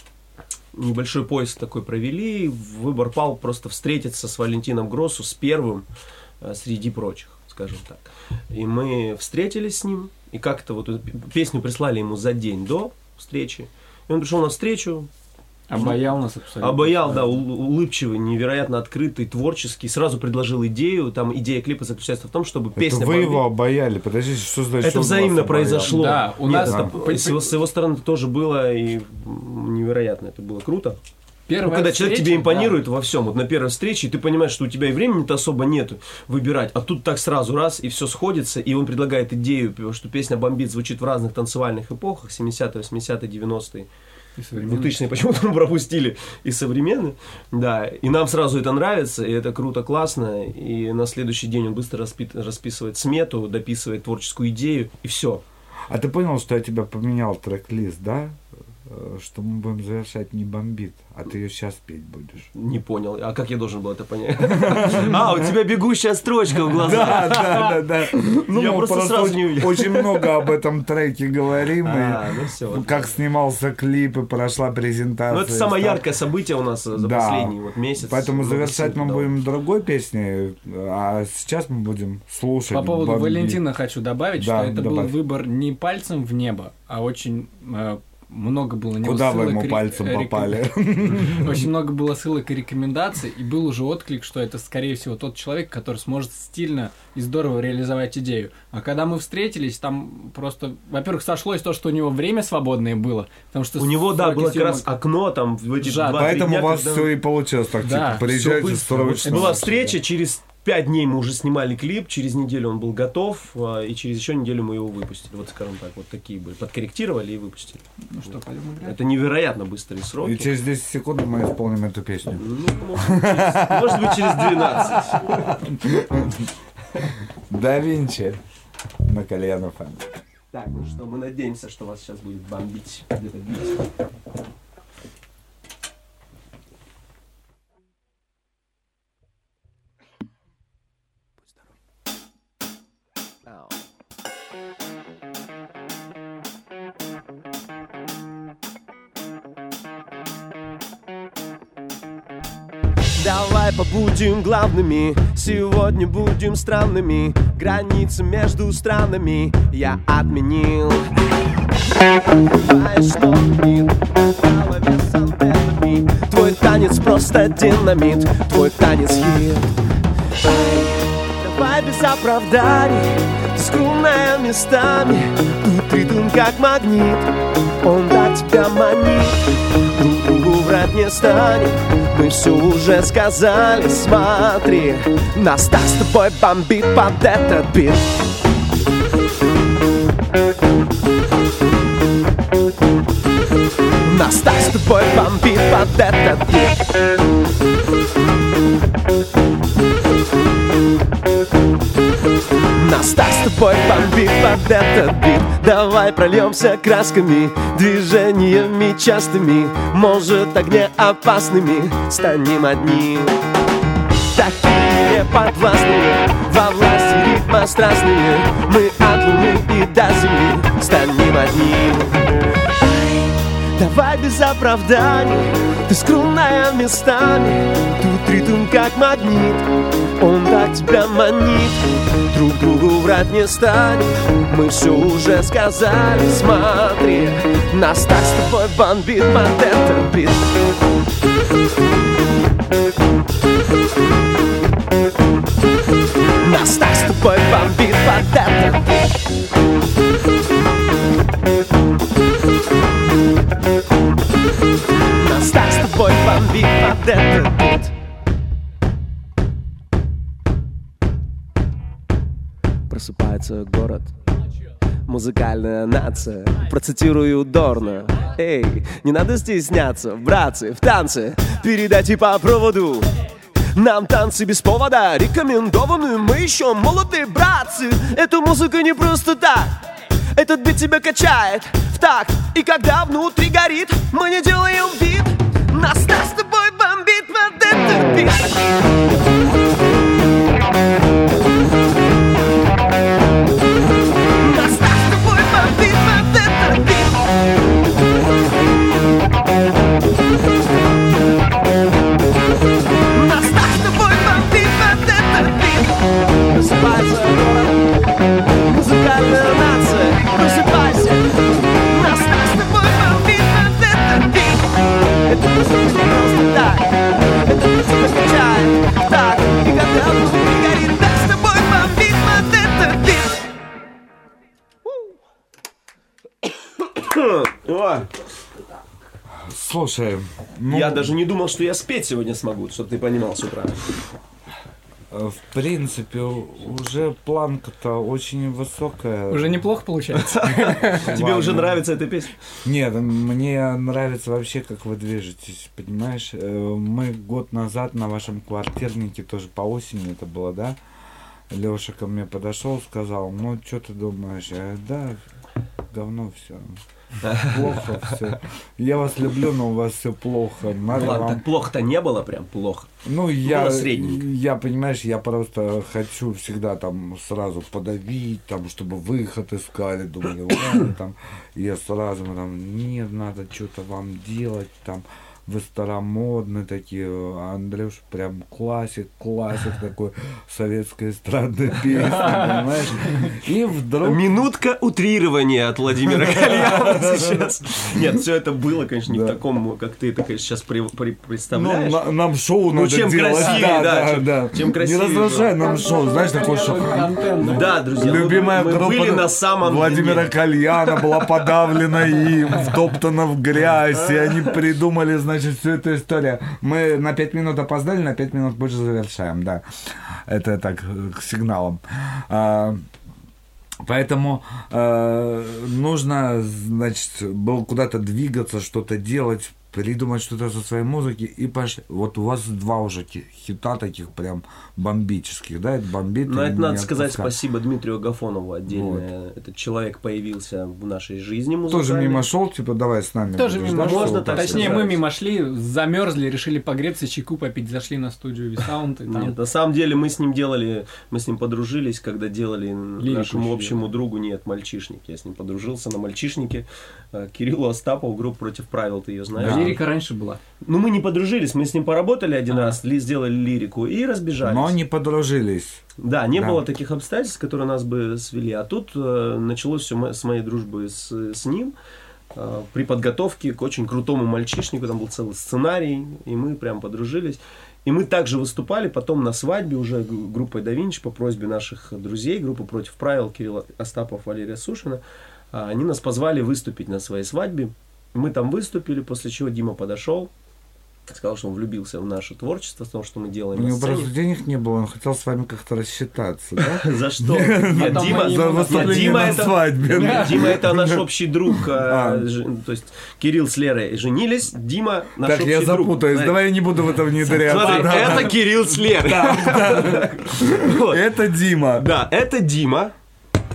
Небольшой поиск такой провели. Выбор пал просто встретиться с Валентином Гроссу, с первым э, среди прочих, скажем так. И мы встретились с ним, и как-то вот эту песню прислали ему за день до встречи. И он пришел на встречу. Обаял нас абсолютно. Обаял, да, ул- улыбчивый, невероятно открытый, творческий. Сразу предложил идею. Там идея клипа заключается в том, чтобы Это песня вы «Бомбит». его обаяли. Подождите, что значит? Это он вас взаимно обаял? произошло. Да, у Нет, нас это это- с, его, с его стороны тоже было и м, невероятно, это было круто. Первая Ну, когда человек встреча, тебе импонирует да. во всем, вот на первой встрече, и ты понимаешь, что у тебя и времени-то особо нету выбирать, а тут так сразу раз, и все сходится, и он предлагает идею, что песня «Бомбит» звучит в разных танцевальных эпохах, семидесятые, восьмидесятые, девяностые. двухтысячные почему-то мы пропустили и современные, да, и нам сразу это нравится, и это круто, классно, и на следующий день он быстро распи- расписывает смету, дописывает творческую идею, и все. А ты понял, что я тебя поменял трек-лист, да? Э, Что мы будем завершать не «Бомбит», а ты ее сейчас петь будешь. Не понял, а как я должен был это понять? А, у тебя бегущая строчка в глазах. Да, да, да, да. Ну, Я мы просто сразу не увидел. очень много об этом треке говорим. А, и ну всё. Как снимался клип и прошла презентация. Ну, это самое Стал- яркое событие у нас за Да. последний вот месяц. Поэтому Много завершать сил мы дало. будем другой песней, а сейчас мы будем слушать. По поводу «Бомбит». Валентина хочу добавить, Да, что это был добавь. выбор не пальцем в небо, а очень э, много было на него Куда вы ссылок ему и ре- пальцем реком- попали? Очень много было ссылок и рекомендаций, и был уже отклик, что это, скорее всего, тот человек, который сможет стильно и здорово реализовать идею. А когда мы встретились, там просто, во-первых, сошлось то, что у него время свободное было, потому что У него, да, сроки было как раз съемок- окно там в эти Сжато. два-три Поэтому дня, у вас когда- все и получилось так, Да, типа, приезжайте Всё быстро. срочно. Была встреча, через пять дней мы уже снимали клип, через неделю он был готов, а, и через еще неделю мы его выпустили. Вот, скажем так, вот такие были. Подкорректировали и выпустили. Ну что, пойдем играть? Это невероятно быстрые сроки. И через десять секунд мы исполним эту песню. Ну, может, быть, через, может быть, через двенадцать. Да Винчи на Кальян эф эм. Так, ну что, мы надеемся, что вас сейчас будет бомбить, где-то бить. Давай побудем главными, сегодня будем странными. Границы между странами я отменил. Знаешь, что мир в голове с антеннами. Твой танец просто динамит, твой танец хит. Эй, давай без оправданий, струнная местами. Тут ритм как магнит, он так тебя манит. Друг другу врать не станет, мы все уже сказали. Смотри, нас так с тобой бомбит под этот бит. Нас так с тобой бомбит под этот бит. Нас так с тобой бомбит под этот бит. Давай прольемся красками, движениями частыми, может, огне опасными, станем одни. Такие неподвластные, во власти ритма страстные, мы от луны и до земли станем одни. давай без оправданий. Ты скромная местами, тут ритм как магнит. Он так тебя манит, друг другу врать не станет. Мы все уже сказали, смотри, нас так с тобой бомбит под этот бит. Нас так с тобой бомбит под этот бит. Нас так с тобой бомбит под этот бит. Просыпается город, музыкальная нация. Процитирую Дорна: эй, не надо стесняться, братцы, в танце передайте по проводу. Нам танцы без повода рекомендованы, мы еще молоды, братцы. Эту музыку не просто так, этот бит тебя качает в такт. И когда внутри горит, мы не делаем вид. Нас так с тобой бомбит под этот бит. Нас так с тобой бомбит под этот бит. Нас так с тобой бомбит под этот бит. Просыпается город, музыкальная нация. Просыпайся. Нас так с тобой бомбит под этот бит. Это музыка не просто так, это музыка качает так. И когда внутри горит, так с тобой бомбит под этот бит. О. Слушай, ну... Я даже не думал, что я спеть сегодня смогу, чтобы ты понимал с утра. В принципе, уже планка-то очень высокая. Уже неплохо получается. Тебе уже нравится эта песня? Нет, мне нравится вообще, как вы движетесь, понимаешь? Мы год назад на вашем квартирнике, тоже по осени это было, да? Леша ко мне подошел, сказал: ну, что ты думаешь? Я говорю: да, говно все. Плохо все. Я вас люблю, но у вас все плохо. Надо Ладно, вам... так плохо-то не было, прям плохо. Ну, я, я, понимаешь, я просто хочу всегда там сразу подавить, там, чтобы выход искали, думали, ладно, там, я сразу там, нет, надо что-то вам делать, там, вы старомодные такие, а Андрюш прям классик, классик такой советской эстрадной песни, понимаешь? И вдруг... Минутка утрирования от Владимира Кальяна сейчас. Нет, все это было, конечно, не да. в таком, как ты это, конечно, сейчас при, при, представляешь. Ну, на, нам шоу ну, надо чем делать. Красивее, да, да, да, чем, да. чем красивее. Не раздражай нам шоу, знаешь, такое шоу. Да, друзья, любимая мы, мы группа были на самом Владимира дне. Кальяна была подавлена и втоптана в грязь, и они придумали, значит, Значит, всю эту историю. Мы на пять минут опоздали, на пять минут позже завершаем, да. Это так, к сигналам. А, поэтому а, нужно, значит, было куда-то двигаться, что-то делать, придумать что-то со своей музыки и пошли. Вот у вас два уже хита таких прям бомбических, да, это бомбит. Но это надо сказать спасибо Дмитрию Агафонову отдельно. Вот. Этот человек появился в нашей жизни музыкальной. Тоже мимо шел, типа, давай с нами. Тоже будешь, мимо да, можно, так точнее, мы мимо шли, замерзли, решили погреться, чайку попить, зашли на студию Висаунд. Нет, на самом деле мы с ним делали, мы с ним подружились, когда делали Лирику нашему общему делали. другу, нет, мальчишник. Я с ним подружился на мальчишнике. Кириллу Остапову, группа «Против правил», ты ее знаешь? Да. Лирика раньше была. Ну, мы не подружились, мы с ним поработали один а. раз, сделали лирику и разбежались. Но не подружились. Да, не да. было таких обстоятельств, которые нас бы свели. А тут э, началось все с моей дружбы с, с ним. Э, при подготовке к очень крутому мальчишнику, там был целый сценарий, и мы прям подружились. И мы также выступали потом на свадьбе уже группой Да Винчи по просьбе наших друзей, группы «Против правил», Кирилл Остапов, Валерия Сушина. Они нас позвали выступить на своей свадьбе. Мы там выступили, после чего Дима подошел, сказал, что он влюбился в наше творчество, в том, что мы делаем. У него просто денег не было, он хотел с вами как-то рассчитаться, да? За что? Нет, Дима это наш общий друг. То есть Кирилл с Лерой женились, Дима наш общий друг. Так, я запутаюсь, давай я не буду в это внедряться. Это Кирилл с Лерой. Это Дима. Да, это Дима.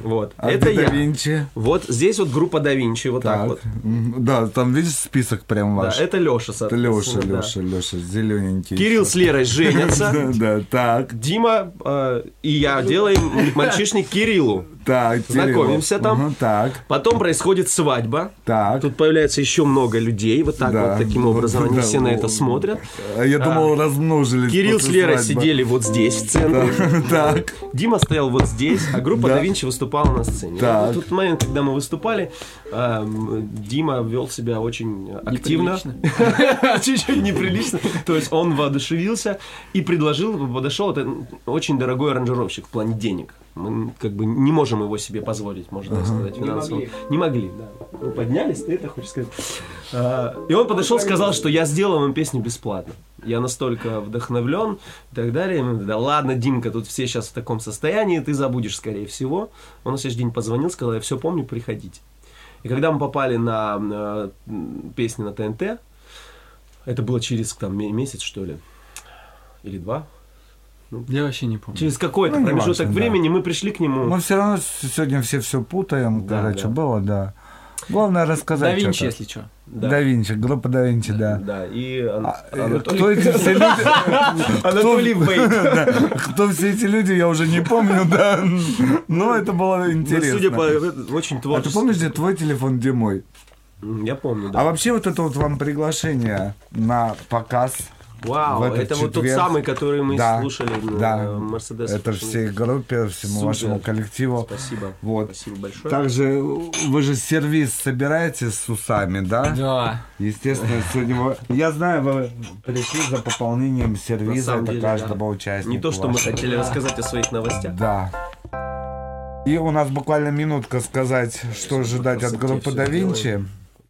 Вот. А это да я. Винчи. Вот здесь вот группа Да Винчи, вот так, Так. вот. М, Да, там видишь список прям Да, ваш. это Леша, Это Леша, соответственно, да. Леша, Леша, зелененький. Кирилл с Лерой женятся. Да, да, так. Дима э, и я делаем мальчишник Кириллу. Так, Знакомимся Кирилл. там. Мгм, так. Потом происходит свадьба. Так. Тут появляется еще много людей. Вот так Да. вот, таким образом, они Да, все на о, это смотрят. А я думал, размножились Кирилл с после Лерой свадьбы. сидели вот здесь, в центре. Так. Дима стоял вот здесь, а группа Да. Да Винчи выступала на сцене. Так. И тут момент, когда мы выступали, эм, Дима вел себя очень активно. Чуть-чуть неприлично. То есть он воодушевился и предложил, подошел, это очень дорогой аранжировщик в плане денег. Мы как бы не можем его себе позволить, можно так сказать, Не финансово. могли. Не могли, да. Мы поднялись, ты это хочешь сказать. А, И он подошел, сказал, что я сделал вам песню бесплатно. Я настолько вдохновлен и так далее. Мы, да ладно, Димка, тут все сейчас в таком состоянии, ты забудешь, скорее всего. Он на следующий день позвонил, сказал, я все помню, приходите. И когда мы попали на, на песни на ТНТ, это было через там, месяц, что ли, или два. Ну, я вообще не помню. Через какой-то Ну, не промежуток важно, времени да. мы пришли к нему. Мы все равно сегодня все все путаем, Да, короче, да. было, да. Главное рассказать. Да Винчи, что-то. если что. Да. Да Винчи, группа Да Винчи, да. Да, и Ан- А, э, Анатолий- кто эти все люди? Анатолий Кто- Вейт. Да, кто все эти люди, я уже не помню, да. Но это было Ну, интересно. судя по очень А ты творчески. помнишь, где твой телефон, где мой? М, Я помню, да. А вообще вот это вот вам приглашение на показ. Вау, в этот это вот тот четверг. самый, который мы Да, слушали на да. Мерседес. Это всей группе, всему Супер. вашему коллективу. Спасибо. Вот. Спасибо большое. Также вы же сервис собираете с усами, да? Да. Естественно, сегодня вы... Я знаю, вы пришли за пополнением На сервиза самом это деле, каждого да. участника. Не то, что мы вашего. хотели рассказать о своих новостях. Да. И у нас буквально минутка сказать, что ожидать от группы всё Да Винчи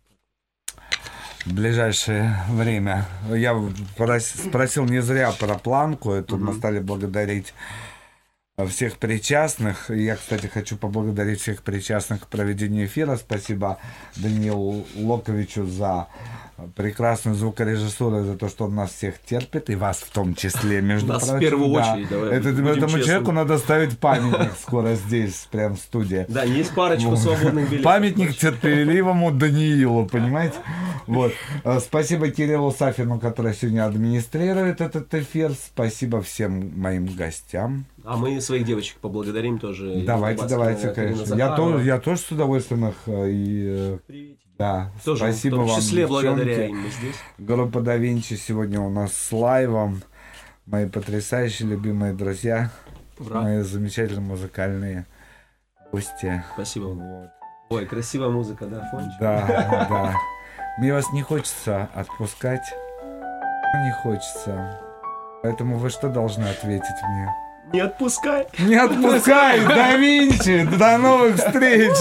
в ближайшее время. Я прос- спросил не зря про планку, эту мы стали благодарить всех причастных. И я, кстати, хочу поблагодарить всех причастных к проведению эфира. Спасибо Даниилу Локовичу за прекрасную звукорежиссуру, за то, что он нас всех терпит, и вас в том числе, между Нас в прочим. первую да. очередь, давай Это- будем Этому честными. человеку надо ставить памятник скоро здесь, прям в студии. Да, есть парочку Вот. свободных билетов. Памятник терпеливому Даниилу, понимаете? Вот. Э, Спасибо Кириллу Сафину, который сегодня администрирует этот эфир. Спасибо всем моим гостям. А мы своих девочек поблагодарим тоже. Давайте, Ирина давайте, Баскина, конечно. Карина Я Захарова. тоже, я тоже с удовольствием их э, и э, да. Тоже Спасибо в том вам, числе благодаря девчонки. им мы здесь. Группа Да Винчи сегодня у нас с лайвом. Мои потрясающие любимые друзья, Ура. мои замечательные музыкальные гости. Спасибо вам. Вот. Ой, красивая музыка, да, фончик? Да, да. Мне вас не хочется отпускать. Не хочется. Поэтому вы что должны ответить мне? Не отпускай! Не отпускай! Да Винчи! До новых встреч!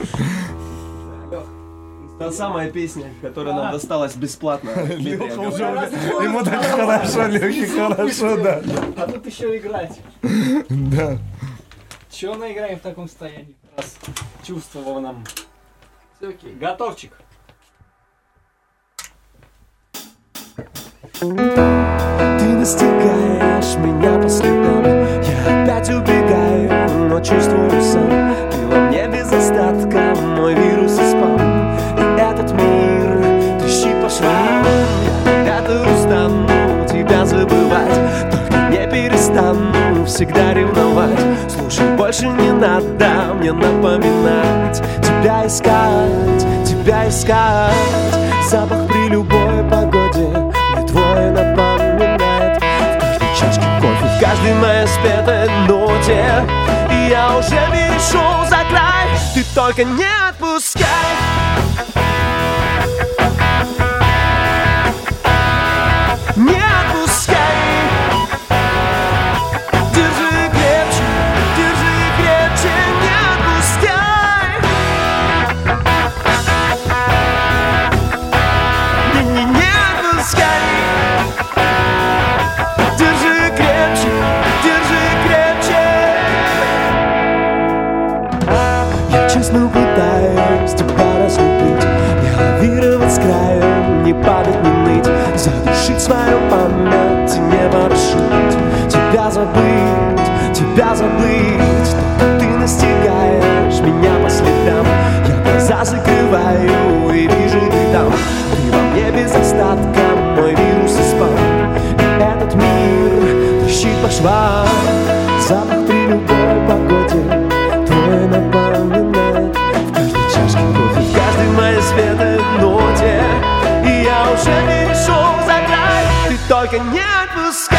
Та самая песня, которая нам досталась бесплатно. Лёха уже, ему так хорошо, Лёхе хорошо, да. А тут еще играть. Да. Чего наиграем в таком состоянии? Раз чувствовал нам. Все окей. Готовчик. Ты настигаешь меня по следам. Я опять убегаю, но чувствую сам. Ты во мне без остатка, мой вирус и спам. И этот мир трещит по швам. Я когда-то устану тебя забывать, только не перестану всегда ревновать. Слушай, больше не надо мне напоминать. Тебя искать, тебя искать. Запах при любой погоде мне твой напоминает. В каждой чашке кофе, в каждой моей спетой ноте. И я уже перешел за край. Ты только не отпускай. Не отпускай. Держи крепче, держи крепче, не отпускай. Не, не, не отпускай. Держи крепче, держи крепче. Я честно пытаюсь тебя разлюбить, не лавировать с краем, не падать, не ныть, задушить свою память и не ворошить. Тебя забыть, тебя забыть, только ты настигаешь меня по следам. Я глаза закрываю и вижу, ты там. Ты во мне без остатка, мой вирус и спам. И этот мир трещит по швам. Запах при любой погоде твой напоминает. В каждой чашке кофе, в каждой моей светлой ноте. И я уже перешел за край. Ты только не отпускай.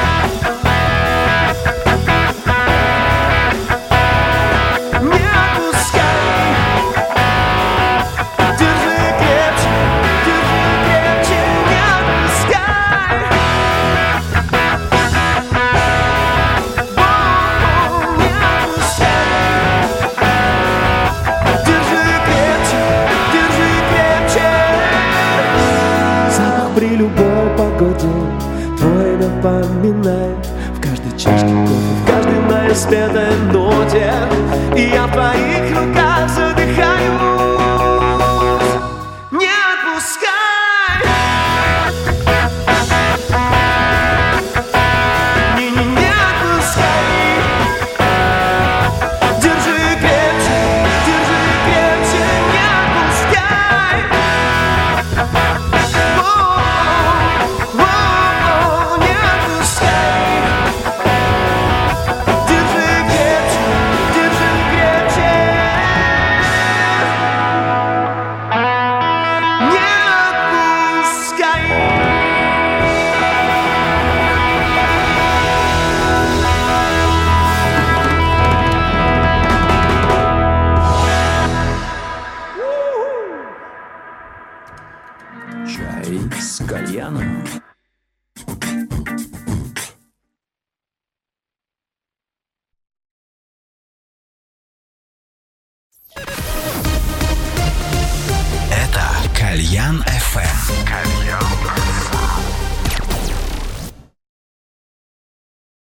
При любой погоде твой напоминает. В каждой чашке кофе, в каждой моей спетой ноте. И я в твоих руках задыхаюсь. Не отпускай. Не-не, не отпускай. Держи крепче, держи крепче. Не отпускай. Чай с кальяном. Это Кальян эф эм.